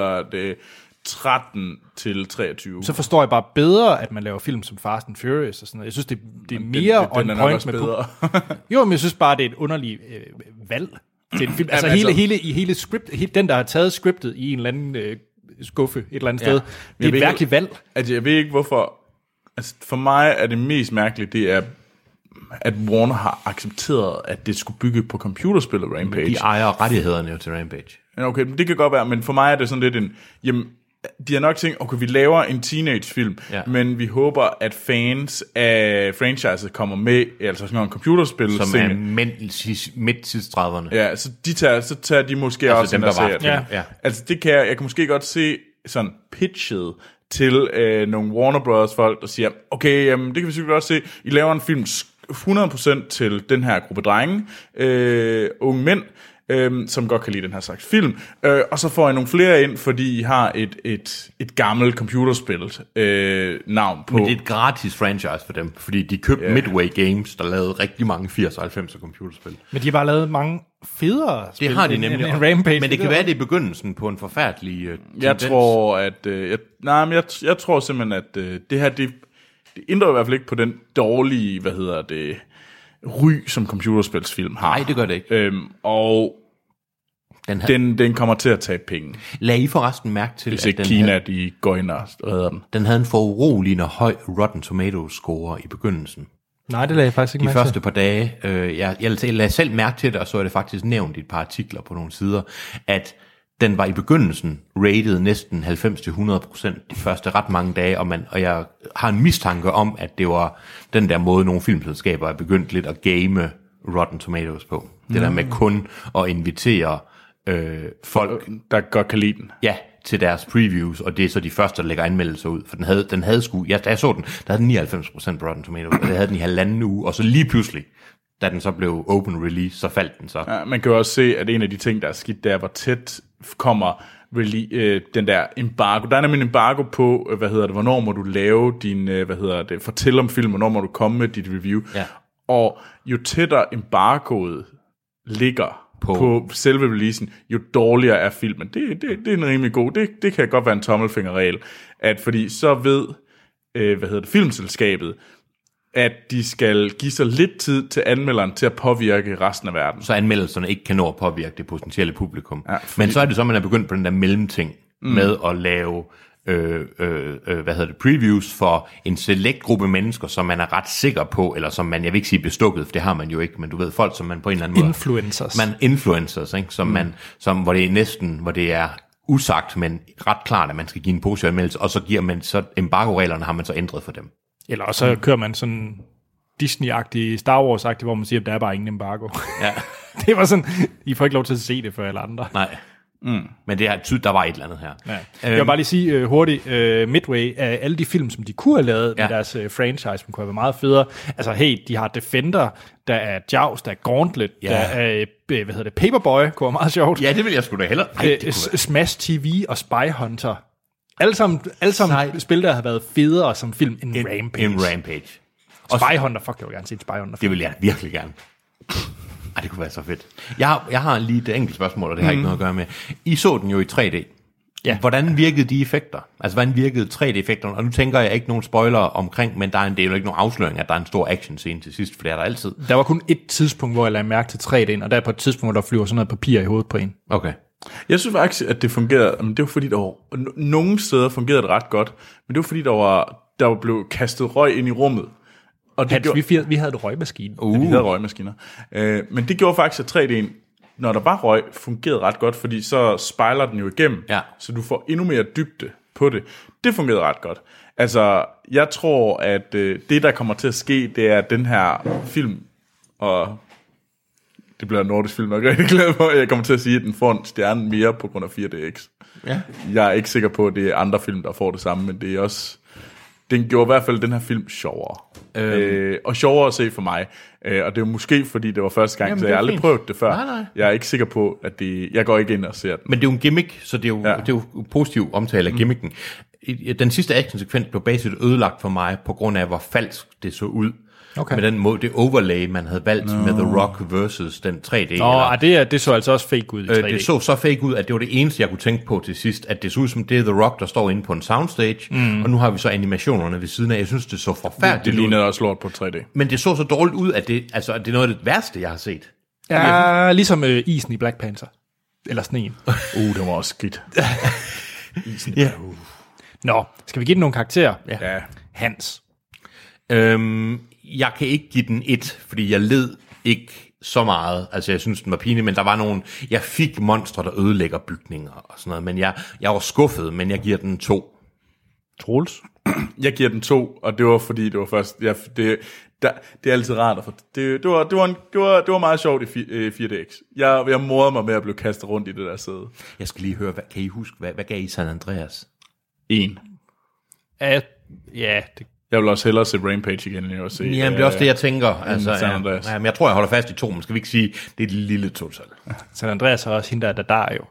13 til 23. Så forstår jeg bare bedre, at man laver film som Fast and Furious og sådan noget. Jeg synes, det er mere on point med bedre. Jo, men jeg synes bare, det er et underligt valg til en film. Altså, hele script, den, der har taget scriptet i en eller anden skuffe et eller andet sted, det er et virkelig valg. Altså, jeg ved ikke, hvorfor... Altså, for mig er det mest mærkeligt, det er, at Warner har accepteret, at det skulle bygge på computerspillet Rampage. De ejer rettighederne jo til Rampage. Okay, det kan godt være, men for mig er det sådan lidt en... Jamen, de har nok tænkt, okay, vi laver en teenagefilm, men vi håber, at fans af franchiset kommer med, altså sådan en computerspil. Som er midt-30'erne. Ja, så tager de måske altså også dem, der var. Altså, det kan jeg kan måske godt se sådan pitchet til nogle Warner Bros. Folk, der siger, okay, det kan vi selvfølgelig også se, I laver en film 100% til den her gruppe drenge, unge mænd, som godt kan lide den her slags film, og så får I nogle flere ind, fordi I har et gammelt computerspil navn på. Men det er et gratis franchise for dem, fordi de købte Midway Games, der lavede rigtig mange 80'er og 90'er computerspil. Men de har bare lavet mange federe spil. Det har de nemlig. En Rampage. Men det kan være, det er begyndelsen på en forfærdelig jeg tror, at... jeg tror simpelthen, at det her, det ændrer i hvert fald ikke på den dårlige, ry, som computerspilsfilm har. Nej, det gør det ikke. Og den kommer til at tage penge. Lad I forresten mærke til, hvis ikke Kina, de går ind og redder den. Den havde en foruroligende høj Rotten Tomatoes score i begyndelsen. Nej, det lagde jeg faktisk ikke mærke til. De første par dage. Jeg lagde selv mærke til det, og så er det faktisk nævnt i et par artikler på nogle sider, at den var i begyndelsen rated næsten 90-100% de første ret mange dage, og jeg har en mistanke om, at det var den der måde, nogle filmselskaber er begyndt lidt at game Rotten Tomatoes på. Det der med kun at invitere folk, der godt kan lide den. Ja, til deres previews, og det er så de første, der lægger anmeldelser ud, for den havde sgu, da jeg så den, der havde den 99% på Rotten Tomatoes, og det havde den i 1,5 uge, og så lige pludselig, da den så blev open release, så faldt den så. Ja, man kan jo også se, at en af de ting, der er skidt, der hvor tæt kommer den der embargo. Der er nemlig en embargo på, hvornår må du lave din, fortælle om film, hvornår må du komme med dit review. Ja. Og jo tættere embargoet ligger på selve releasen, jo dårligere er filmen. Det er en rimelig god. Det kan godt være en tommelfingerregel, at fordi så ved filmselskabet, at de skal give sig lidt tid til anmelderen til at påvirke resten af verden. Så anmeldelserne ikke kan nå at påvirke det potentielle publikum. Ja, men så er det så, man er begyndt på den der mellemting med at lave previews for en select gruppe mennesker, som man er ret sikker på, eller som man, jeg vil ikke sige bestukket, for det har man jo ikke, men du ved, folk, som man på en eller anden måde... Influencers, ikke? Hvor det er næsten, hvor det er usagt, men ret klart, at man skal give en positiv anmeldelse, og så giver man så embargo-reglerne, har man så ændret for dem. Eller så kører man sådan Disney-agtig, Star Wars-agtig, hvor man siger, at der er bare ingen embargo. Ja. Det var sådan, I får ikke lov til at se det for alle andre. Nej. Men det er tydeligt, der var et eller andet her. Ja. Jeg vil bare lige sige hurtigt, Midway, alle de film, som de kunne have lavet med deres franchise, som kunne have været meget federe. Altså, hey, de har Defender, der er Jaws, der er Gauntlet, der er, Paperboy, kunne være meget sjovt. Ja, det vil jeg sgu da hellere. Smash TV og Spy Hunter. Alle sammen spil, der har været federe som film end Rampage. Spy Hunter, fuck, jeg vil gerne se Spy Hunter. Det vil jeg virkelig gerne. Det kunne være så fedt. Jeg har lige et enkelt spørgsmål, og det har ikke noget at gøre med. I så den jo i 3D. Ja. Hvordan virkede de effekter? Altså, hvordan virkede 3D-effekterne? Og nu tænker jeg ikke nogen spoiler omkring, men der er en del, ikke nogen afsløring, at der er en stor action-scene til sidst, for det er der altid. Der var kun et tidspunkt, hvor jeg lagde mærke til 3D'en, og der er på et tidspunkt, hvor der flyver sådan noget papir i hovedet på en. Okay. Jeg synes faktisk, at det fungerede, men det var fordi, nogle steder fungerede det ret godt, men det var fordi, der blev kastet røg ind i rummet. Og vi havde et røgmaskine. Vi havde røgmaskiner. Men det gjorde faktisk, at 3D'en, når der var røg, fungerede ret godt, fordi så spejler den jo igennem, så du får endnu mere dybde på det. Det fungerede ret godt. Altså, jeg tror, at det, der kommer til at ske, det er, at den her film, og det bliver en nordisk film, jeg er rigtig glad for, jeg kommer til at sige, at den får en stjerne mere på grund af 4DX. Ja. Jeg er ikke sikker på, at det er andre film, der får det samme, men det er også... Den gjorde i hvert fald den her film sjovere. Og sjovere at se for mig. Og det er jo måske, fordi det var første gang, så jeg har aldrig prøvet det før. Nej. Jeg er ikke sikker på, at jeg går ikke ind og ser den. Men det er jo en gimmick, så det er jo positiv omtale af gimmicken. Den sidste actionsekvens blev basisk ødelagt for mig, på grund af, hvor falsk det så ud. Okay. Med den måde, det overlay, man havde valgt med The Rock versus den 3D. Det så altså også fake ud i 3D. Det så fake ud, at det var det eneste, jeg kunne tænke på til sidst, at det så ud som, det er The Rock, der står inde på en soundstage, og nu har vi så animationerne ved siden af. Jeg synes, det så forfærdeligt Det lignede også lort på 3D. Men det så dårligt ud, at det er noget af det værste, jeg har set. Ja, ligesom isen i Black Panther. Eller sneen. Det var også skidt. Ja. Nå, skal vi give den nogle karakterer? Ja. Hans. Jeg kan ikke give den 1, fordi jeg led ikke så meget. Altså, jeg synes, den var pinlig, men der var nogle... Jeg fik monstre, der ødelægger bygninger og sådan noget, men jeg var skuffet, men jeg giver den 2. Troels? Jeg giver den 2, og det var fordi, det var først... Det er altid rart at få... Det var meget sjovt i 4DX. Jeg morede mig med at blive kastet rundt i det der sæde. Jeg skal lige høre, kan I huske, hvad gav I San Andreas? 1. Ja, det... Jeg vil også hellere se Rampage igen, end at se... Jamen, det er også det, jeg tænker. Altså, San Andreas. men jeg tror, jeg holder fast i 2, men skal vi ikke sige, det er et lille total. San Andreas har også hende der jo.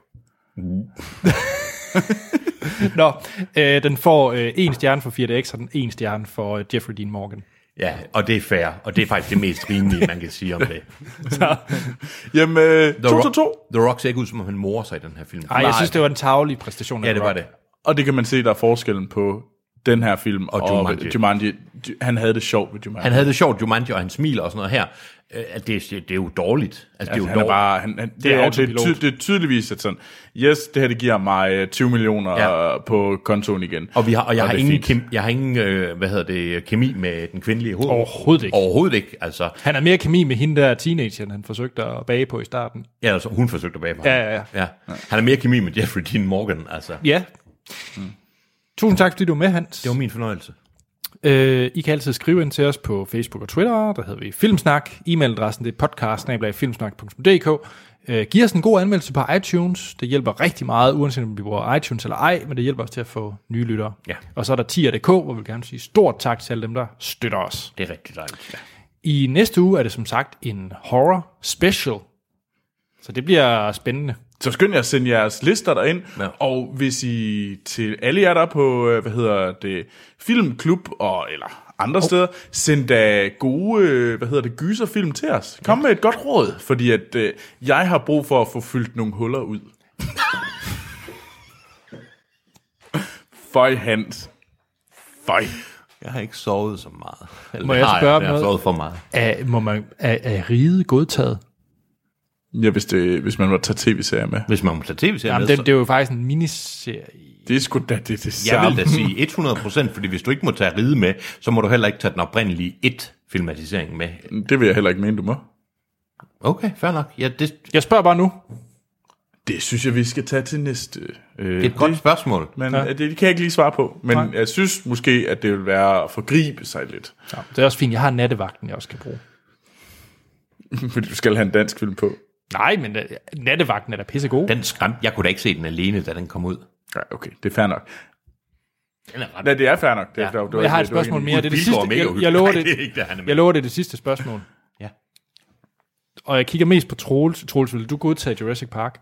Nå, den får 1 stjerne for 4DX, og den 1 stjerne for Jeffrey Dean Morgan. Ja, og det er fair, og det er faktisk det mest rimelige, man kan sige om det. Jamen, 2-2. The Rock ser ikke ud, som om han morer sig i den her film. Nej, jeg synes, det var en tarvelig præstation. Ja, det var det. Og det kan man se, der er forskellen på den her film og Jumanji. Han havde det sjovt ved Jumanji. Han havde det sjovt, Jumanji, og han smiler og sådan noget her. Det er jo dårligt. Altså, det er jo han er bare, det er tydeligvis, at sådan, yes, det her det giver mig 20 millioner på kontoen igen. Og jeg har ingen kemi med den kvindelige hoved. Overhovedet ikke. Altså. Han er mere kemi med hende der teenageren, han forsøgte at bage på i starten. Ja, altså hun forsøgte at bage på ja. Han er mere kemi med Jeffrey Dean Morgan, altså. Ja. Tusind tak, fordi du var med, Hans. Det var min fornøjelse. I kan altid skrive ind til os på Facebook og Twitter, der hedder vi Filmsnak. E-mailadressen det er podcast@filmsnak.dk. Giv os en god anmeldelse på iTunes. Det hjælper rigtig meget, uanset om vi bruger iTunes eller ej, men det hjælper os til at få nye lyttere. Ja. Og så er der tier.dk, hvor vi gerne sige stort tak til alle dem, der støtter os. Det er rigtig dejligt. Ja. I næste uge er det som sagt en horror special, så det bliver spændende. Så skynd jer at sende jeres lister derind, og hvis I til alle jer der på, Filmklub eller andre steder, send da gode, gyserfilm til os. Kom med et godt råd, fordi at jeg har brug for at få fyldt nogle huller ud. Føj, Hans. Føj. Jeg har ikke sovet så meget. Må jeg spørge om noget? Jeg har sovet for meget. Er riget godtaget? Ja, hvis man må tage tv-serier med. Hvis man må tage tv-serier med. Det er jo faktisk en miniserie. Det er sgu da det samme. Jeg vil da sige 100%, fordi hvis du ikke må tage ride med, så må du heller ikke tage den oprindelige filmatisering med. Det vil jeg heller ikke mene, du må. Okay, fair nok. Ja, jeg spørger bare nu. Det synes jeg, vi skal tage til næste. Det er et godt spørgsmål. Men det kan jeg ikke lige svare på. Men jeg synes måske, at det vil være at forgribe sig lidt. Ja, det er også fint. Jeg har nattevagten, jeg også kan bruge. Fordi du skal have en dansk film på. Nej, men nattevagten er da pissegod. Den skræmte. Jeg kunne da ikke se den alene, da den kom ud. Ja, okay. Det er fair nok. Nej, det er fair nok. Jeg har et spørgsmål mere. Det er det sidste. Jeg lover det sidste spørgsmål. Ja. Og jeg kigger mest på Troels. Troels, vil du godtage Jurassic Park?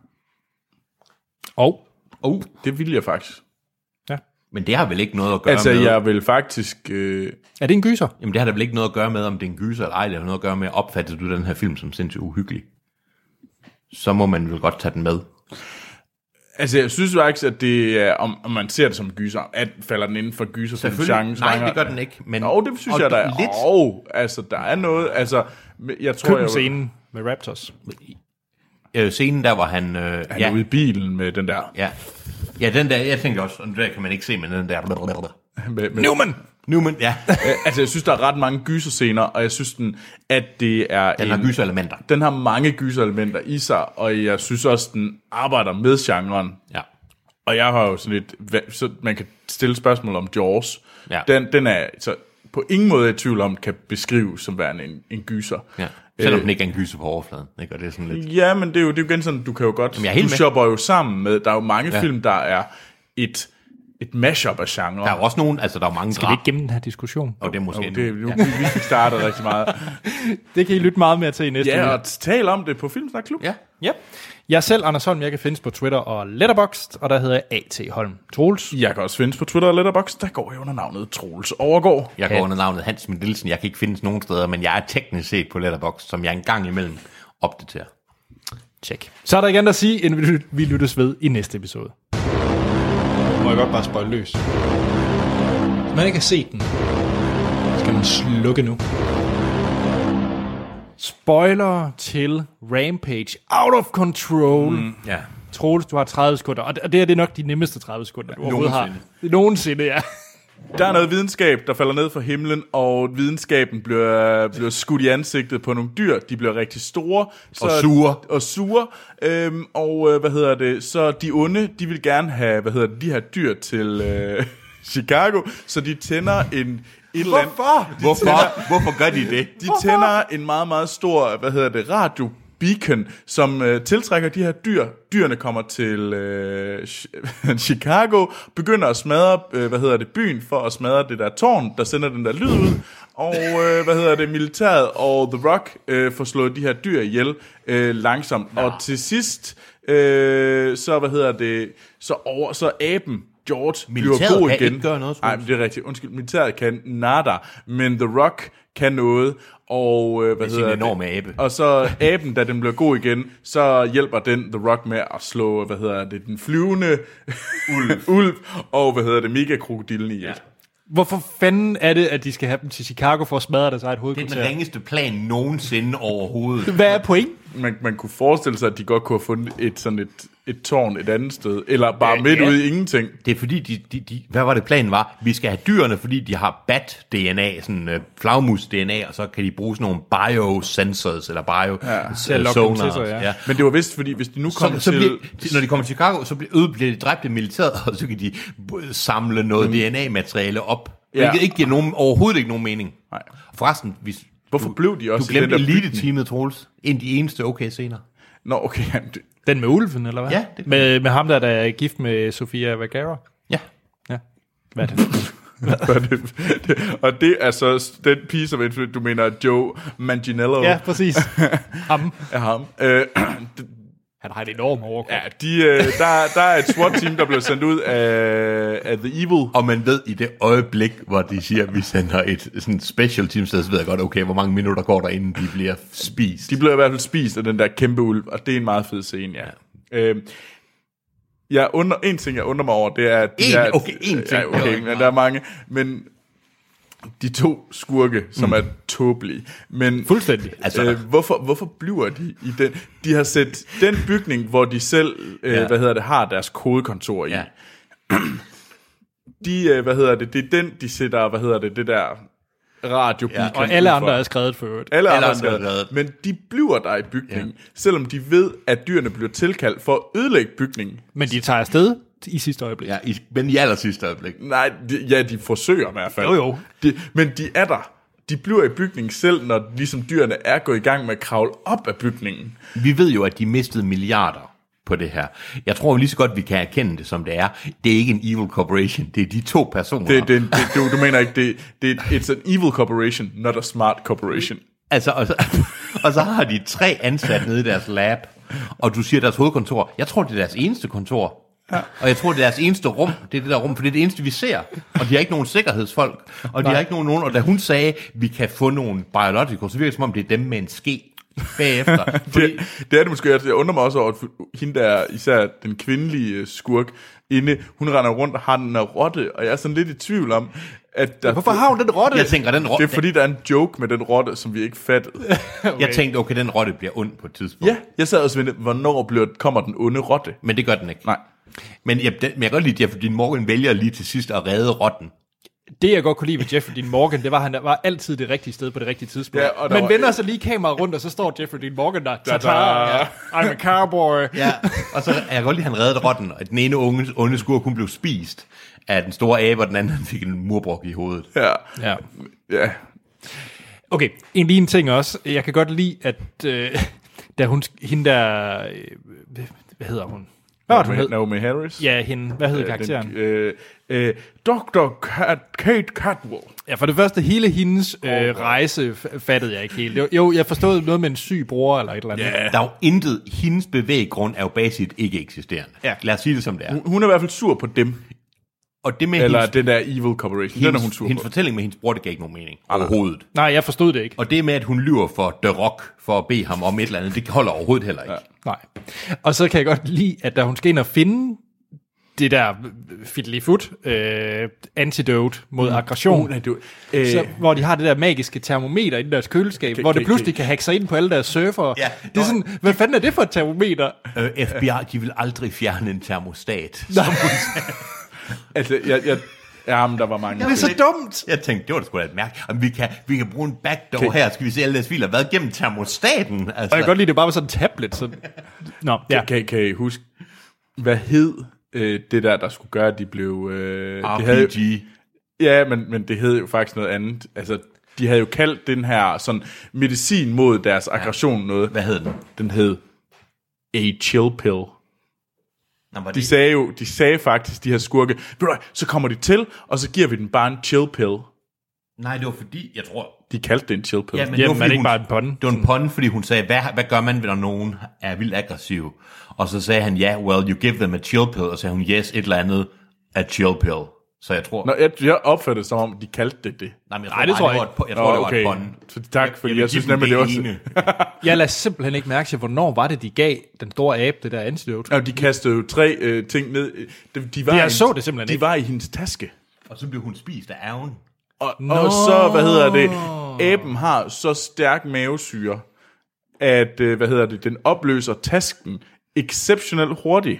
Det vil jeg faktisk. Ja. Men det har vel ikke noget at gøre med... Altså, jeg vil faktisk... Er det en gyser? Jamen, det har da vel ikke noget at gøre med, om det er en gyser eller ej. Det har noget at gøre med, opfatter du den her film som sindssygt uhyggelig? Så må man vel godt tage den med. Altså, jeg synes faktisk, at det er, om man ser det som gyser, at falder den inden for gyser som genre. Nej, det gør den ikke. Men det synes jeg, der er. Lidt. Altså, der er noget, altså, jeg tror... Køkkenscenen med Raptors. Scenen der, hvor han er ude i bilen med den der... Ja, den der, jeg tænker også, og der kan man ikke se, men den der... Newman, ja. Altså, jeg synes, der er ret mange gyserscener, og jeg synes, at det er... Den har gyserelementer. Den har mange gyserelementer i sig, og jeg synes også, den arbejder med genren. Ja. Og jeg har jo sådan lidt... Så man kan stille spørgsmål om Jaws. Ja. Den er så på ingen måde i tvivl om, kan beskrives som værende en gyser. Ja. Selvom den ikke er en gyser på overfladen. Ikke? Og det er sådan lidt... Ja, men det er jo igen sådan, du kan jo godt... Du shopper jo sammen med... Der er jo mange film, der er et et mashup af genre. Der er også nogen, altså der er mange Skal vi ikke gemme den her diskussion? Og det er måske Vi fik startet rigtig meget. Det kan I lytte meget mere til i næste uge. Ja, og tal om det på Filmsnak Klub. Ja. Ja. Jeg er selv Anders Holm, jeg kan findes på Twitter og Letterboxd, og der hedder jeg A.T. Holm. Troels? Jeg kan også findes på Twitter og Letterboxd. Der går jeg under navnet Troels Overgaard. Jeg går under navnet Hans Schmidt Nielsen. Jeg kan ikke findes nogen steder, men jeg er teknisk set på Letterboxd, som jeg en gang imellem opdaterer. Tjek. Så er der ikke andet at sige, end vi lyttes ved i næste episode. Må jeg godt bare spoil løs. Hvis man ikke har set den, skal man slukke nu. Spoiler til Rampage. Out of Control. Ja. Troels, du har 30 sekunder, og det er nok de nemmeste 30 sekunder, du overhovedet har. Nogensinde, ja. Der er noget videnskab, der falder ned fra himlen, og videnskaben bliver skudt i ansigtet på nogle dyr. De bliver rigtig store. Og sure. Så de onde, de vil gerne have, de her dyr til Chicago, så de tænder Hvorfor gør de det? De tænder en meget, meget stor, radio beacon, som tiltrækker de her dyr. Dyrene kommer til Chicago, begynder at smadre byen for at smadre det der tårn, der sender den der lyd ud. Og militæret og The Rock får slået de her dyr ihjel langsomt. Ja. Og til sidst så aben George bliver god igen. Nej, det er rigtigt. Undskyld, militæret kan nada, men The Rock kan noget. Og enorme abe. Og så aben, da den bliver god igen, så hjælper den The Rock med at slå, den flyvende ulv og megakrokodillen ihjel. Ja. Hvorfor fanden er det, at de skal have dem til Chicago for at smadre deres eget hovedkvarter? Det er den ringeste plan nogensinde overhovedet. Hvad er point? Man kunne forestille sig, at de godt kunne have fundet et tårn et andet sted, eller bare midt ude i ingenting. Det er fordi, de hvad var det planen var? Vi skal have dyrene, fordi de har bat-DNA, sådan flagmus-DNA, og så kan de bruge sådan nogle biosensors, eller bio-sonars. Ja. Men det var vist, fordi hvis de nu kommer når de kommer til Chicago, så bliver de dræbt i militæret, og så kan de samle noget DNA-materiale op. Hvilket ikke giver overhovedet ikke nogen mening. Nej. Forresten, hvorfor blev de også du glemte elite-teamet, Troels. En af de eneste scener. Nå, okay. Den med ulven, eller hvad? Ja. Med ham, der er gift med Sofia Vergara? Ja. Hvad er det? Og det er så den piece of influence, du mener Joe Manganiello. Ja, præcis. Ham. Han har et enormt overkrop. Ja, der er et SWAT-team, der blev sendt ud af The Evil. Og man ved i det øjeblik, hvor de siger, at vi sender et sådan special team, så ved jeg godt, okay, hvor mange minutter går der, inden de bliver spist. De bliver i hvert fald spist af den der kæmpe ulv, og det er en meget fed scene, ja. En ting, jeg undrer mig over, det er... En ting. Men der er mange, men... De to skurke, som er tåbelige. Men fuldstændig. Hvorfor bliver de i den? De har set den bygning, hvor de selv har deres kodekontor i. Ja. Det er den, de sætter, det der radiobeacon. Og alle andre er skrevet for øvrigt. Alle andre er skrevet. Men de bliver der i bygningen, selvom de ved, at dyrene bliver tilkaldt for at ødelægge bygningen. Men de tager afsted i sidste øjeblik. Ja, men i aller sidste øjeblik. Nej, de forsøger i hvert fald. Jo. Men de er der. De bliver i bygningen selv, når ligesom dyrene er gået i gang med at kravle op af bygningen. Vi ved jo, at de mistede milliarder på det her. Jeg tror lige så godt, vi kan erkende det, som det er. Det er ikke en evil corporation. Det er de to personer. Du mener ikke, it's an evil corporation, not a smart corporation. Altså, og så har de 3 ansat nede i deres lab, og du siger deres hovedkontor. Jeg tror, det er deres eneste kontor. Ja. Og jeg tror, det er deres eneste rum. Det er det der rum, for det er det eneste, vi ser. Og de har ikke nogen sikkerhedsfolk. Og de har ikke nogen. Og da hun sagde, vi kan få nogle biologicals, så virker det som om, det er dem med en ske bagefter. det er det måske. Jeg undrer mig også over, at hende der, især den kvindelige skurk, inde, hun render rundt og har den her rotte, og jeg er sådan lidt i tvivl om, at hvorfor har hun den rotte? Jeg tænker, den rotte... Det er fordi, der er en joke med den rotte, som vi ikke fattede. Okay. Jeg tænkte, okay, den rotte bliver ond på et tidspunkt. Ja, jeg sad også ved, hvornår kommer den onde rotte? Men det gør den ikke. Nej. Men jeg kan godt lide, at Jeffrey Dean Morgan vælger lige til sidst at redde rotten. Det, jeg godt kunne lide ved Jeffrey Dean Morgan, det var, at han var altid det rigtige sted på det rigtige tidspunkt. Ja, men vender så lige kameraet rundt, og så står Jeffrey Dean Morgan der. I'm a cowboy. Ja, og så jeg kan godt lide, at han reddede rotten, og den ene onde skurk, hun blev spist af den store abe, og den anden fik en murbrok i hovedet. Ja. Okay, en ting også. Jeg kan godt lide, at da hende der... hvad hedder hun? Naomi Harris. Ja, hende. Hvad hed karakteren? Dr. Kate Cadwell. Ja, for det første, hele hendes rejse fattede jeg ikke helt. Jo, jeg forstod noget med en syg bror eller et eller andet. Der er jo intet, hendes bevæggrund er jo basisk ikke eksisterende. Ja. Lad os sige det som det er. Hun er i hvert fald sur på dem. Og det med Eller hendes, den der Evil Corporation. Den er hun sur hendes på. fortælling med hendes bror, det gav ikke nogen mening overhovedet. Nej, jeg forstod det ikke. Og det med, at hun lyver for The Rock, for at bede ham om et eller andet, det holder overhovedet heller ikke. Ja. Nej. Og så kan jeg godt lide, at da hun skal ind og finde det der fiddly-foot antidote mod aggression, så, hvor de har det der magiske termometer i deres køleskab, hvor det pludselig kan hacke sig ind på alle deres surfere. Ja. Det er sådan, hvad fanden er det for et termometer? FBI, de vil aldrig fjerne en termostat. Altså, men der var mange. Det er så dumt. Jeg tænkte, det var da sgu da et mærke. Vi kan bruge en backdoor her, skal vi se alle deres filer. Hvad gennem termostaten? Altså. Og jeg kan godt lide, det bare var sådan en tablet. Så... Nå, ja. Kan I huske, hvad hed det der skulle gøre, at de blev... RPG. Ja, men det hed jo faktisk noget andet. Altså, de havde jo kaldt den her sådan medicin mod deres aggression noget. Hvad hed den? Den hed A Chill Pill. De sagde faktisk, de her skurke, så kommer de til, og så giver vi den bare en chill pill. Nej, det var fordi, jeg tror... De kaldte det en chill pill. Ja, men det var ikke bare en pun. Det var en pun, fordi hun sagde, hvad gør man, når nogen er vildt aggressiv? Og så sagde han, well, you give them a chill pill. Og så sagde hun, yes, et eller andet, a chill pill. Så jeg tror... Nå, jeg opfattede det som om, de kaldte det. Nej, det tror jeg ikke. Jeg tror, det var et pun. Så tak, fordi jeg synes nemlig, det også... Jeg lader simpelthen ikke mærke til, hvornår var det, de gav den store abe, det der antidote. Ja, de kastede jo 3 ting ned. Jeg så det simpelthen ikke. De var i hendes taske. Og så blev hun spist af ærgen. Og så, aben har så stærk mavesyre, at, den opløser tasken exceptionelt hurtigt.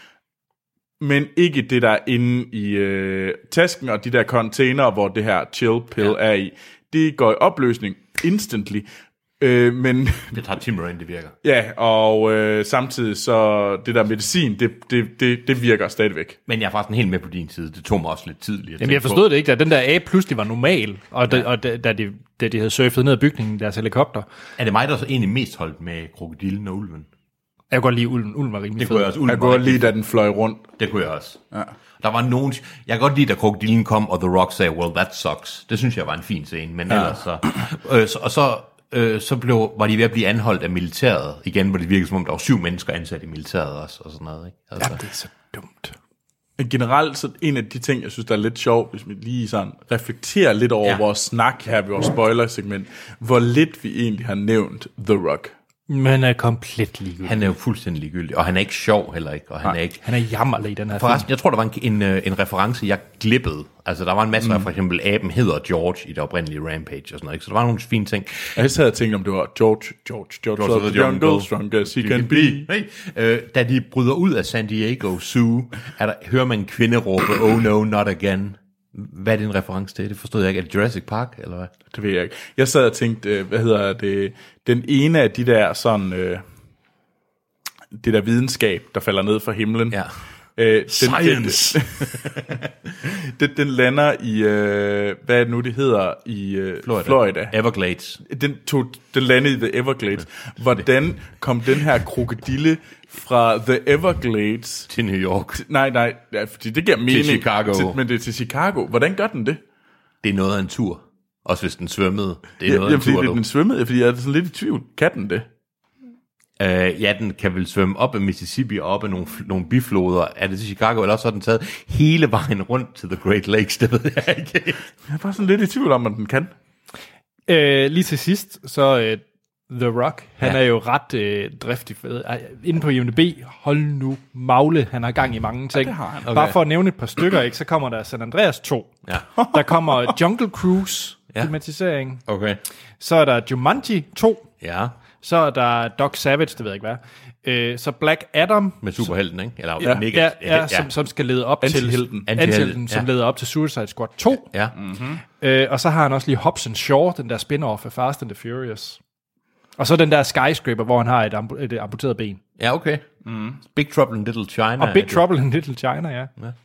Men ikke det der inde i tasken og de der container, hvor det her chill pill er i. Det går i opløsning instantly. Men det tager timer, inden det virker. Ja, og samtidig så det der medicin, det virker stadigvæk. Men jeg er faktisk helt med på din side. Det tog mig også lidt tid lige at Jamen jeg forstod det ikke, da den der abe pludselig var normal, og da de havde surfet ned ad bygningen, deres helikopter. Er det mig, der så egentlig mest holdt med krokodillen og ulven? Jeg kunne godt lide ulven. Ulven var rimelig fed. Jeg kunne godt lide, da den fløj rundt. Det kunne jeg også. Ja. Der var nogen... Jeg kan godt lide, da krokodillen kom, og The Rock sagde, well, that sucks. Det synes jeg var en fin scene, men ellers så... var de ved at blive anholdt af militæret igen, hvor det virkede som om, der var 7 mennesker ansat i militæret også, og sådan noget. Ikke? Altså. Ja, det er så dumt. Men generelt, så en af de ting, jeg synes, der er lidt sjovt, hvis vi lige sådan reflekterer lidt over vores snak her ved vores spoiler-segment, hvor lidt vi egentlig har nævnt The Rock. Men han er komplet ligegyldig. Han er jo fuldstændig ligegyldig, og han er ikke sjov heller ikke. Og han er ikke... Han er jammerlig i den her Forresten, film. jeg tror, der var en reference, jeg glippede. Altså, der var en masse, for eksempel, aben hedder George i det oprindelige Rampage og sådan noget. Ikke? Så der var nogle fine ting. Jeg havde tænkt, om det var George of the Jungle, strong as he can be. Hey. Da de bryder ud af San Diego Zoo, hører man en kvinde råbe, oh no, not again. Hvad er det en reference til? Det forstod jeg ikke. Er det Jurassic Park, eller hvad? Det ved jeg ikke. Jeg sad og tænkte, den ene af de der sådan, det der videnskab, der falder ned fra himlen. Ja. Science! Den lander i, hvad nu det hedder, i Florida. Everglades. Den landede i The Everglades. Hvordan kom den her krokodille fra The Everglades til New York? Nej, fordi det giver mening. Til Chicago. Men det er til Chicago. Hvordan gør den det? Det er noget af en tur. Også hvis den svømmede. Det er noget af en tur. Fordi den svømmede, fordi jeg er sådan lidt i tvivl. Kan den det? Ja, den kan vel svømme op af Mississippi og op af nogle bifloder. Er det til Chicago, eller også har den taget hele vejen rundt til The Great Lakes? Det ved jeg ikke. Jeg er bare sådan lidt i tvivl om, at den kan. Lige til sidst, så The Rock, han er jo ret driftig. Inde på IMDb, hold nu magle, han har gang i mange ting. det har han. Okay. Bare for at nævne et par stykker, ikke, så kommer der San Andreas 2. Ja. Der kommer Jungle Cruise filmatisering. Okay. Så er der Jumanji 2. Ja. Så er der Doc Savage, det ved jeg ikke hvad. Så Black Adam. Med superhelten, ikke? Eller som skal lede op Antihilten. til... Antihilten, som leder op til Suicide Squad 2. Ja. Og så har han også lige Hobbs and Shaw, den der spin-off af Fast and the Furious. Og så den der Skyscraper, hvor han har et amputeret ben. Ja, okay. Big Trouble in Little China. Og Big Trouble in Little China, ja.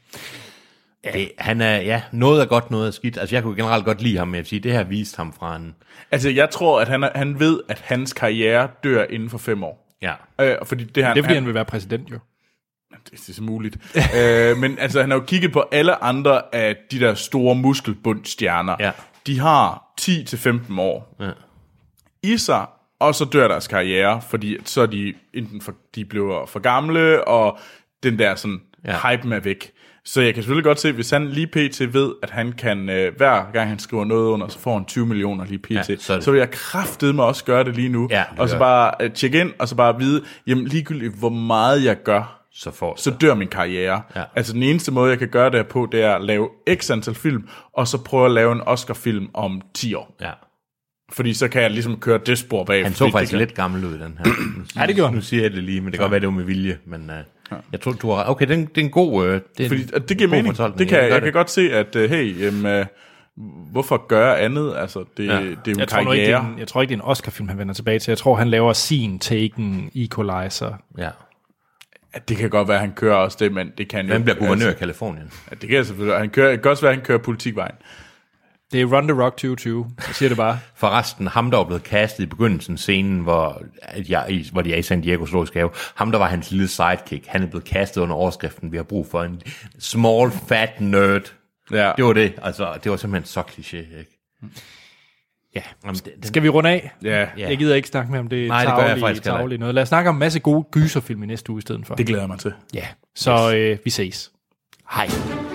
Han er, noget er godt, noget er skidt. Altså, jeg kunne generelt godt lide ham, men jeg vil sige, det her viste ham fra en... Altså, jeg tror, at han ved, at hans karriere dør inden for 5 år. Ja. Fordi det er fordi, han vil være præsident, jo. det er muligt. Men altså, han har jo kigget på alle andre af de der store muskelbundstjerner. Ja. De har 10-15 år i sig, og så dør deres karriere, fordi så er de enten de bliver for gamle, og den der sådan hypen er væk. Så jeg kan selvfølgelig godt se, hvis han lige pt. Ved, at han kan, hver gang han skriver noget under, så får han 20 millioner lige pt. Så vil jeg kraftedeme også gøre det lige nu. Ja, og så bare tjekke ind, og så bare vide, jamen ligegyldigt hvor meget jeg gør, så dør min karriere. Ja. Altså den eneste måde, jeg kan gøre det på, det er at lave x antal film, og så prøve at lave en Oscar-film om 10 år. Ja. Fordi så kan jeg ligesom køre det spor bag. Han så faktisk lidt gammel ud, den her. Ja, det gjorde han. Nu siger jeg det lige, men det kan godt være, det var med vilje. Men jeg tror, du har... Okay, det er en god... det giver mening. Det kan, jeg kan godt se, at hvorfor gøre andet? Altså, det er jo en karriere. Jeg tror ikke, det er en Oscar-film, han vender tilbage til. Jeg tror, han laver sin Taken, Equalizer. Ja. Det kan godt være, at han kører også det, men det kan jo... Han bliver guvernør i Kalifornien. Ja, det kan selvfølgelig. Det kan godt være, at han kører politikvejen. Det er Run the Rock 2020. Jeg siger det bare. Forresten, ham der var blevet castet i begyndelsen scenen, hvor de er i San Diego Zoologisk Have, ham der var hans lille sidekick, han er blevet castet under overskriften, vi har brug for en small fat nerd. Ja. Det var det. Altså, det var simpelthen så kliché, ikke? Ja. Skal vi runde af? Ja. Jeg gider ikke snakke mere om det. Nej, det gør jeg faktisk tavlige noget. Lad os snakke om en masse gode gyserfilm i næste uge i stedet for. Det glæder jeg mig til. Ja. Så vi ses. Hej.